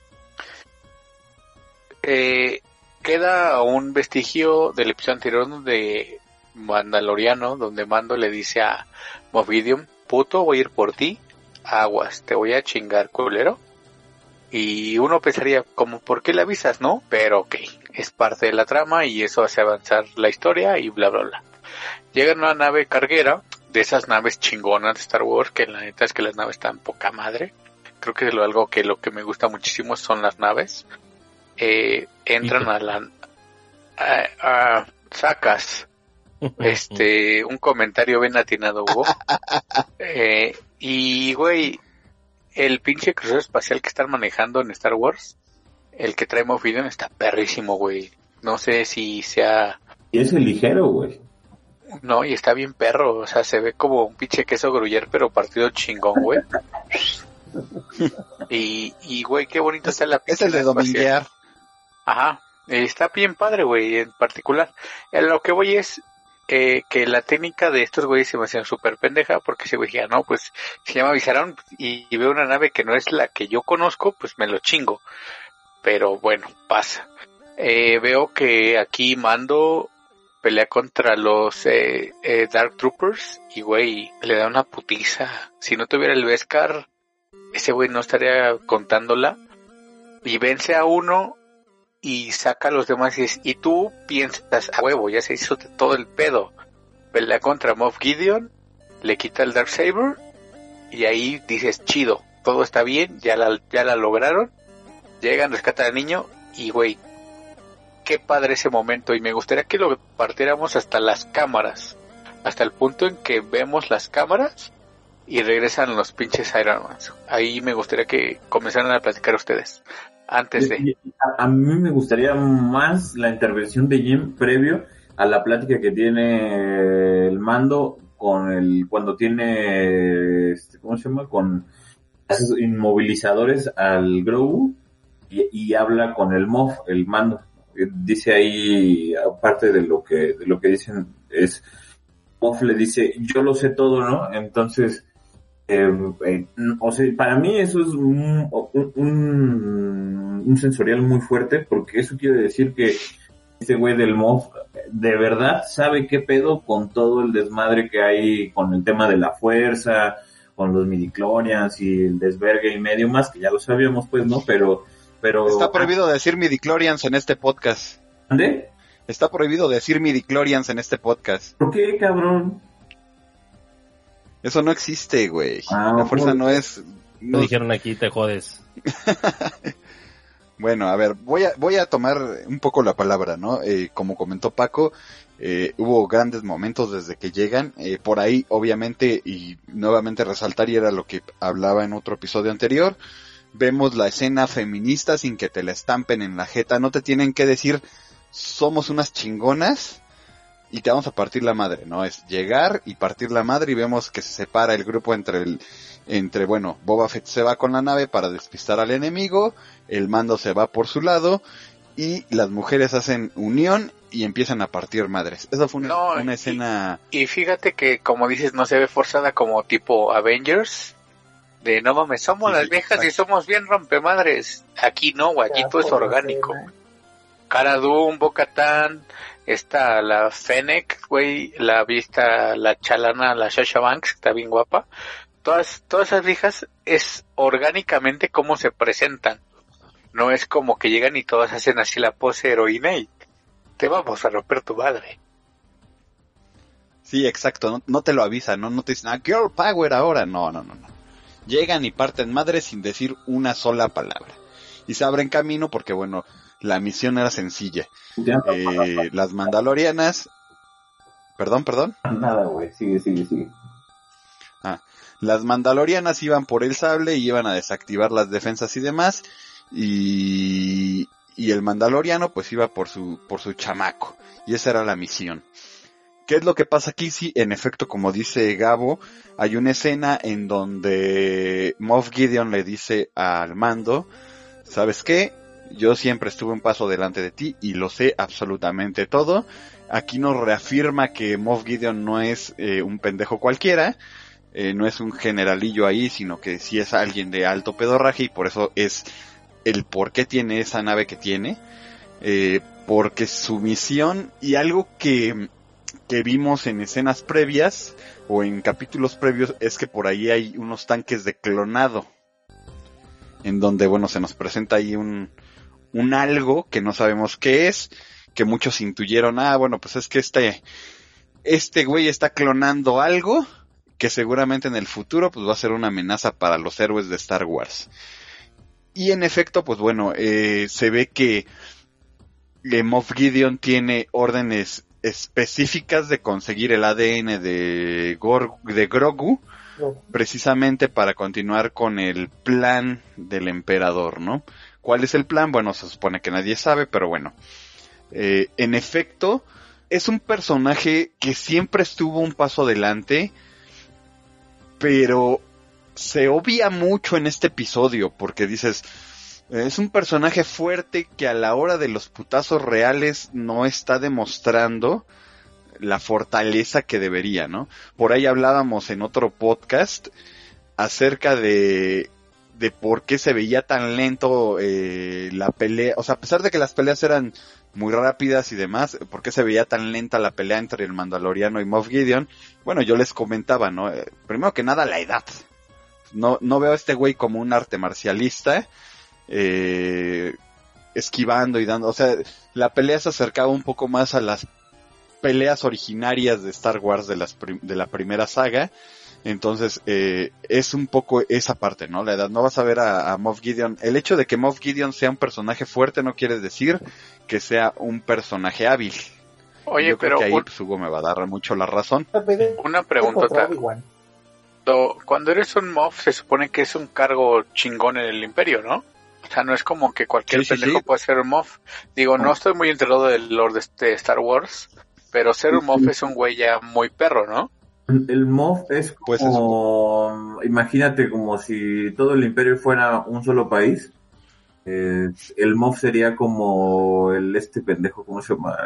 eh, queda un vestigio del episodio anterior de Mandaloriano, donde Mando le dice a Moff Gideon, puto, voy a ir por ti, aguas, te voy a chingar, culero. Y uno pensaría, como, ¿por qué le avisas, no? Pero ok, es parte de la trama y eso hace avanzar la historia y bla bla bla. Llega una nave carguera, de esas naves chingonas de Star Wars, que la neta es que las naves están poca madre. Creo que es lo, algo que lo que me gusta muchísimo son las naves. Eh, entran a la... A, a, sacas este un comentario bien atinado, Hugo. Eh, y, güey, el pinche crucero espacial que están manejando en Star Wars, el que trae Moff Gideon, está perrísimo, güey. No sé si sea... Y es el ligero, güey. No, y está bien perro, o sea, se ve como un pinche queso gruyere, pero partido chingón, güey. y, y, güey, qué bonito está la pinche. Es el de dominguear. Ajá, está bien padre, güey, en particular. A lo que voy es eh, que la técnica de estos güeyes se me hacía súper pendeja, porque ese güey decía, no, pues, si ya me avisaron y, y veo una nave que no es la que yo conozco, pues me lo chingo. Pero bueno, pasa. Eh, veo que aquí Mando pelea contra los eh, eh, Dark Troopers y, güey, le da una putiza. Si no tuviera el Beskar, ese güey no estaría contándola. Y vence a uno y saca a los demás y dices, y tú piensas, a huevo, ya se hizo todo el pedo. Pelea contra Moff Gideon, le quita el Darksaber y ahí dices, chido, todo está bien, ya la, ya la lograron. Llegan, rescatan al niño y, güey, qué padre ese momento, y me gustaría que lo partiéramos hasta las cámaras, hasta el punto en que vemos las cámaras y regresan los pinches Iron Man. Ahí me gustaría que comenzaran a platicar ustedes, antes de... A, a mí me gustaría más la intervención de Jim previo a la plática que tiene el Mando con el, cuando tiene, este, ¿cómo se llama? Con esos inmovilizadores al Grogu y, y habla con el Moff, el Mando. Dice ahí, aparte de lo que de lo que dicen, es Moff le dice, yo lo sé todo, ¿no? Entonces, eh, eh, o sea, para mí eso es un, un, un sensorial muy fuerte, porque eso quiere decir que este güey del Moff de verdad sabe qué pedo con todo el desmadre que hay con el tema de la fuerza, con los midichlorians y el desvergue y medio más, que ya lo sabíamos, pues, ¿no? Pero Pero... Está prohibido decir midichlorians en este podcast. ¿Dónde? Está prohibido decir midichlorians en este podcast. ¿Por qué, cabrón? Eso no existe, güey. Ah, la fuerza no es... No dijeron aquí, te jodes. Bueno, a ver, voy a voy a tomar un poco la palabra, ¿no? Eh, como comentó Paco, eh, hubo grandes momentos desde que llegan. Eh, por ahí, obviamente, y nuevamente resaltar, y era lo que hablaba en otro episodio anterior, vemos la escena feminista sin que te la estampen en la jeta. No te tienen que decir, somos unas chingonas y te vamos a partir la madre, ¿no? Es llegar y partir la madre, y vemos que se separa el grupo entre el, entre, bueno, Boba Fett se va con la nave para despistar al enemigo, el Mando se va por su lado, y las mujeres hacen unión y empiezan a partir madres. Esa fue una, no, una escena... Y, y fíjate que, como dices, no se ve forzada como tipo Avengers, de no mames, somos sí, las viejas sí, y somos bien rompemadres. Aquí no, güey, aquí todo es orgánico. Cara Dune, Bo-Katan, esta, la Fennec, güey, la vista, la chalana, la Sasha Banks, que está bien guapa. Todas, todas esas viejas es orgánicamente cómo se presentan. No es como que llegan y todas hacen así la pose heroína y te vamos a romper tu madre. Sí, exacto, no, no te lo avisan, no, no te dicen, ah, girl power ahora, no, no, no, no. Llegan y parten madre sin decir una sola palabra. Y se abren camino porque, bueno, la misión era sencilla. Eh, las mandalorianas... Perdón, perdón. Nada, güey, sigue, sigue, sigue. Ah, Las mandalorianas iban por el sable y iban a desactivar las defensas y demás, y, y el mandaloriano pues iba por su, por su chamaco, y esa era la misión. ¿Qué es lo que pasa aquí? Sí, en efecto, como dice Gabo, hay una escena en donde Moff Gideon le dice al mando, ¿sabes qué? Yo siempre estuve un paso delante de ti y lo sé absolutamente todo. Aquí nos reafirma que Moff Gideon no es eh, un pendejo cualquiera, eh, no es un generalillo ahí, sino que sí es alguien de alto pedorraje, y por eso es el por qué tiene esa nave que tiene, eh, porque su misión, y algo que... que vimos en escenas previas o en capítulos previos, es que por ahí hay unos tanques de clonado, en donde, bueno, se nos presenta ahí un, un algo que no sabemos qué es, que muchos intuyeron, ah, bueno, pues es que este, este güey está clonando algo que seguramente en el futuro pues va a ser una amenaza para los héroes de Star Wars. Y en efecto, pues bueno, eh, se ve que eh, Moff Gideon tiene órdenes específicas de conseguir el A D N de, Gor- de Grogu, no. precisamente para continuar con el plan del emperador, ¿no? ¿Cuál es el plan? Bueno, se supone que nadie sabe, pero bueno, eh, en efecto, es un personaje que siempre estuvo un paso adelante, pero se obvia mucho en este episodio, porque dices, es un personaje fuerte que a la hora de los putazos reales no está demostrando la fortaleza que debería, ¿no? Por ahí hablábamos en otro podcast acerca de, de por qué se veía tan lento eh, la pelea, o sea, a pesar de que las peleas eran muy rápidas y demás, por qué se veía tan lenta la pelea entre el Mandaloriano y Moff Gideon. Bueno, yo les comentaba, ¿no? Eh, primero que nada, la edad. No, no veo a este güey como un arte marcialista, Eh, esquivando y dando, o sea, la pelea se acercaba un poco más a las peleas originarias de Star Wars de las prim- de la primera saga. Entonces eh, es un poco esa parte, ¿no? La edad. No vas a ver a, a Moff Gideon. El hecho de que Moff Gideon sea un personaje fuerte no quiere decir que sea un personaje hábil. Oye, Yo pero creo que ahí un... pues, Hugo me va a dar mucho la razón. Una pregunta. Cuando eres un Moff se supone que es un cargo chingón en el Imperio, ¿no? O sea, no es como que cualquier sí, pendejo sí, sí. puede ser un Moff. Digo, no estoy muy enterado del lore de Star Wars, pero ser un Moff es un güey ya muy perro, ¿no? El Moff es como, pues es... imagínate como si todo el Imperio fuera un solo país. Eh, el Moff sería como el este pendejo, ¿cómo se llama?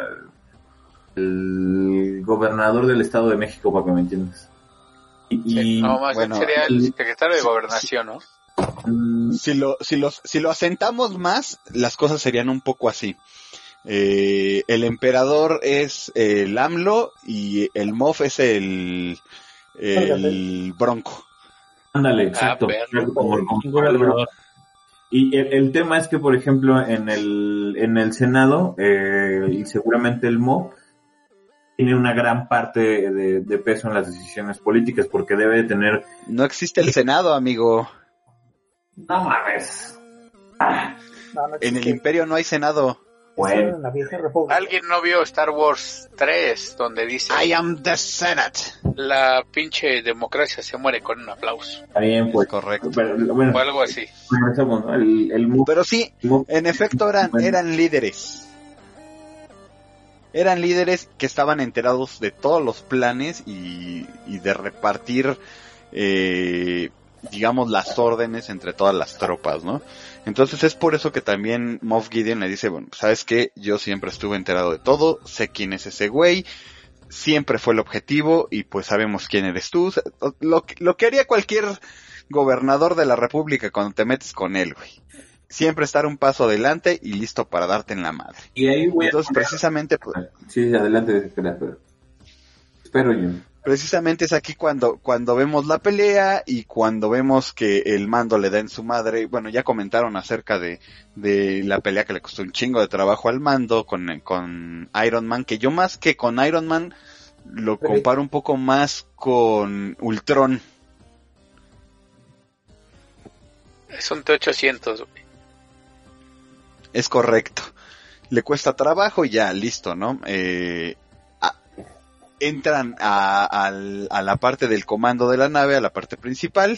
El gobernador del Estado de México, para que me entiendas. Y, sí, no, más bueno, sería el secretario de Gobernación, ¿no? Si lo, si los, si lo asentamos más, las cosas serían un poco así. Eh, el emperador es el AMLO y el Moff es el, el Bronco. Ándale, exacto. Ah, como el gobernador. Y el, el tema es que, por ejemplo, en el, en el Senado, eh, y seguramente el Moff tiene una gran parte de, de peso en las decisiones políticas, porque debe de tener... No existe el Senado, amigo. No mames. Ah. No, no en el Imperio no hay Senado. Bueno. En la vieja República. ¿Alguien no vio Star Wars tres, donde dice I am the Senate? La pinche democracia se muere con un aplauso. Está bien, pues. Correcto. Pero, bueno, o algo así. El, el... Pero sí, en efecto eran, eran líderes. Eran líderes que estaban enterados de todos los planes y, y de repartir, eh, digamos, las órdenes entre todas las tropas, ¿no? Entonces es por eso que también Moff Gideon le dice, bueno, ¿sabes qué? Yo siempre estuve enterado de todo, sé quién es ese güey, siempre fue el objetivo y pues sabemos quién eres tú. Lo, lo que haría cualquier gobernador de la república cuando te metes con él, güey. Siempre estar un paso adelante y listo para darte en la madre. Y ahí voy Entonces a poner... precisamente... Pues, sí, adelante, espera, espera. Espero yo. Precisamente es aquí cuando, cuando vemos la pelea y cuando vemos que el mando le da en su madre. Bueno, ya comentaron acerca de, de la pelea que le costó un chingo de trabajo al mando con, con Iron Man, que yo más que con Iron Man lo comparo un poco más con Ultron. Es un T ochocientos, güey. Es correcto. Le cuesta trabajo y ya, listo, ¿no? Eh... entran a, a, a la parte del comando de la nave, a la parte principal,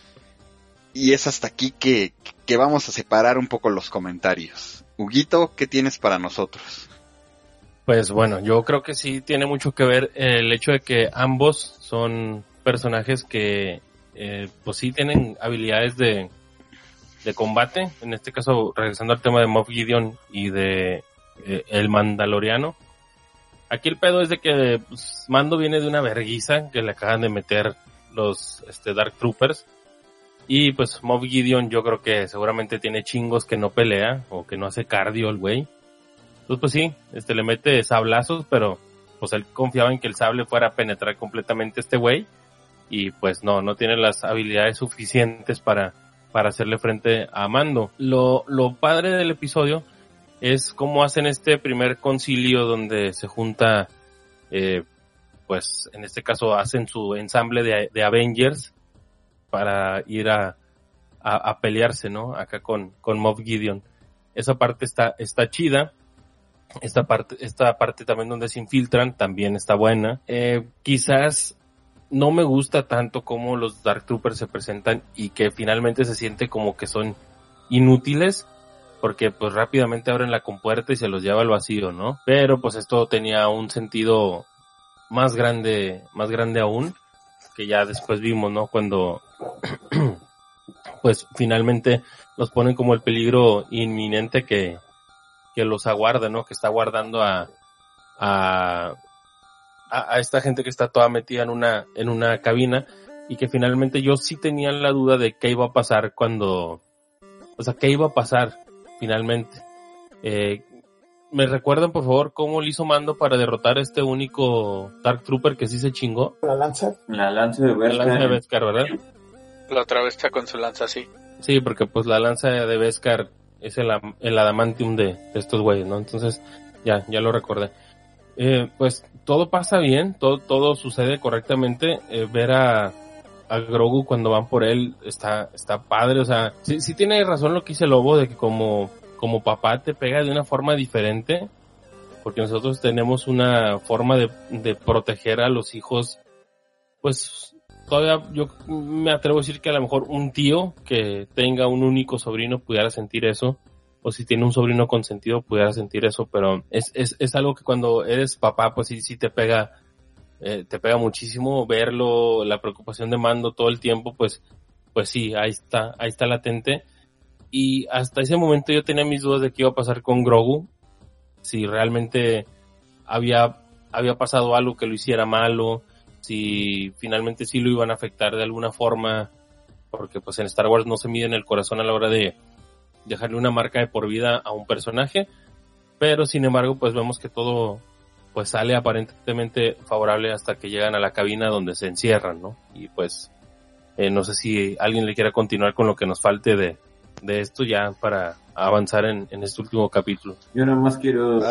y es hasta aquí que, que vamos a separar un poco los comentarios. Huguito, ¿qué tienes para nosotros? Pues bueno, yo creo que sí tiene mucho que ver el hecho de que ambos son personajes que eh, pues sí tienen habilidades de, de combate. En este caso, regresando al tema de Moff Gideon y de eh, el Mandaloriano. Aquí el pedo es de que pues, Mando viene de una verguiza que le acaban de meter los este, Dark Troopers. Y pues Moff Gideon yo creo que seguramente tiene chingos que no pelea o que no hace cardio el güey. Entonces pues sí, este le mete sablazos, pero pues él confiaba en que el sable fuera a penetrar completamente a este güey. Y pues no, no tiene las habilidades suficientes para, para hacerle frente a Mando. Lo, lo padre del episodio es cómo hacen este primer concilio donde se junta, eh, pues en este caso hacen su ensamble de, de Avengers para ir a, a, a pelearse, ¿no? Acá con, con Moff Gideon. Esa parte está, está chida. Esta parte, esta parte también donde se infiltran también está buena. Eh, quizás no me gusta tanto cómo los Dark Troopers se presentan y que finalmente se siente como que son inútiles, porque pues rápidamente abren la compuerta y se los lleva al vacío, ¿no? Pero pues esto tenía un sentido más grande, más grande aún, que ya después vimos, ¿no? Cuando pues finalmente los ponen como el peligro inminente que, que los aguarda, ¿no? Que está aguardando a, a, a esta gente que está toda metida en una, en una cabina, y que finalmente yo sí tenía la duda de qué iba a pasar cuando, o sea, qué iba a pasar finalmente. Eh, ¿Me recuerdan, por favor, cómo le hizo Mando para derrotar a este único Dark Trooper que sí se chingó? La lanza. La lanza de Beskar. La lanza de Beskar, ¿verdad? La otra vez está con su lanza, sí. Sí, porque pues la lanza de Beskar es el, el adamantium de, de estos güeyes, ¿no? Entonces, ya, ya lo recordé. Eh, pues todo pasa bien, todo, todo sucede correctamente. Eh, ver a, a Grogu cuando van por él está, está padre, o sea, sí, sí tiene razón lo que dice Lobo, de que como... como papá te pega de una forma diferente, porque nosotros tenemos una forma de, de proteger a los hijos, pues todavía yo me atrevo a decir que a lo mejor un tío que tenga un único sobrino pudiera sentir eso, o si tiene un sobrino consentido pudiera sentir eso, pero es, es, es algo que cuando eres papá pues sí, sí te pega, eh, te pega muchísimo verlo, la preocupación de Mando todo el tiempo, pues, pues sí, ahí está, ahí está latente. Y hasta ese momento yo tenía mis dudas de qué iba a pasar con Grogu, si realmente había, había pasado algo que lo hiciera malo, si finalmente sí lo iban a afectar de alguna forma, porque pues en Star Wars no se mide en el corazón a la hora de dejarle una marca de por vida a un personaje, pero sin embargo pues vemos que todo pues sale aparentemente favorable hasta que llegan a la cabina donde se encierran, ¿no? Y pues eh, no sé si alguien le quiera continuar con lo que nos falte de de esto ya para avanzar en, en este último capítulo. Yo nada más quiero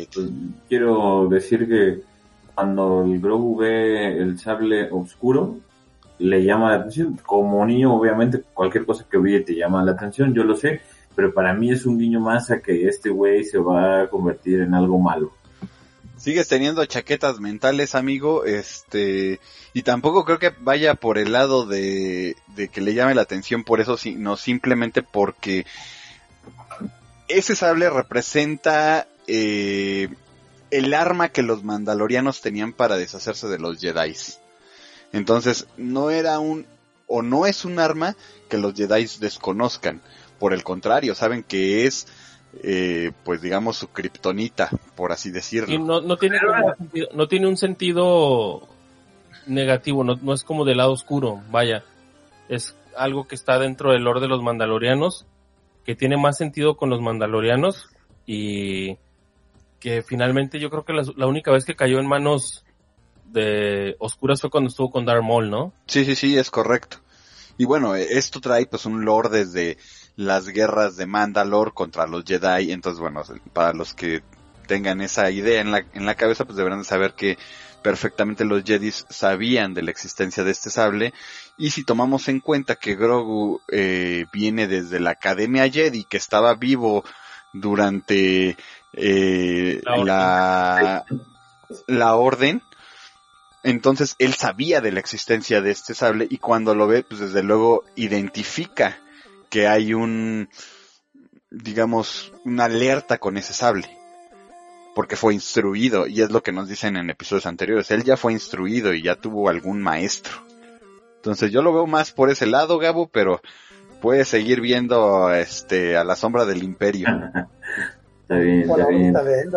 quiero decir que cuando el Grogu ve el sable oscuro le llama la atención. Como niño obviamente cualquier cosa que brille te llama la atención, yo lo sé, pero para mí es un guiño más a que este güey se va a convertir en algo malo. Sigues teniendo chaquetas mentales, amigo, este, y tampoco creo que vaya por el lado de, de que le llame la atención por eso, sino simplemente porque ese sable representa eh, el arma que los mandalorianos tenían para deshacerse de los Jedis. Entonces, no era un, o no es un arma que los Jedis desconozcan, por el contrario, saben que es Eh, pues digamos su kriptonita, por así decirlo. Y no, no tiene como un sentido, no tiene un sentido negativo, no, no es como del lado oscuro, vaya, es algo que está dentro del lore de los mandalorianos, que tiene más sentido con los mandalorianos, y que finalmente yo creo que la, la única vez que cayó en manos de oscuras fue cuando estuvo con Darth Maul, ¿no? Sí, sí, sí, es correcto. Y bueno, esto trae pues un lore desde las guerras de Mandalore contra los Jedi, entonces bueno, para los que tengan esa idea en la, en la cabeza, pues deberán de saber que perfectamente los Jedis sabían de la existencia de este sable, y si tomamos en cuenta que Grogu eh, viene desde la Academia Jedi, que estaba vivo durante eh, la, la, la orden, Entonces él sabía de la existencia de este sable y cuando lo ve, pues desde luego identifica que hay un, digamos, una alerta con ese sable. Porque fue instruido, y es lo que nos dicen en episodios anteriores. Él ya fue instruido y ya tuvo algún maestro. Entonces yo lo veo más por ese lado, Gabo, pero puedes seguir viendo este a la sombra del imperio. Está bien, está bien.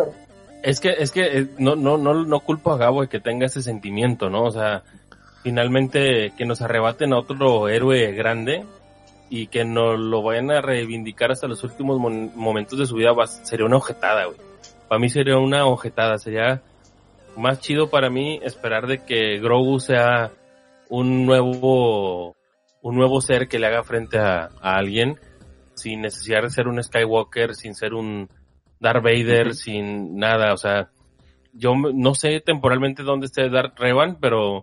Es que, es que no, no, no, no culpo a Gabo de que tenga ese sentimiento, ¿no? O sea, finalmente que nos arrebaten a otro héroe grande y que nos lo vayan a reivindicar hasta los últimos mon- momentos de su vida va, sería una ojetada, güey. Para mí sería una ojetada, sería más chido para mí esperar de que Grogu sea un nuevo un nuevo ser que le haga frente a, a alguien sin necesidad de ser un Skywalker, sin ser un Darth Vader, uh-huh. sin nada, o sea, yo no sé temporalmente dónde esté Darth Revan, pero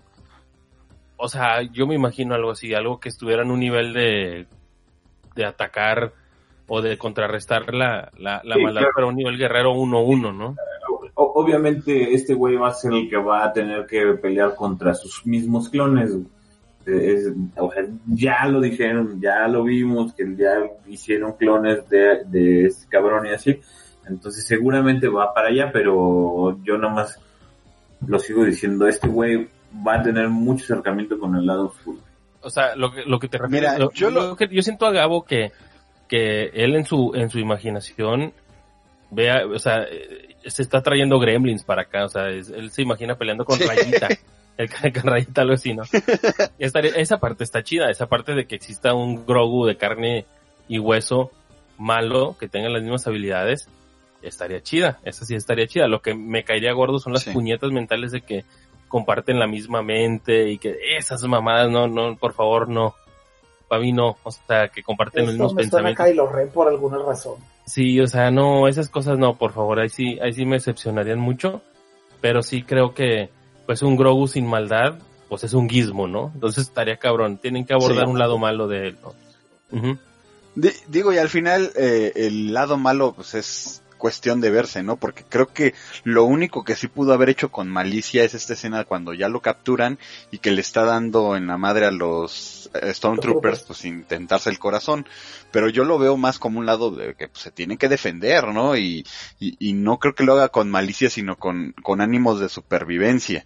o sea, yo me imagino algo así, algo que estuviera en un nivel de de atacar o de contrarrestar la, la, la sí, maldad, claro. Pero a un nivel guerrero uno uno, ¿no? Obviamente este güey va a ser el que va a tener que pelear contra sus mismos clones. Es, o sea, ya lo dijeron, ya lo vimos, que ya hicieron clones de, de este cabrón y así. Entonces seguramente va para allá, pero yo nomás lo sigo diciendo, este güey va a tener mucho acercamiento con el lado oscuro. O sea, lo que, lo que te refieres, Mira, yo, lo, lo, yo siento a Gabo que que él en su en su imaginación vea, o sea, se está trayendo gremlins para acá, o sea, es, él se imagina peleando con Rayita, el con Rayita algo así, ¿no? Esta, esa parte está chida, esa parte de que exista un Grogu de carne y hueso malo, que tenga las mismas habilidades, estaría chida, esa sí estaría chida. Lo que me caería gordo son las sí. puñetas mentales de que comparten la misma mente y que esas mamadas, no, no, por favor, no. Para mí no, o sea, que comparten Esto los mismos me pensamientos. Kylo Ren por alguna razón. Sí, o sea, no, esas cosas no, por favor, ahí sí, ahí sí me decepcionarían mucho, pero sí creo que, pues un Grogu sin maldad, pues es un gizmo, ¿no? Entonces estaría cabrón, tienen que abordar sí. un lado malo de él, ¿no? Uh-huh. D- digo, y al final, eh, el lado malo, pues es cuestión de verse, ¿no? Porque creo que lo único que sí pudo haber hecho con malicia es esta escena cuando ya lo capturan y que le está dando en la madre a los Stormtroopers, pues intentarse el corazón, pero yo lo veo más como un lado de que pues, se tiene que defender, ¿no? Y, y, y no creo que lo haga con malicia, sino con, con ánimos de supervivencia.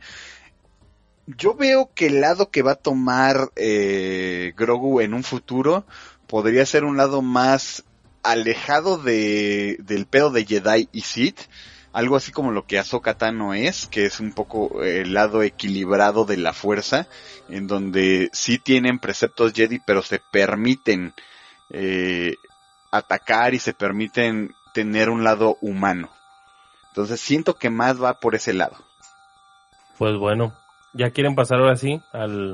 Yo veo que el lado que va a tomar eh, Grogu en un futuro podría ser un lado más alejado de del pedo de Jedi y Sith, algo así como lo que Ahsoka Tano es, que es un poco el lado equilibrado de la fuerza, en donde sí tienen preceptos Jedi, pero se permiten eh, atacar y se permiten tener un lado humano. Entonces siento que más va por ese lado. Pues bueno, ¿ya quieren pasar ahora sí al...?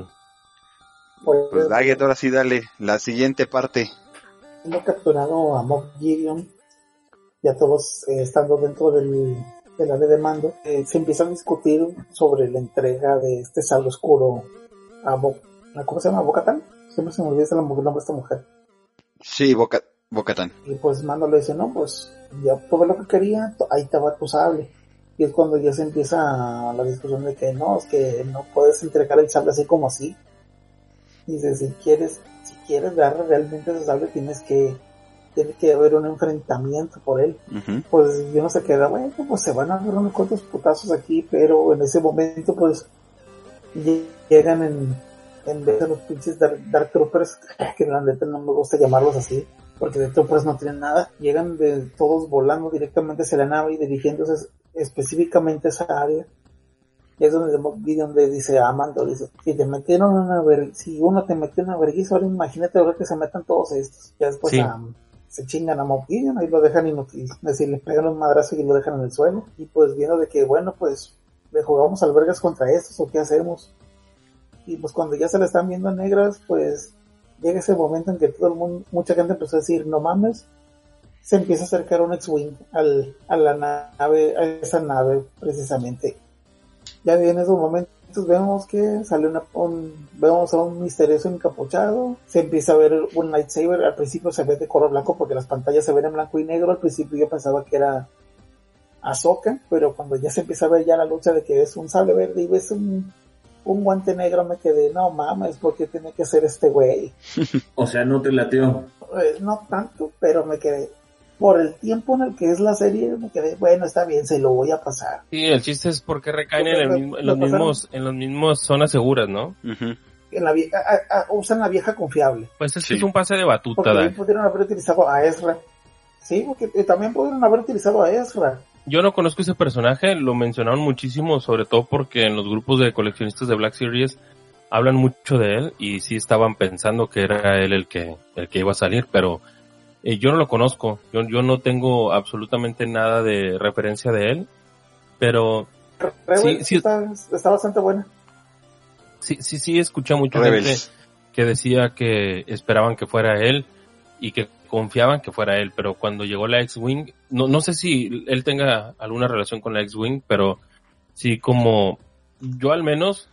Pues Daggett, ahora sí dale, la siguiente parte. Hemos capturado a Moff Gideon, ya todos eh, estando dentro del, del área de mando, eh, se empiezan a discutir sobre la entrega de este sable oscuro a Bo, ¿cómo se llama? ¿Bo-Katan? Siempre se me olvida el nombre de esta mujer. Sí, Bo-Katan. Bo-Katan. Y pues Mando le dice, no, pues ya tuve lo que quería, ahí te va tu sable. Y es cuando ya se empieza la discusión de que no, es que no puedes entregar el sable así como así. Y dice, si quieres, si quieres dar realmente ese sable, tienes que, tiene que haber un enfrentamiento por él. Uh-huh. Pues yo no se queda, bueno, pues se van a dar unos cuantos putazos aquí, pero en ese momento, pues, llegan en, en vez de los pinches Dark, Dark Troopers, que la neta no me gusta llamarlos así, porque de Troopers no tienen nada, llegan de todos volando directamente hacia la nave y dirigiéndose específicamente a esa área. Y es donde, donde dice a Mando, dice, si te metieron una ver- si uno te metió una vergüenza, ahora imagínate ahora que se metan todos estos. Ya después sí. a, se chingan a Moff Gideon, ahí lo dejan inútil, es decir, le pegan un madrazo y lo dejan en el suelo. Y pues viendo de que, bueno, pues, ¿le jugamos albergas contra estos o qué hacemos? Y pues cuando ya se le están viendo negras, pues llega ese momento en que todo el mundo, mucha gente empezó a decir, no mames, se empieza a acercar un X-Wing al, a la nave, a esa nave precisamente. Ya en esos momentos vemos que sale una, un, vemos a un misterioso encapuchado, se empieza a ver un lightsaber, al principio se ve de color blanco porque las pantallas se ven en blanco y negro, al principio yo pensaba que era Ahsoka, pero cuando ya se empieza a ver ya la lucha de que es un sable verde y ves un, un guante negro me quedé, no mames, ¿por qué tiene que ser este güey? O sea, no te latió. Eh, no tanto, pero me quedé, por el tiempo en el que es la serie, me quedé, bueno, está bien, se lo voy a pasar. Sí, el chiste es porque recaen en, el mismo, en los mismos, en los mismos zonas seguras, ¿no? Uh-huh. En la vie- a, a, usan la vieja confiable. Pues es, sí. es un pase de batuta. Porque también pudieron haber utilizado a Ezra. Sí, porque eh, también pudieron haber utilizado a Ezra. Yo no conozco ese personaje, lo mencionaron muchísimo, sobre todo porque en los grupos de coleccionistas de Black Series hablan mucho de él y sí estaban pensando que era él el que el que iba a salir, pero eh, yo no lo conozco, yo, yo no tengo absolutamente nada de referencia de él, pero Rebel, sí, sí, está, está bastante buena. Sí, sí, sí, escuché mucha gente que decía que esperaban que fuera él y que confiaban que fuera él, pero cuando llegó la X-Wing, no, no sé si él tenga alguna relación con la X-Wing, pero sí, como yo al menos,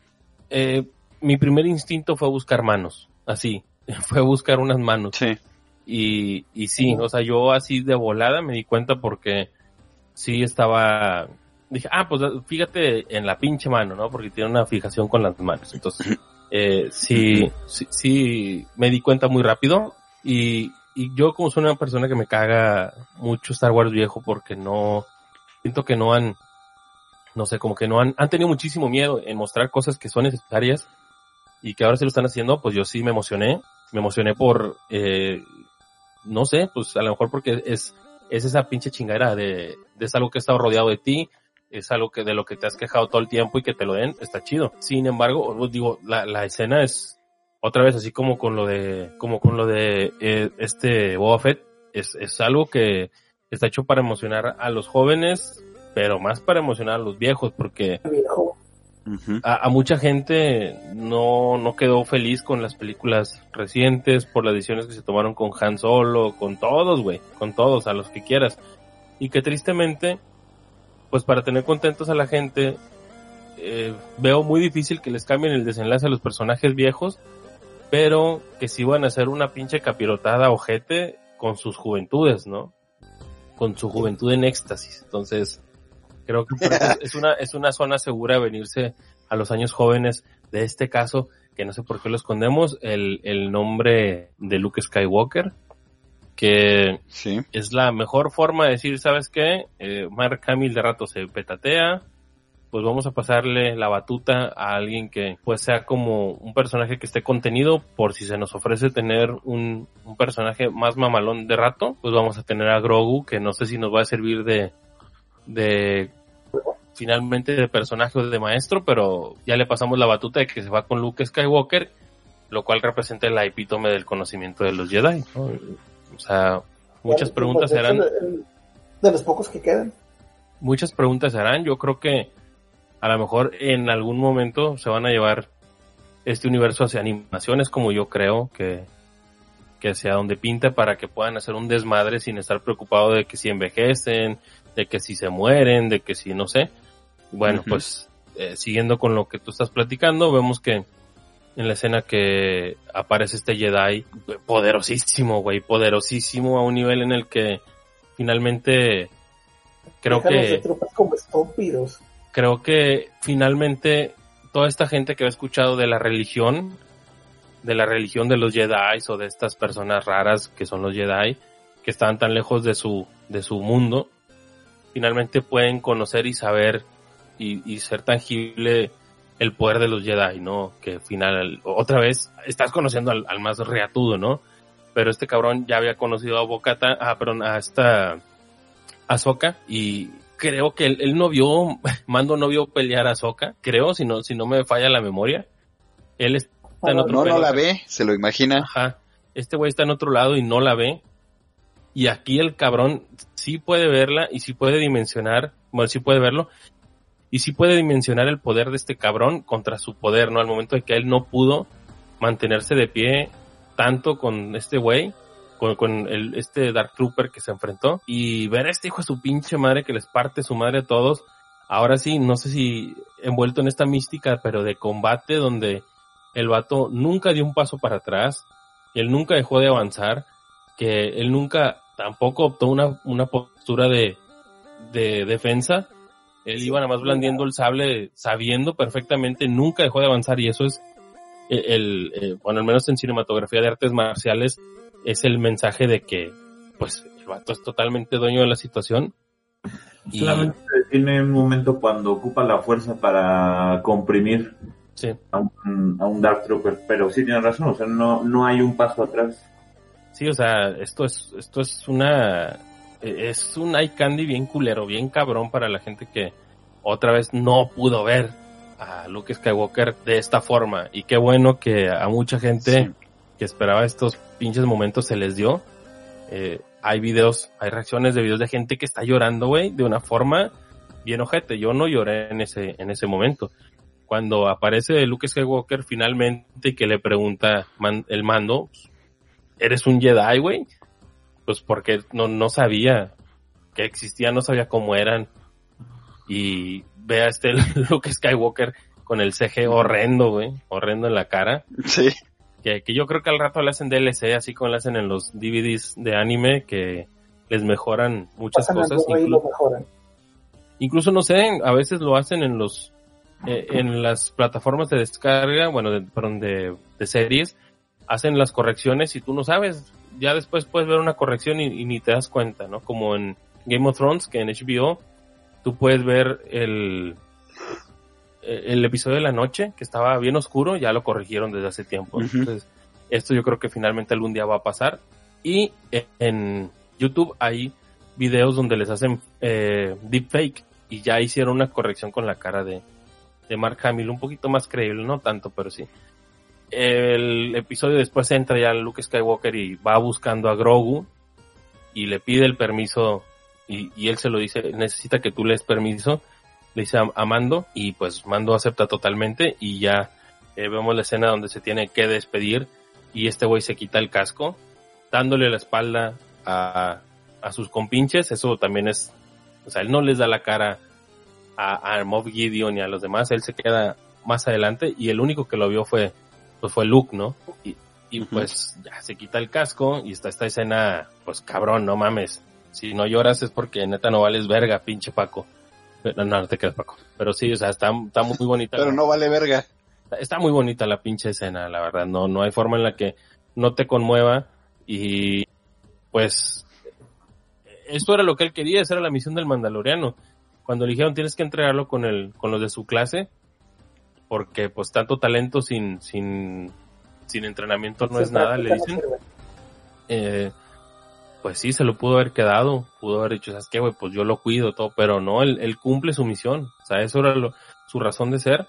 eh, mi primer instinto fue buscar manos, así, fue buscar unas manos. Sí. Y, y sí, o sea, yo así de volada me di cuenta porque sí estaba, dije, ah, pues fíjate en la pinche mano, ¿no? Porque tiene una fijación con las manos, entonces, eh, sí, sí, sí, me di cuenta muy rápido y Y yo como soy una persona que me caga mucho Star Wars viejo porque no, siento que no han, no sé, como que no han, han tenido muchísimo miedo en mostrar cosas que son necesarias y que ahora se lo están haciendo, pues yo sí me emocioné, me emocioné por, eh, no sé, pues a lo mejor porque es, es esa pinche chingadera de, de es algo que ha estado rodeado de ti, es algo que de lo que te has quejado todo el tiempo y que te lo den, está chido. Sin embargo, digo, la, la escena es, otra vez, así como con lo de, como con lo de eh, este Boba Fett, es, es algo que está hecho para emocionar a los jóvenes, pero más para emocionar a los viejos, porque uh-huh. a, a mucha gente no, no quedó feliz con las películas recientes, por las decisiones que se tomaron con Han Solo, con todos, güey, con todos, a los que quieras. Y que tristemente, pues para tener contentos a la gente, eh, veo muy difícil que les cambien el desenlace a los personajes viejos, pero que sí van a hacer una pinche capirotada ojete con sus juventudes, ¿no? Con su juventud en éxtasis. Entonces, creo que es una, es una zona segura venirse a los años jóvenes de este caso, que no sé por qué lo escondemos, el, el nombre de Luke Skywalker, que sí. Es la mejor forma de decir, ¿sabes qué? Eh, Mark Hamill de rato se petatea, pues vamos a pasarle la batuta a alguien que pues sea como un personaje que esté contenido, por si se nos ofrece tener un, un personaje más mamalón de rato, pues vamos a tener a Grogu, que no sé si nos va a servir de, de finalmente de personaje o de maestro, pero ya le pasamos la batuta de que se va con Luke Skywalker, lo cual representa la epítome del conocimiento de los Jedi, ¿no? O sea, muchas preguntas serán... De los pocos que quedan. Muchas preguntas serán, yo creo que a lo mejor en algún momento se van a llevar este universo hacia animaciones, como yo creo que, que hacia donde pinta, para que puedan hacer un desmadre sin estar preocupado de que si envejecen, de que si se mueren, de que si no sé. Bueno, uh-huh. pues eh, siguiendo con lo que tú estás platicando, vemos que en la escena que aparece este Jedi poderosísimo, güey, poderosísimo a un nivel en el que finalmente creo Déjalos que... de tropas como estúpidos. Creo que finalmente toda esta gente que ha escuchado de la religión, de la religión de los Jedi o de estas personas raras que son los Jedi, que estaban tan lejos de su de su mundo, finalmente pueden conocer y saber y, y ser tangible el poder de los Jedi, ¿no? Que final, otra vez, estás conociendo al, al más reatudo, ¿no? Pero este cabrón ya había conocido a Bo-Katan, ah, perdón, a esta Ahsoka, y creo que él, él no vio, Mando no vio pelear a Ahsoka, creo, si no, si no me falla la memoria. Él está en otro No, pedo, no la ve, se lo imagina. Ajá. Este güey está en otro lado y no la ve. Y aquí el cabrón sí puede verla y sí puede dimensionar, bueno, sí puede verlo, y sí puede dimensionar el poder de este cabrón contra su poder, ¿no? Al momento de que él no pudo mantenerse de pie tanto con este güey, con, con el, este Dark Trooper que se enfrentó, y ver a este hijo de su pinche madre que les parte su madre a todos, ahora sí, no sé si envuelto en esta mística, pero de combate donde el vato nunca dio un paso para atrás, él nunca dejó de avanzar, que él nunca tampoco optó una, una postura de, de defensa, Él iba nada más blandiendo el sable, sabiendo perfectamente, nunca dejó de avanzar, y eso es el, el, el bueno, al menos en cinematografía de artes marciales, es el mensaje de que, pues, el vato es totalmente dueño de la situación. Y... solamente tiene un momento cuando ocupa la fuerza para comprimir sí. a, un, a un Dark Trooper, pero sí tiene razón, o sea, no, no hay un paso atrás. Sí, o sea, esto es, esto es una, es un eye candy bien culero, bien cabrón para la gente que otra vez no pudo ver a Luke Skywalker de esta forma, y qué bueno que a mucha gente sí. que esperaba estos pinches momentos se les dio. Eh, hay videos, hay reacciones de videos de gente que está llorando, güey, de una forma bien ojete. Yo no lloré en ese, en ese momento. Cuando aparece Luke Skywalker finalmente, que le pregunta man, el mando, ¿eres un Jedi, güey? Pues porque no, no sabía que existían, no sabía cómo eran. Y ve a este Luke Skywalker con el C G horrendo, güey, horrendo en la cara. Sí. Que, que yo creo que al rato le hacen D L C, así como le hacen en los D V Ds de anime, que les mejoran muchas Pasan cosas. Inclu- lo mejoran. Incluso, no sé, a veces lo hacen en los eh, en las plataformas de descarga, bueno, de, perdón, de, de series, hacen las correcciones y tú no sabes. Ya después puedes ver una corrección y, y ni te das cuenta, ¿no? Como en Game of Thrones, que en H B O tú puedes ver el... el episodio de la noche, que estaba bien oscuro, ya lo corrigieron desde hace tiempo. Uh-huh. Entonces, esto yo creo que finalmente algún día va a pasar. Y en YouTube hay videos donde les hacen eh, deepfake, y ya hicieron una corrección con la cara de, de Mark Hamill, un poquito más creíble, no tanto, pero sí. El episodio después entra ya Luke Skywalker y va buscando a Grogu, y le pide el permiso, y, y él se lo dice, necesita que tú le des permiso. Le dice a, a Mando, y pues Mando acepta totalmente, y ya eh, vemos la escena donde se tiene que despedir, y este güey se quita el casco, dándole la espalda a, a sus compinches. Eso también es, o sea, él no les da la cara a, a Moff Gideon y a los demás, él se queda más adelante, y el único que lo vio fue, pues fue Luke, ¿no? Y, y uh-huh. pues ya se quita el casco, y está esta escena, pues cabrón, no mames, si no lloras es porque neta no vales verga, pinche Paco. No, no te quedas, Paco. Pero sí, o sea, está, está muy bonita. Pero no vale verga. Está muy bonita la pinche escena, la verdad. No, no hay forma en la que no te conmueva. Y pues esto era lo que él quería, esa era la misión del Mandaloriano. Cuando le dijeron tienes que entregarlo con el, con los de su clase, porque pues tanto talento sin, sin, sin entrenamiento no sí, es nada, le dicen. Eh, pues sí, se lo pudo haber quedado, pudo haber dicho, ¿sabes qué, güey? Pues yo lo cuido, todo, pero no, él, él cumple su misión, o sea, eso era lo, su razón de ser,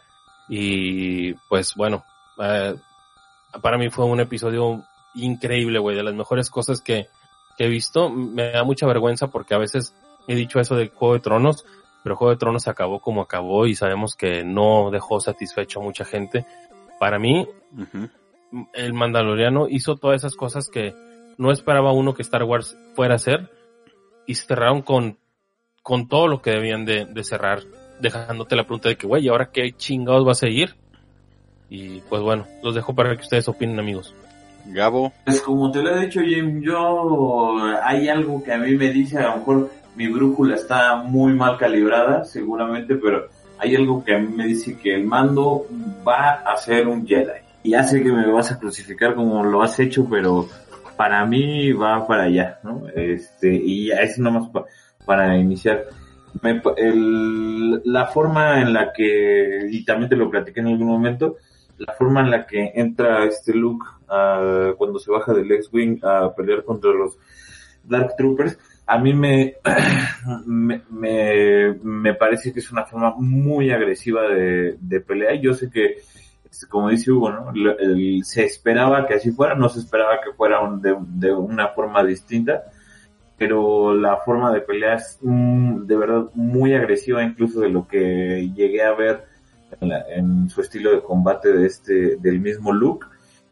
y pues bueno, eh, para mí fue un episodio increíble, güey, de las mejores cosas que, que he visto. Me da mucha vergüenza porque a veces he dicho eso del Juego de Tronos, pero Juego de Tronos acabó como acabó, y sabemos que no dejó satisfecho a mucha gente. Para mí, uh-huh. el Mandaloriano hizo todas esas cosas que no esperaba uno que Star Wars fuera a hacer, y cerraron con, con todo lo que debían de, de cerrar, dejándote la pregunta de que, güey, ¿ahora qué chingados va a seguir? Y pues bueno, los dejo para que ustedes opinen, amigos. Gabo. Pues como te lo he dicho, Jim, yo hay algo que a mí me dice, a lo mejor mi brújula está muy mal calibrada, seguramente, pero hay algo que a mí me dice que el Mando va a ser un Jedi. Y ya sé que me vas a crucificar como lo has hecho, pero para mí va para allá, ¿no? Este, y ya es nomás pa, para iniciar. Me, el, la forma en la que, y también te lo platiqué en algún momento, la forma en la que entra este Luke uh, cuando se baja del X-Wing a pelear contra los Dark Troopers, a mí me, me, me, me parece que es una forma muy agresiva de, de pelea. Yo sé que, como dice Hugo, ¿no? El, el, se esperaba que así fuera, no se esperaba que fuera un, de, de una forma distinta, pero la forma de pelea es mm, de verdad muy agresiva, incluso de lo que llegué a ver en, la, en su estilo de combate de este, del mismo Luke.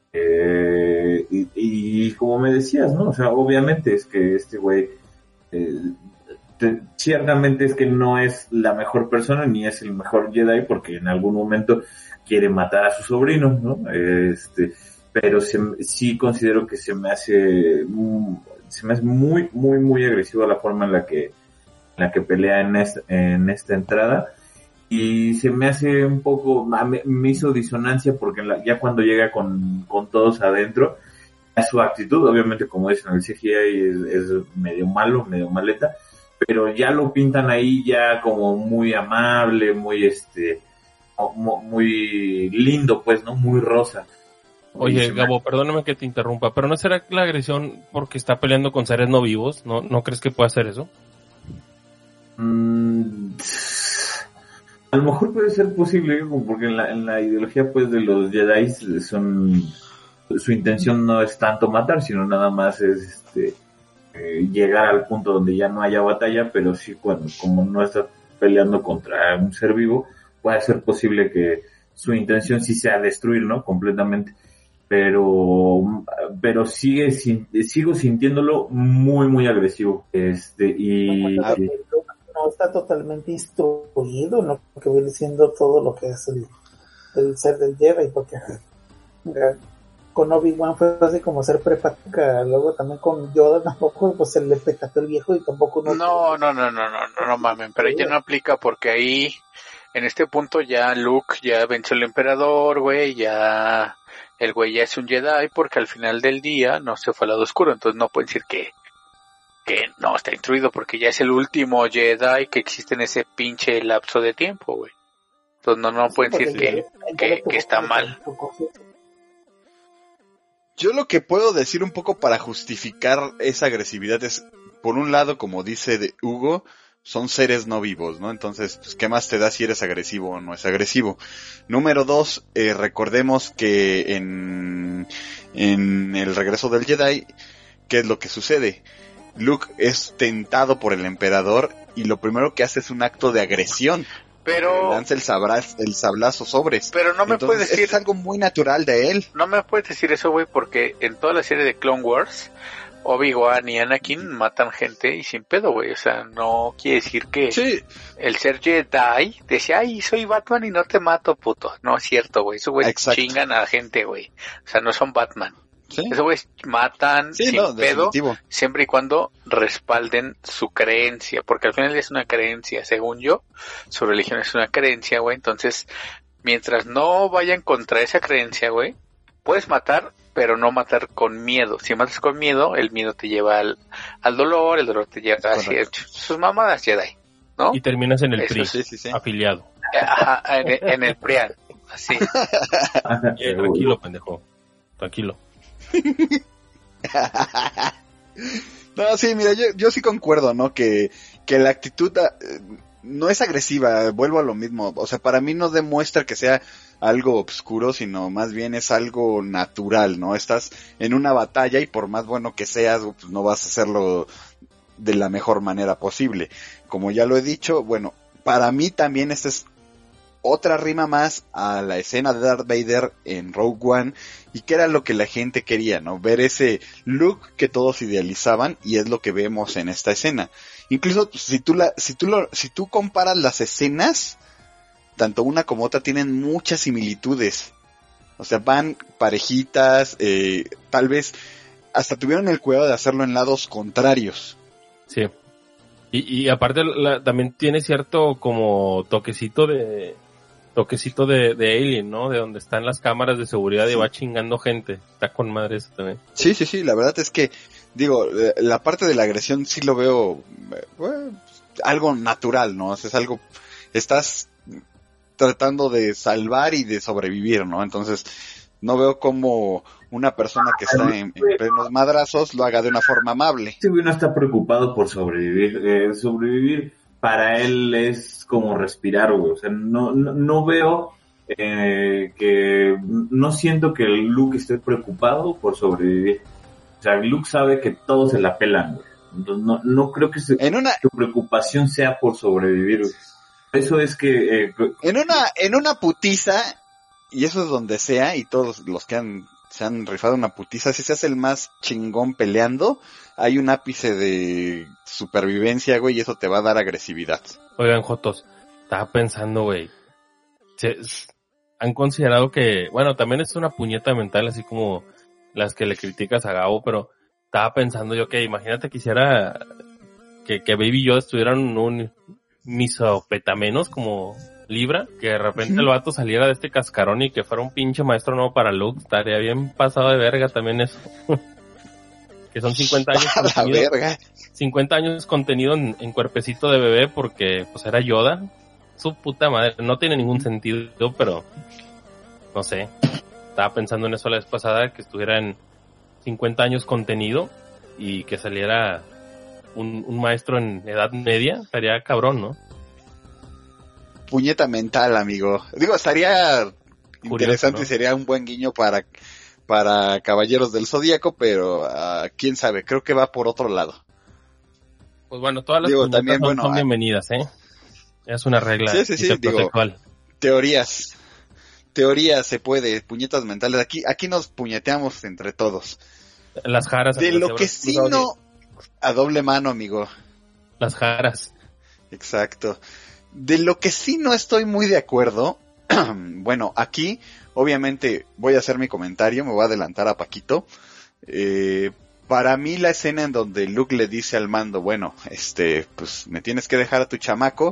Eh, y, y como me decías, ¿no? O sea, obviamente es que este güey, eh, te, ciertamente es que no es la mejor persona ni es el mejor Jedi, porque en algún momento quiere matar a su sobrino, ¿no? Este, pero se, sí considero que se me hace, se me hace muy, muy, muy agresiva la forma en la que, la que pelea en esta, en esta entrada. Y se me hace un poco, me, me hizo disonancia porque la, ya cuando llega con, con todos adentro, su actitud, obviamente como dicen, el C G I es, es medio malo, medio maleta, pero ya lo pintan ahí ya como muy amable, muy este, muy lindo, pues, ¿no? Muy rosa. Oye, Gabo, perdóname que te interrumpa, pero ¿no será la agresión porque está peleando con seres no vivos? ¿No, no crees que pueda hacer eso? Mm, a lo mejor puede ser posible, porque en la, en la ideología pues de los Jedi son, su intención no es tanto matar, sino nada más es este eh, llegar al punto donde ya no haya batalla, pero sí cuando como no está peleando contra un ser vivo, puede ser posible que su intención sí sea destruir, ¿no? Completamente. Pero pero sigue sigo sintiéndolo muy muy agresivo, este y no, no está totalmente instruido en lo que viene siendo todo lo que es el, el ser del Jedi, porque con Obi-Wan fue así como ser prepática, luego también con Yoda tampoco pues se le petacó el viejo y tampoco no no no no no no no, no mamen, pero ya no aplica porque ahí en este punto ya Luke ya venció al emperador, güey, ya el güey ya es un Jedi porque al final del día no se fue al lado oscuro, entonces no pueden decir que que no está instruido porque ya es el último Jedi que existe en ese pinche lapso de tiempo, güey. Entonces no, no pueden decir que, que, que está mal. Yo lo que puedo decir un poco para justificar esa agresividad es, por un lado, como dice de Hugo, son seres no vivos, ¿no? Entonces, pues, ¿qué más te da si eres agresivo o no es agresivo? Número dos, eh, recordemos que en, en el regreso del Jedi, ¿qué es lo que sucede? Luke es tentado por el emperador y lo primero que hace es un acto de agresión. Pero lanza el, sabraz, el sablazo sobres. Pero no me Entonces, puedes decir... es algo muy natural de él. No me puedes decir eso, güey, porque en toda la serie de Clone Wars, Obi-Wan y Anakin matan gente y sin pedo, güey. O sea, no quiere decir que sí. El ser Jedi decía, ay, soy Batman y no te mato, puto. No es cierto, güey. Esos güeyes chingan a la gente, güey. O sea, no son Batman. ¿Sí? Esos güeyes matan sí, sin no, pedo, definitivo. Siempre y cuando respalden su creencia, porque al final es una creencia, según yo, su religión es una creencia, güey. Entonces, mientras no vayan contra esa creencia, güey, puedes matar, pero no matar con miedo. Si matas con miedo, el miedo te lleva al, al dolor, el dolor te lleva hacia sus mamadas Jedi, ¿no? Y terminas en el P R I, sí, sí, sí. afiliado. Ajá, en, en el P R I A N, así. eh, tranquilo, pendejo, tranquilo. No, sí, mira, yo, yo sí concuerdo, ¿no? Que, que la actitud eh, no es agresiva, vuelvo a lo mismo. O sea, para mí no demuestra que sea algo oscuro, sino más bien es algo natural, ¿no? Estás en una batalla y por más bueno que seas, pues no vas a hacerlo de la mejor manera posible. Como ya lo he dicho, bueno, para mí también esta es otra rima más a la escena de Darth Vader en Rogue One, y que era lo que la gente quería, ¿no? Ver ese look que todos idealizaban, y es lo que vemos en esta escena. Incluso si tú la, si tú lo, si tú comparas las escenas, tanto una como otra tienen muchas similitudes. O sea, van parejitas, eh, tal vez hasta tuvieron el cuidado de hacerlo en lados contrarios. Sí. Y, y aparte la, también tiene cierto como toquecito de toquecito de, de Alien, ¿no? De donde están las cámaras de seguridad sí. Y va chingando gente. Está con madre eso también. Sí, sí, sí. La verdad es que, digo, la parte de la agresión sí lo veo bueno, algo natural, ¿no? O sea, es algo, estás tratando de salvar y de sobrevivir, ¿no? Entonces, no veo cómo una persona que está en, en plenos madrazos lo haga de una forma amable. Este güey no está preocupado por sobrevivir. Eh, sobrevivir para él es como respirar, güey. O sea, no, no, no veo eh, que... No siento que Luke esté preocupado por sobrevivir. O sea, Luke sabe que todos se la pelan, güey. Entonces, no, no creo que se, en una... su preocupación sea por sobrevivir, güey. Eso es que... Eh, en una en una putiza, y eso es donde sea, y todos los que han se han rifado una putiza, si se hace el más chingón peleando, hay un ápice de supervivencia, güey, y eso te va a dar agresividad. Oigan, jotos, estaba pensando, güey, han considerado que, bueno, también es una puñeta mental, así como las que le criticas a Gabo, pero estaba pensando yo que, imagínate que hiciera, que, que Baby Yoda estuviera en un misopetamenos como Libra, que de repente uh-huh. el vato saliera de este cascarón y que fuera un pinche maestro nuevo para Luke, estaría bien pasado de verga también eso. Que son cincuenta años a la verga. cincuenta años contenido en, en cuerpecito de bebé porque pues era Yoda. Su puta madre, no tiene ningún sentido, pero no sé. Estaba pensando en eso la vez pasada, que estuviera en cincuenta años contenido y que saliera un, un maestro en edad media, estaría cabrón, ¿no? Puñeta mental, amigo. Digo, estaría curioso, interesante, ¿no? Y sería un buen guiño para, para Caballeros del Zodíaco, pero uh, quién sabe, creo que va por otro lado. Pues bueno, todas las digo, también, son, bueno, son bienvenidas, ¿eh? Es una regla. Sí, sí, sí, digo, teorías. Teorías se puede, puñetas mentales. Aquí, aquí nos puñeteamos entre todos. Las jaras. De lo que sí no, a doble mano, amigo. Las jaras. Exacto. De lo que sí no estoy muy de acuerdo, bueno, aquí, obviamente, voy a hacer mi comentario, me voy a adelantar a Paquito. Eh, para mí la escena en donde Luke le dice al Mando, bueno, este, pues me tienes que dejar a tu chamaco,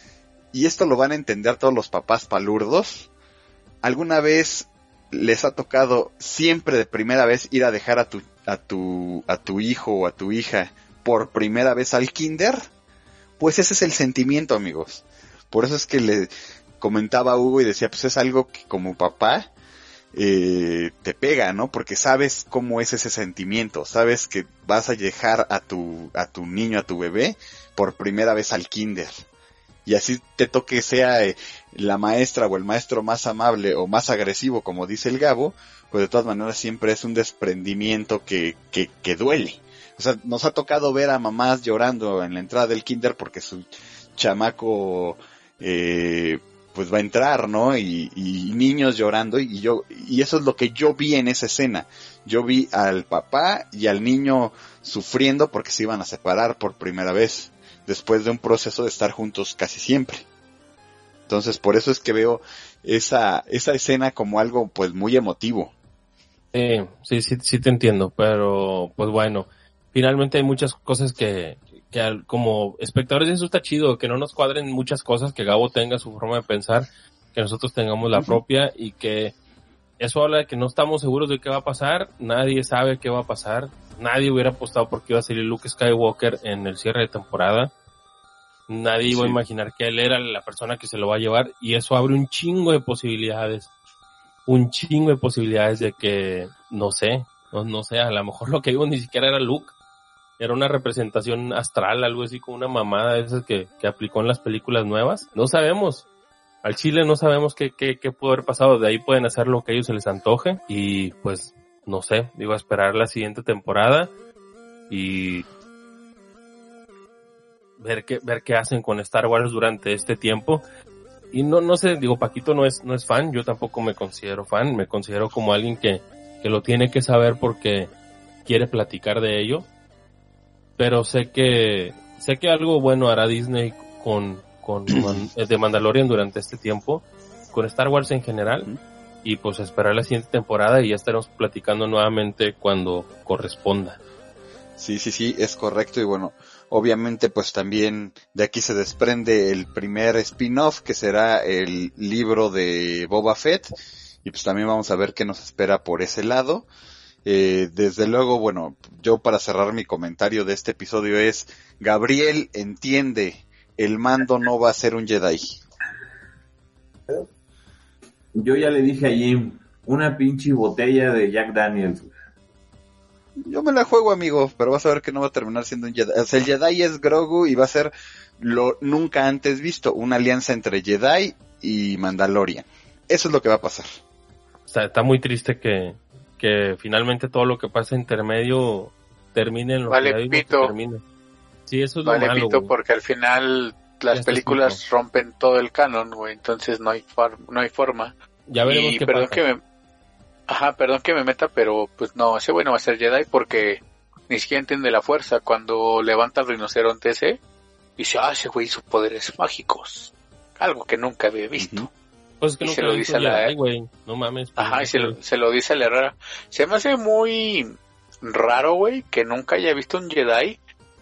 y esto lo van a entender todos los papás palurdos. ¿Alguna vez les ha tocado siempre de primera vez ir a dejar a tu, a tu, a tu hijo o a tu hija por primera vez al kinder? Pues ese es el sentimiento, amigos. Por eso es que le comentaba a Hugo y decía, pues es algo que como papá eh, te pega, ¿no? Porque sabes cómo es ese sentimiento, sabes que vas a dejar a tu, a tu niño, a tu bebé, por primera vez al kinder. Y así te toque sea eh, la maestra o el maestro más amable o más agresivo, como dice el Gabo, pues de todas maneras siempre es un desprendimiento que, que, que duele. O sea, nos ha tocado ver a mamás llorando en la entrada del kinder porque su chamaco eh, pues va a entrar, ¿no? Y, y niños llorando, y yo, y eso es lo que yo vi en esa escena. Yo vi al papá y al niño sufriendo porque se iban a separar por primera vez, después de un proceso de estar juntos casi siempre. Entonces, por eso es que veo esa, esa escena como algo pues muy emotivo. Sí, sí, sí, sí te entiendo, pero pues bueno, finalmente hay muchas cosas que, que al, como espectadores eso está chido, que no nos cuadren muchas cosas, que Gabo tenga su forma de pensar, que nosotros tengamos la uh-huh. propia, y que eso habla de que no estamos seguros de qué va a pasar, nadie sabe qué va a pasar, nadie hubiera apostado porque iba a salir Luke Skywalker en el cierre de temporada, nadie sí. iba a imaginar que él era la persona que se lo va a llevar, y eso abre un chingo de posibilidades, un chingo de posibilidades de que, no sé, no, no sé, a lo mejor lo que vimos ni siquiera era Luke, era una representación astral, algo así como una mamada de esas que, que aplicó en las películas nuevas. No sabemos. Al chile no sabemos qué, qué, qué pudo haber pasado. De ahí pueden hacer lo que a ellos se les antoje. Y pues, no sé, digo, a esperar la siguiente temporada y ver qué, ver qué hacen con Star Wars durante este tiempo. Y no, no sé, digo, Paquito no es, no es fan, yo tampoco me considero fan, me considero como alguien que, que lo tiene que saber porque quiere platicar de ello. Pero sé que sé que algo bueno hará Disney con con Man, de Mandalorian durante este tiempo, con Star Wars en general, y pues esperar la siguiente temporada y ya estaremos platicando nuevamente cuando corresponda. Sí, sí, sí, es correcto. Y bueno, obviamente pues también de aquí se desprende el primer spin-off, que será el libro de Boba Fett, y pues también vamos a ver qué nos espera por ese lado. Eh, desde luego, bueno, yo para cerrar mi comentario de este episodio es, Gabriel entiende, el Mando no va a ser un Jedi. Yo ya le dije a Jim, una pinche botella de Jack Daniels. Yo me la juego, amigo, pero vas a ver que no va a terminar siendo un Jedi. O sea, el Jedi es Grogu y va a ser lo nunca antes visto, una alianza entre Jedi y Mandalorian. Eso es lo que va a pasar. O sea, está muy triste que que finalmente todo lo que pasa intermedio termine en lo vale, que pito. termine. Sí, eso es vale, lo malo, pito, güey. Porque al final las películas pito. rompen todo el canon, güey, entonces no hay for- no hay forma. Ya veremos y qué perdón pasa. que me Ajá, perdón que me meta, pero pues no, ese güey no va a ser Jedi porque ni siquiera entiende la fuerza. Cuando levanta el rinoceronte ese, dice, ah, ese güey hizo poderes mágicos. Algo que nunca había visto. Uh-huh. Pues que y no se lo dice a la Jedi, güey, no mames. Ajá, y se lo, se lo dice a la Herrera. Se me hace muy raro, güey, que nunca haya visto un Jedi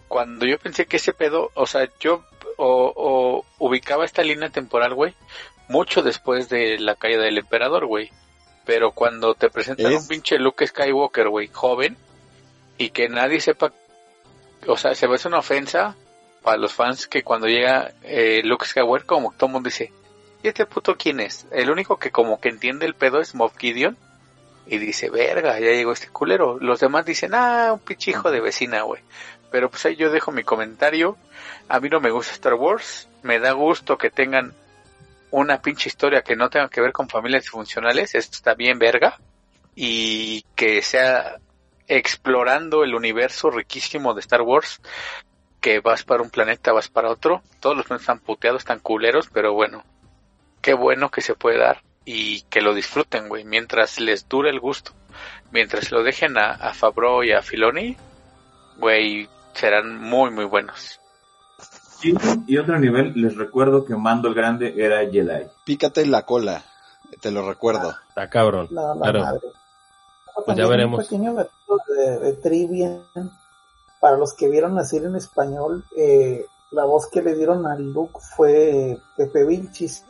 cuando yo pensé que ese pedo, o sea, yo o, o ubicaba esta línea temporal, güey, mucho después de la caída del emperador, güey. Pero cuando te presentan es... un pinche Luke Skywalker, güey, joven, y que nadie sepa, o sea, se ve es una ofensa para los fans que cuando llega eh, Luke Skywalker, como todo el mundo dice, ¿y este puto quién es? El único que como que entiende el pedo es Moff Gideon, y dice, verga, ya llegó este culero. Los demás dicen, ah, un pinche hijo de vecina, güey. Pero pues ahí yo dejo mi comentario. A mí no me gusta Star Wars, me da gusto que tengan una pinche historia que no tenga que ver con familias disfuncionales, esto está bien verga, y que sea explorando el universo riquísimo de Star Wars, que vas para un planeta, vas para otro, todos los planetas están puteados, están culeros, pero bueno, qué bueno que se puede dar, y que lo disfruten, güey, mientras les dure el gusto, mientras lo dejen a, a Favreau y a Filoni, güey, serán muy muy buenos. Sí, y otro nivel, les recuerdo que Mando el Grande era Jedi. Pícate la cola, te lo recuerdo. Está cabrón. La, la claro. madre. Pues ya veremos. Un pequeño gatito de, de trivia. Para los que vieron la serie en español, eh, la voz que le dieron a Luke fue Pepe Vilchis.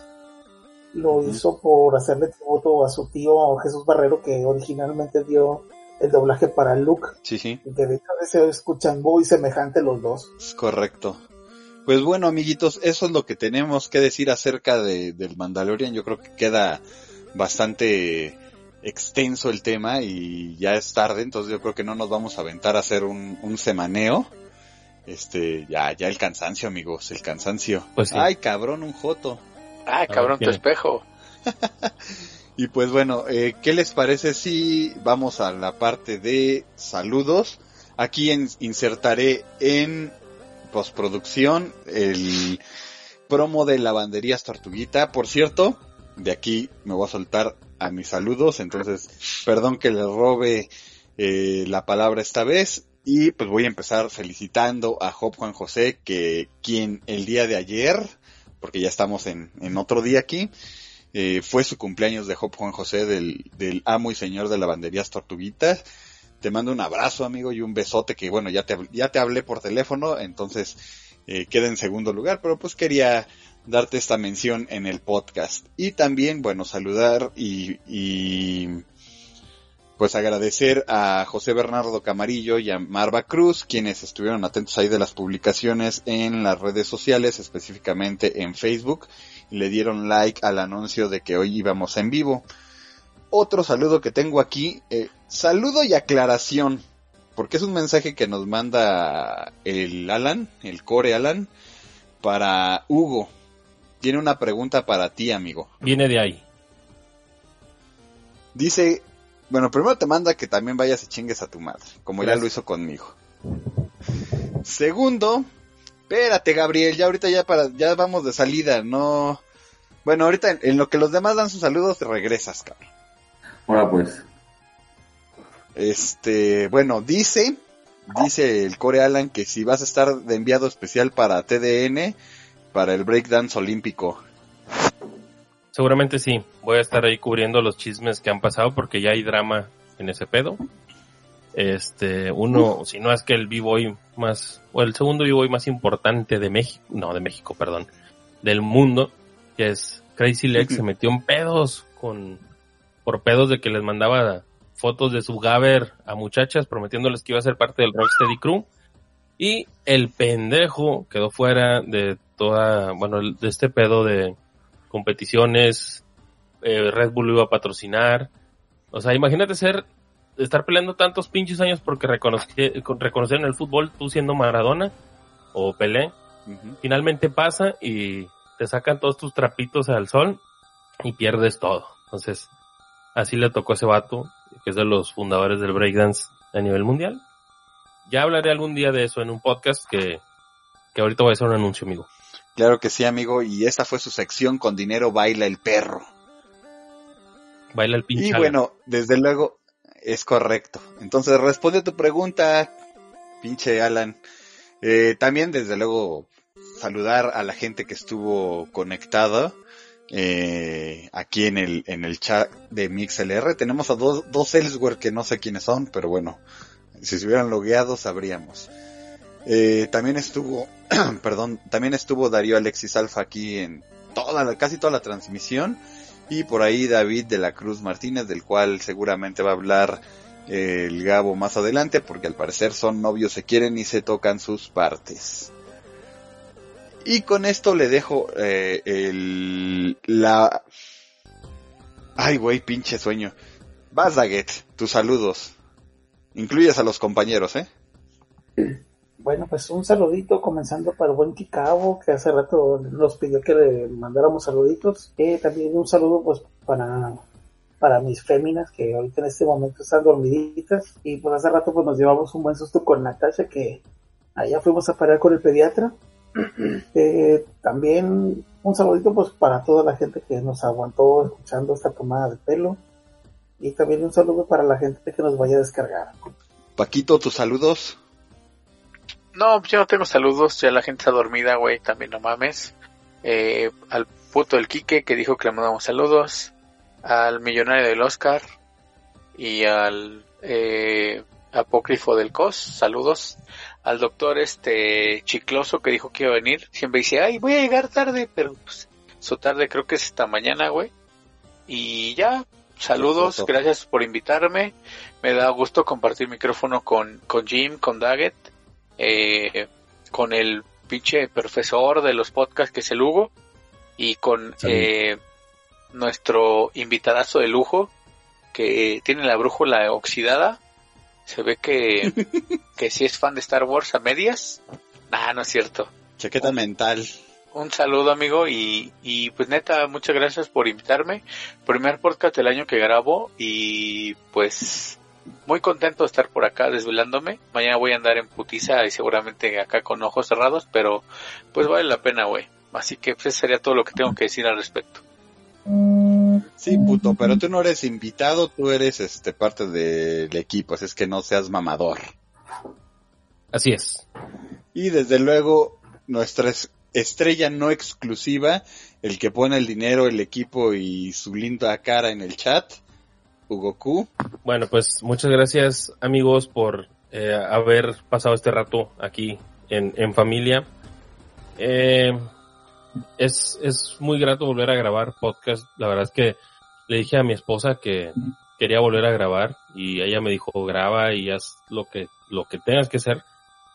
Lo uh-huh. hizo por hacerle tributo a su tío Jesús Barrero, que originalmente dio el doblaje para Luke. Sí, sí. Y que de hecho se escuchan muy semejante los dos. Es correcto. Pues bueno, amiguitos, eso es lo que tenemos que decir acerca de, del Mandalorian. Yo creo que queda bastante extenso el tema y ya es tarde, entonces yo creo que no nos vamos a aventar a hacer un, un semaneo. Este, ya, ya el cansancio, amigos, el cansancio. Pues sí. Ay, cabrón, un joto. Ay, cabrón, tu espejo. Y pues bueno, eh, ¿qué les parece si vamos a la parte de saludos? Aquí en, insertaré en postproducción el promo de Lavanderías Tortuguita. Por cierto, de aquí me voy a soltar a mis saludos, entonces perdón que les robe eh, la palabra esta vez. Y pues voy a empezar felicitando a Job Juan José, que quien el día de ayer, porque ya estamos en, en otro día aquí, eh, fue su cumpleaños de Job Juan José, del, del amo y señor de Lavanderías Tortuguitas. Te mando un abrazo, amigo, y un besote, que bueno, ya te, ya te hablé por teléfono, entonces eh, queda en segundo lugar, pero pues quería darte esta mención en el podcast. Y también, bueno, saludar y, y pues agradecer a José Bernardo Camarillo y a Marva Cruz, quienes estuvieron atentos ahí de las publicaciones en las redes sociales, específicamente en Facebook, y le dieron like al anuncio de que hoy íbamos en vivo. Otro saludo que tengo aquí, eh, saludo y aclaración, porque es un mensaje que nos manda el Alan, el Core Alan, para Hugo. Tiene una pregunta para ti, amigo. Viene de ahí. Dice, bueno, primero te manda que también vayas y chingues a tu madre, como Gracias. Ya lo hizo conmigo. Segundo, espérate, Gabriel, ya ahorita ya para ya vamos de salida, no. Bueno, ahorita en, en lo que los demás dan sus saludos te regresas, cabrón. Ahora pues. Este, bueno, dice, dice el Core Alan que si vas a estar de enviado especial para T D N, para el breakdance olímpico. Seguramente sí, voy a estar ahí cubriendo los chismes que han pasado porque ya hay drama en ese pedo. Este, uno, Uf. si no es que el b-boy más, o el segundo b-boy más importante de México, no, de México, perdón, del mundo, que es Crazy Legs, se metió en pedos con, por pedos de que les mandaba fotos de su gaber a muchachas prometiéndoles que iba a ser parte del Rocksteady Crew, y el pendejo quedó fuera de toda, bueno, de este pedo de competiciones, eh, Red Bull lo iba a patrocinar, o sea, imagínate ser, estar peleando tantos pinches años porque reconocer, reconocer en el fútbol tú siendo Maradona o Pelé, uh-huh. finalmente pasa y te sacan todos tus trapitos al sol y pierdes todo. Entonces, así le tocó a ese vato, que es de los fundadores del breakdance a nivel mundial. Ya hablaré algún día de eso en un podcast que, que ahorita voy a hacer un anuncio, amigo. Claro que sí, amigo, y esta fue su sección Con Dinero Baila el Perro. Baila el pinche. Y bueno, desde luego, es correcto. Entonces, responde a tu pregunta, pinche Alan. Eh, también, desde luego, saludar a la gente que estuvo conectada eh, aquí en el en el chat de MixLR. Tenemos a dos, dos Elsewhere que no sé quiénes son, pero bueno, si se hubieran logueado sabríamos. Eh, también estuvo, perdón, también estuvo Darío Alexis Alfa aquí en toda la, casi toda la transmisión. Y por ahí David de la Cruz Martínez, del cual seguramente va a hablar eh, el Gabo más adelante, porque al parecer son novios, se quieren y se tocan sus partes. Y con esto le dejo eh, el... la... Ay, güey, pinche sueño. Vas, Daggett, tus saludos. Incluyes a los compañeros, ¿eh? Bueno, pues un saludito comenzando para el buen Kikabo, que hace rato nos pidió que le mandáramos saluditos. Eh, también un saludo pues para, para mis féminas, que ahorita en este momento están dormiditas. Y pues hace rato pues nos llevamos un buen susto con Natasha, que allá fuimos a parar con el pediatra. Eh, también un saludito pues para toda la gente que nos aguantó escuchando esta tomada de pelo. Y también un saludo para la gente que nos vaya a descargar. Paquito, tus saludos. No, yo no tengo saludos, ya la gente está dormida, güey, también no mames. Eh, al puto del Quique, que dijo que le mandamos saludos. Al millonario del Oscar. Y al eh, apócrifo del Cos, saludos. Al doctor este Chicloso, que dijo que iba a venir. Siempre dice, ay, voy a llegar tarde, pero pues, su tarde creo que es esta mañana, güey. Y ya, saludos, gracias por invitarme. Me da gusto compartir micrófono con, con Jim, con Daggett. Eh, con el pinche profesor de los podcasts que es el Hugo y con sí. eh, nuestro invitadazo de lujo que tiene la brújula oxidada. Se ve que que sí es fan de Star Wars a medias. Nah, no es cierto. Chaqueta mental. Un saludo, amigo, y, y pues neta, muchas gracias por invitarme. Primer podcast del año que grabo y pues muy contento de estar por acá desvelándome. Mañana voy a andar en putiza y seguramente acá con ojos cerrados, pero pues vale la pena, güey. Así que pues eso sería todo lo que tengo que decir al respecto. Sí, puto, pero tú no eres invitado, tú eres este parte del equipo, así es que no seas mamador. Así es. Y desde luego, nuestra estrella no exclusiva, el que pone el dinero, el equipo y su linda cara en el chat, Hugo Q. Bueno, pues muchas gracias, amigos, por eh, haber pasado este rato aquí en, en familia. Eh, es, es muy grato volver a grabar podcast. La verdad es que le dije a mi esposa que quería volver a grabar y ella me dijo, graba y haz lo que, lo que tengas que hacer.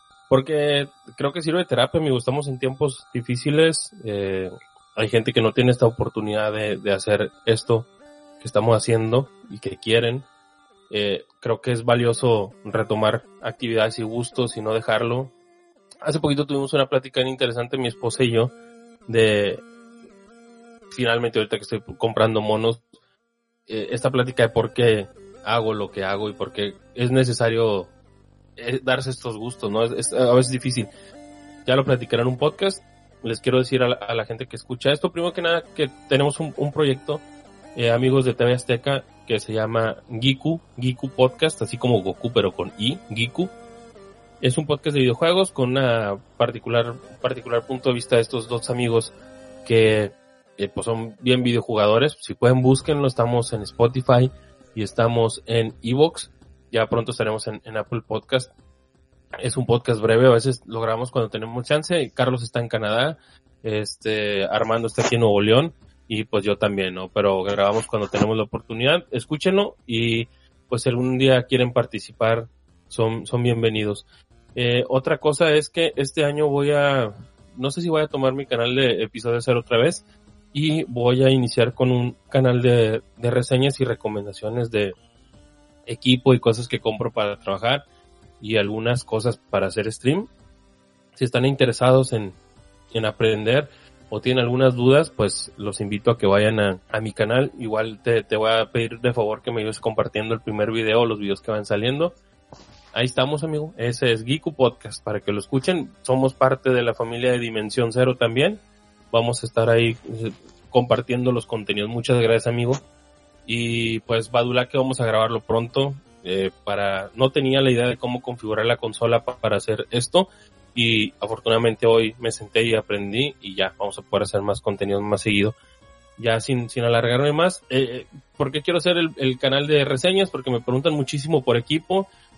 Porque creo que sirve de terapia, amigos. Estamos en tiempos difíciles. Eh, hay gente que no tiene esta oportunidad de, de hacer esto que estamos haciendo y que quieren. Eh, creo que es valioso retomar actividades y gustos y no dejarlo. Hace poquito tuvimos una plática interesante mi esposa y yo de, finalmente ahorita que estoy comprando monos, eh, esta plática de por qué hago lo que hago y por qué es necesario eh, darse estos gustos, ¿no? Es, es a veces difícil. Ya lo platicaré en un podcast. Les quiero decir a la, a la gente que escucha esto, primero que nada, que tenemos un, un proyecto, eh, amigos de T V Azteca, que se llama Giku, Giku Podcast, así como Goku, pero con I, Giku. Es un podcast de videojuegos con una particular, particular punto de vista de estos dos amigos que eh, pues son bien videojugadores. Si pueden, búsquenlo. Estamos en Spotify y estamos en iVoox. Ya pronto estaremos en, en Apple Podcast. Es un podcast breve, a veces lo grabamos cuando tenemos chance. Carlos está en Canadá, este Armando está aquí en Nuevo León y pues yo también, ¿no? Pero grabamos cuando tenemos la oportunidad. Escúchenlo y pues si algún día quieren participar, son, son bienvenidos. Eh, otra cosa es que este año voy a, no sé si voy a tomar mi canal de Episodio Cero otra vez y voy a iniciar con un canal de, de reseñas y recomendaciones de equipo y cosas que compro para trabajar y algunas cosas para hacer stream. Si están interesados en, en aprender o tienen algunas dudas, pues los invito a que vayan a, a mi canal. Igual te, te voy a pedir de favor que me ayudes compartiendo el primer video o los videos que van saliendo. Ahí estamos, amigo. Ese es Giku Podcast, para que lo escuchen. Somos parte de la familia de Dimensión Cero también. Vamos a estar ahí eh, compartiendo los contenidos. Muchas gracias, amigo. Y pues Badula, que vamos a grabarlo pronto. Eh, para no tenía la idea de cómo configurar la consola pa- para hacer esto. Y afortunadamente hoy me senté y aprendí. Y ya, vamos a poder hacer más contenido más seguido. Ya sin, sin alargarme más. Eh, ¿Por qué quiero hacer el, el canal de reseñas? Porque me preguntan muchísimo por equipo.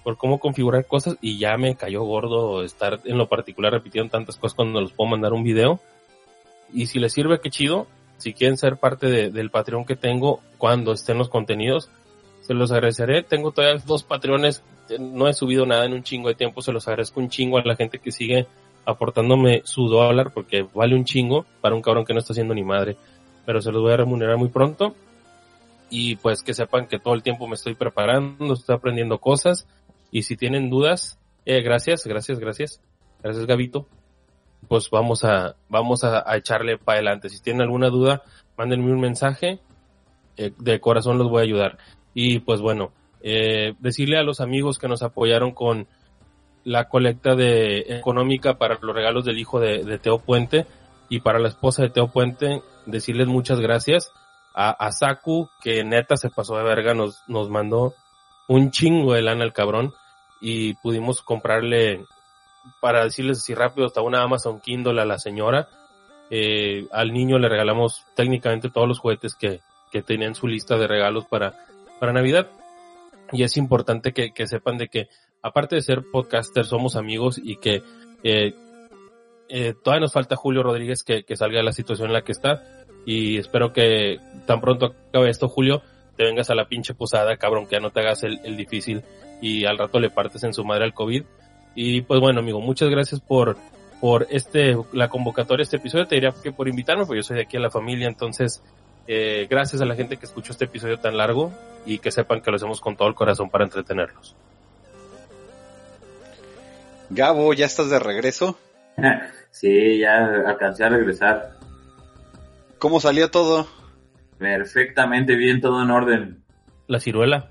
por cómo configurar cosas, y ya me cayó gordo estar en lo particular repitiendo tantas cosas cuando les puedo mandar un video. Y si les sirve, qué chido. Si quieren ser parte de, del Patreon que tengo cuando estén los contenidos, se los agradeceré. Tengo todavía dos Patreones, no he subido nada en un chingo de tiempo, se los agradezco un chingo a la gente que sigue aportándome su dólar, porque vale un chingo para un cabrón que no está haciendo ni madre, pero se los voy a remunerar muy pronto. Y pues que sepan que todo el tiempo me estoy preparando, estoy aprendiendo cosas, y si tienen dudas, eh, gracias, gracias, gracias, gracias Gabito, pues vamos a, vamos a, a echarle para adelante. Si tienen alguna duda, mándenme un mensaje, eh, de corazón los voy a ayudar. Y pues bueno, eh, decirle a los amigos que nos apoyaron con la colecta de económica para los regalos del hijo de, de Teo Puente, y para la esposa de Teo Puente, decirles muchas gracias a, a Saku, que neta se pasó de verga, nos, nos mandó un chingo de lana al cabrón, y pudimos comprarle, para decirles así rápido, hasta una Amazon Kindle a la señora. Eh, al niño le regalamos técnicamente todos los juguetes que, que tenía en su lista de regalos para, para Navidad. Y es importante que, que sepan de que, aparte de ser podcaster, somos amigos, y que eh, eh, todavía nos falta Julio Rodríguez que, que salga de la situación en la que está, y espero que tan pronto acabe esto, Julio, te vengas a la pinche posada, cabrón, que ya no te hagas el, el difícil y al rato le partes en su madre al COVID. Y pues bueno, amigo, muchas gracias por por este la convocatoria, este episodio. Te diría que por invitarme, porque yo soy de aquí a la familia, entonces eh, gracias a la gente que escuchó este episodio tan largo, y que sepan que lo hacemos con todo el corazón para entretenerlos. Gabo, ¿ya estás de regreso? Sí, ya alcancé a regresar. ¿Cómo salió todo? Perfectamente bien, todo en orden. La ciruela.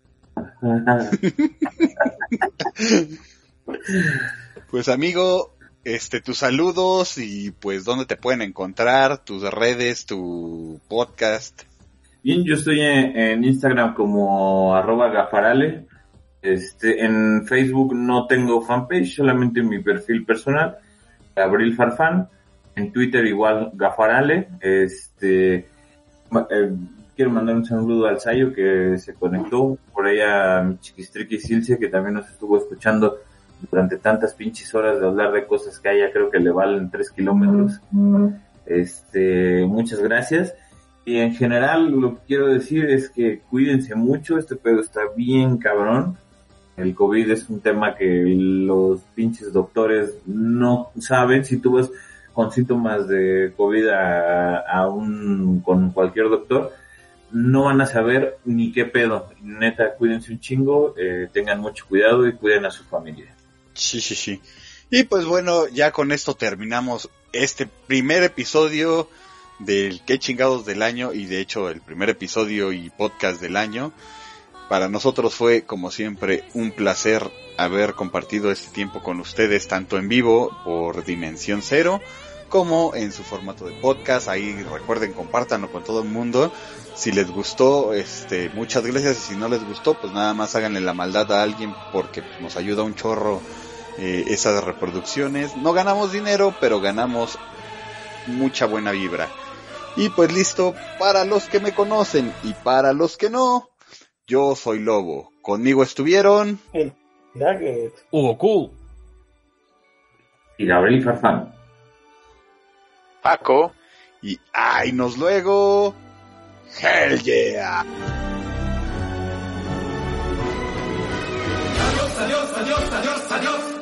Pues amigo, este, tus saludos y pues dónde te pueden encontrar, tus redes, tu podcast. Bien, yo estoy en, en Instagram como arroba gafarale. Este, en Facebook no tengo fanpage, solamente mi perfil personal, Gabriel Farfán. En Twitter igual Gafarale. Este, eh, quiero mandar un saludo al Sayo que se conectó, por ahí a mi chiquistriqui Silce, que también nos estuvo escuchando durante tantas pinches horas de hablar de cosas que a ella creo que le valen tres kilómetros. Este, muchas gracias. Y en general lo que quiero decir es que cuídense mucho, este pedo está bien cabrón. El COVID es un tema que los pinches doctores no saben. Si tú vas con síntomas de COVID a, a un, con cualquier doctor, no van a saber ni qué pedo. Neta, cuídense un chingo, eh, tengan mucho cuidado y cuiden a su familia. Sí, sí, sí. Y pues bueno, ya con esto terminamos este primer episodio del Qué Chingados del año, y de hecho el primer episodio y podcast del año. Para nosotros fue, como siempre, un placer haber compartido este tiempo con ustedes, tanto en vivo por Dimensión Cero, como en su formato de podcast. Ahí recuerden, compártanlo con todo el mundo. Si les gustó, este, muchas gracias, y si no les gustó, pues nada más háganle la maldad a alguien, porque nos ayuda un chorro eh, esas reproducciones. No ganamos dinero, pero ganamos mucha buena vibra. Y pues listo, para los que me conocen y para los que no, yo soy Lobo. Conmigo estuvieron el Daggett, Hugo Q y Gabriel Farfán, Paco y ¡ay, nos luego! ¡Hell yeah! Adiós, adiós, adiós, adiós, adiós.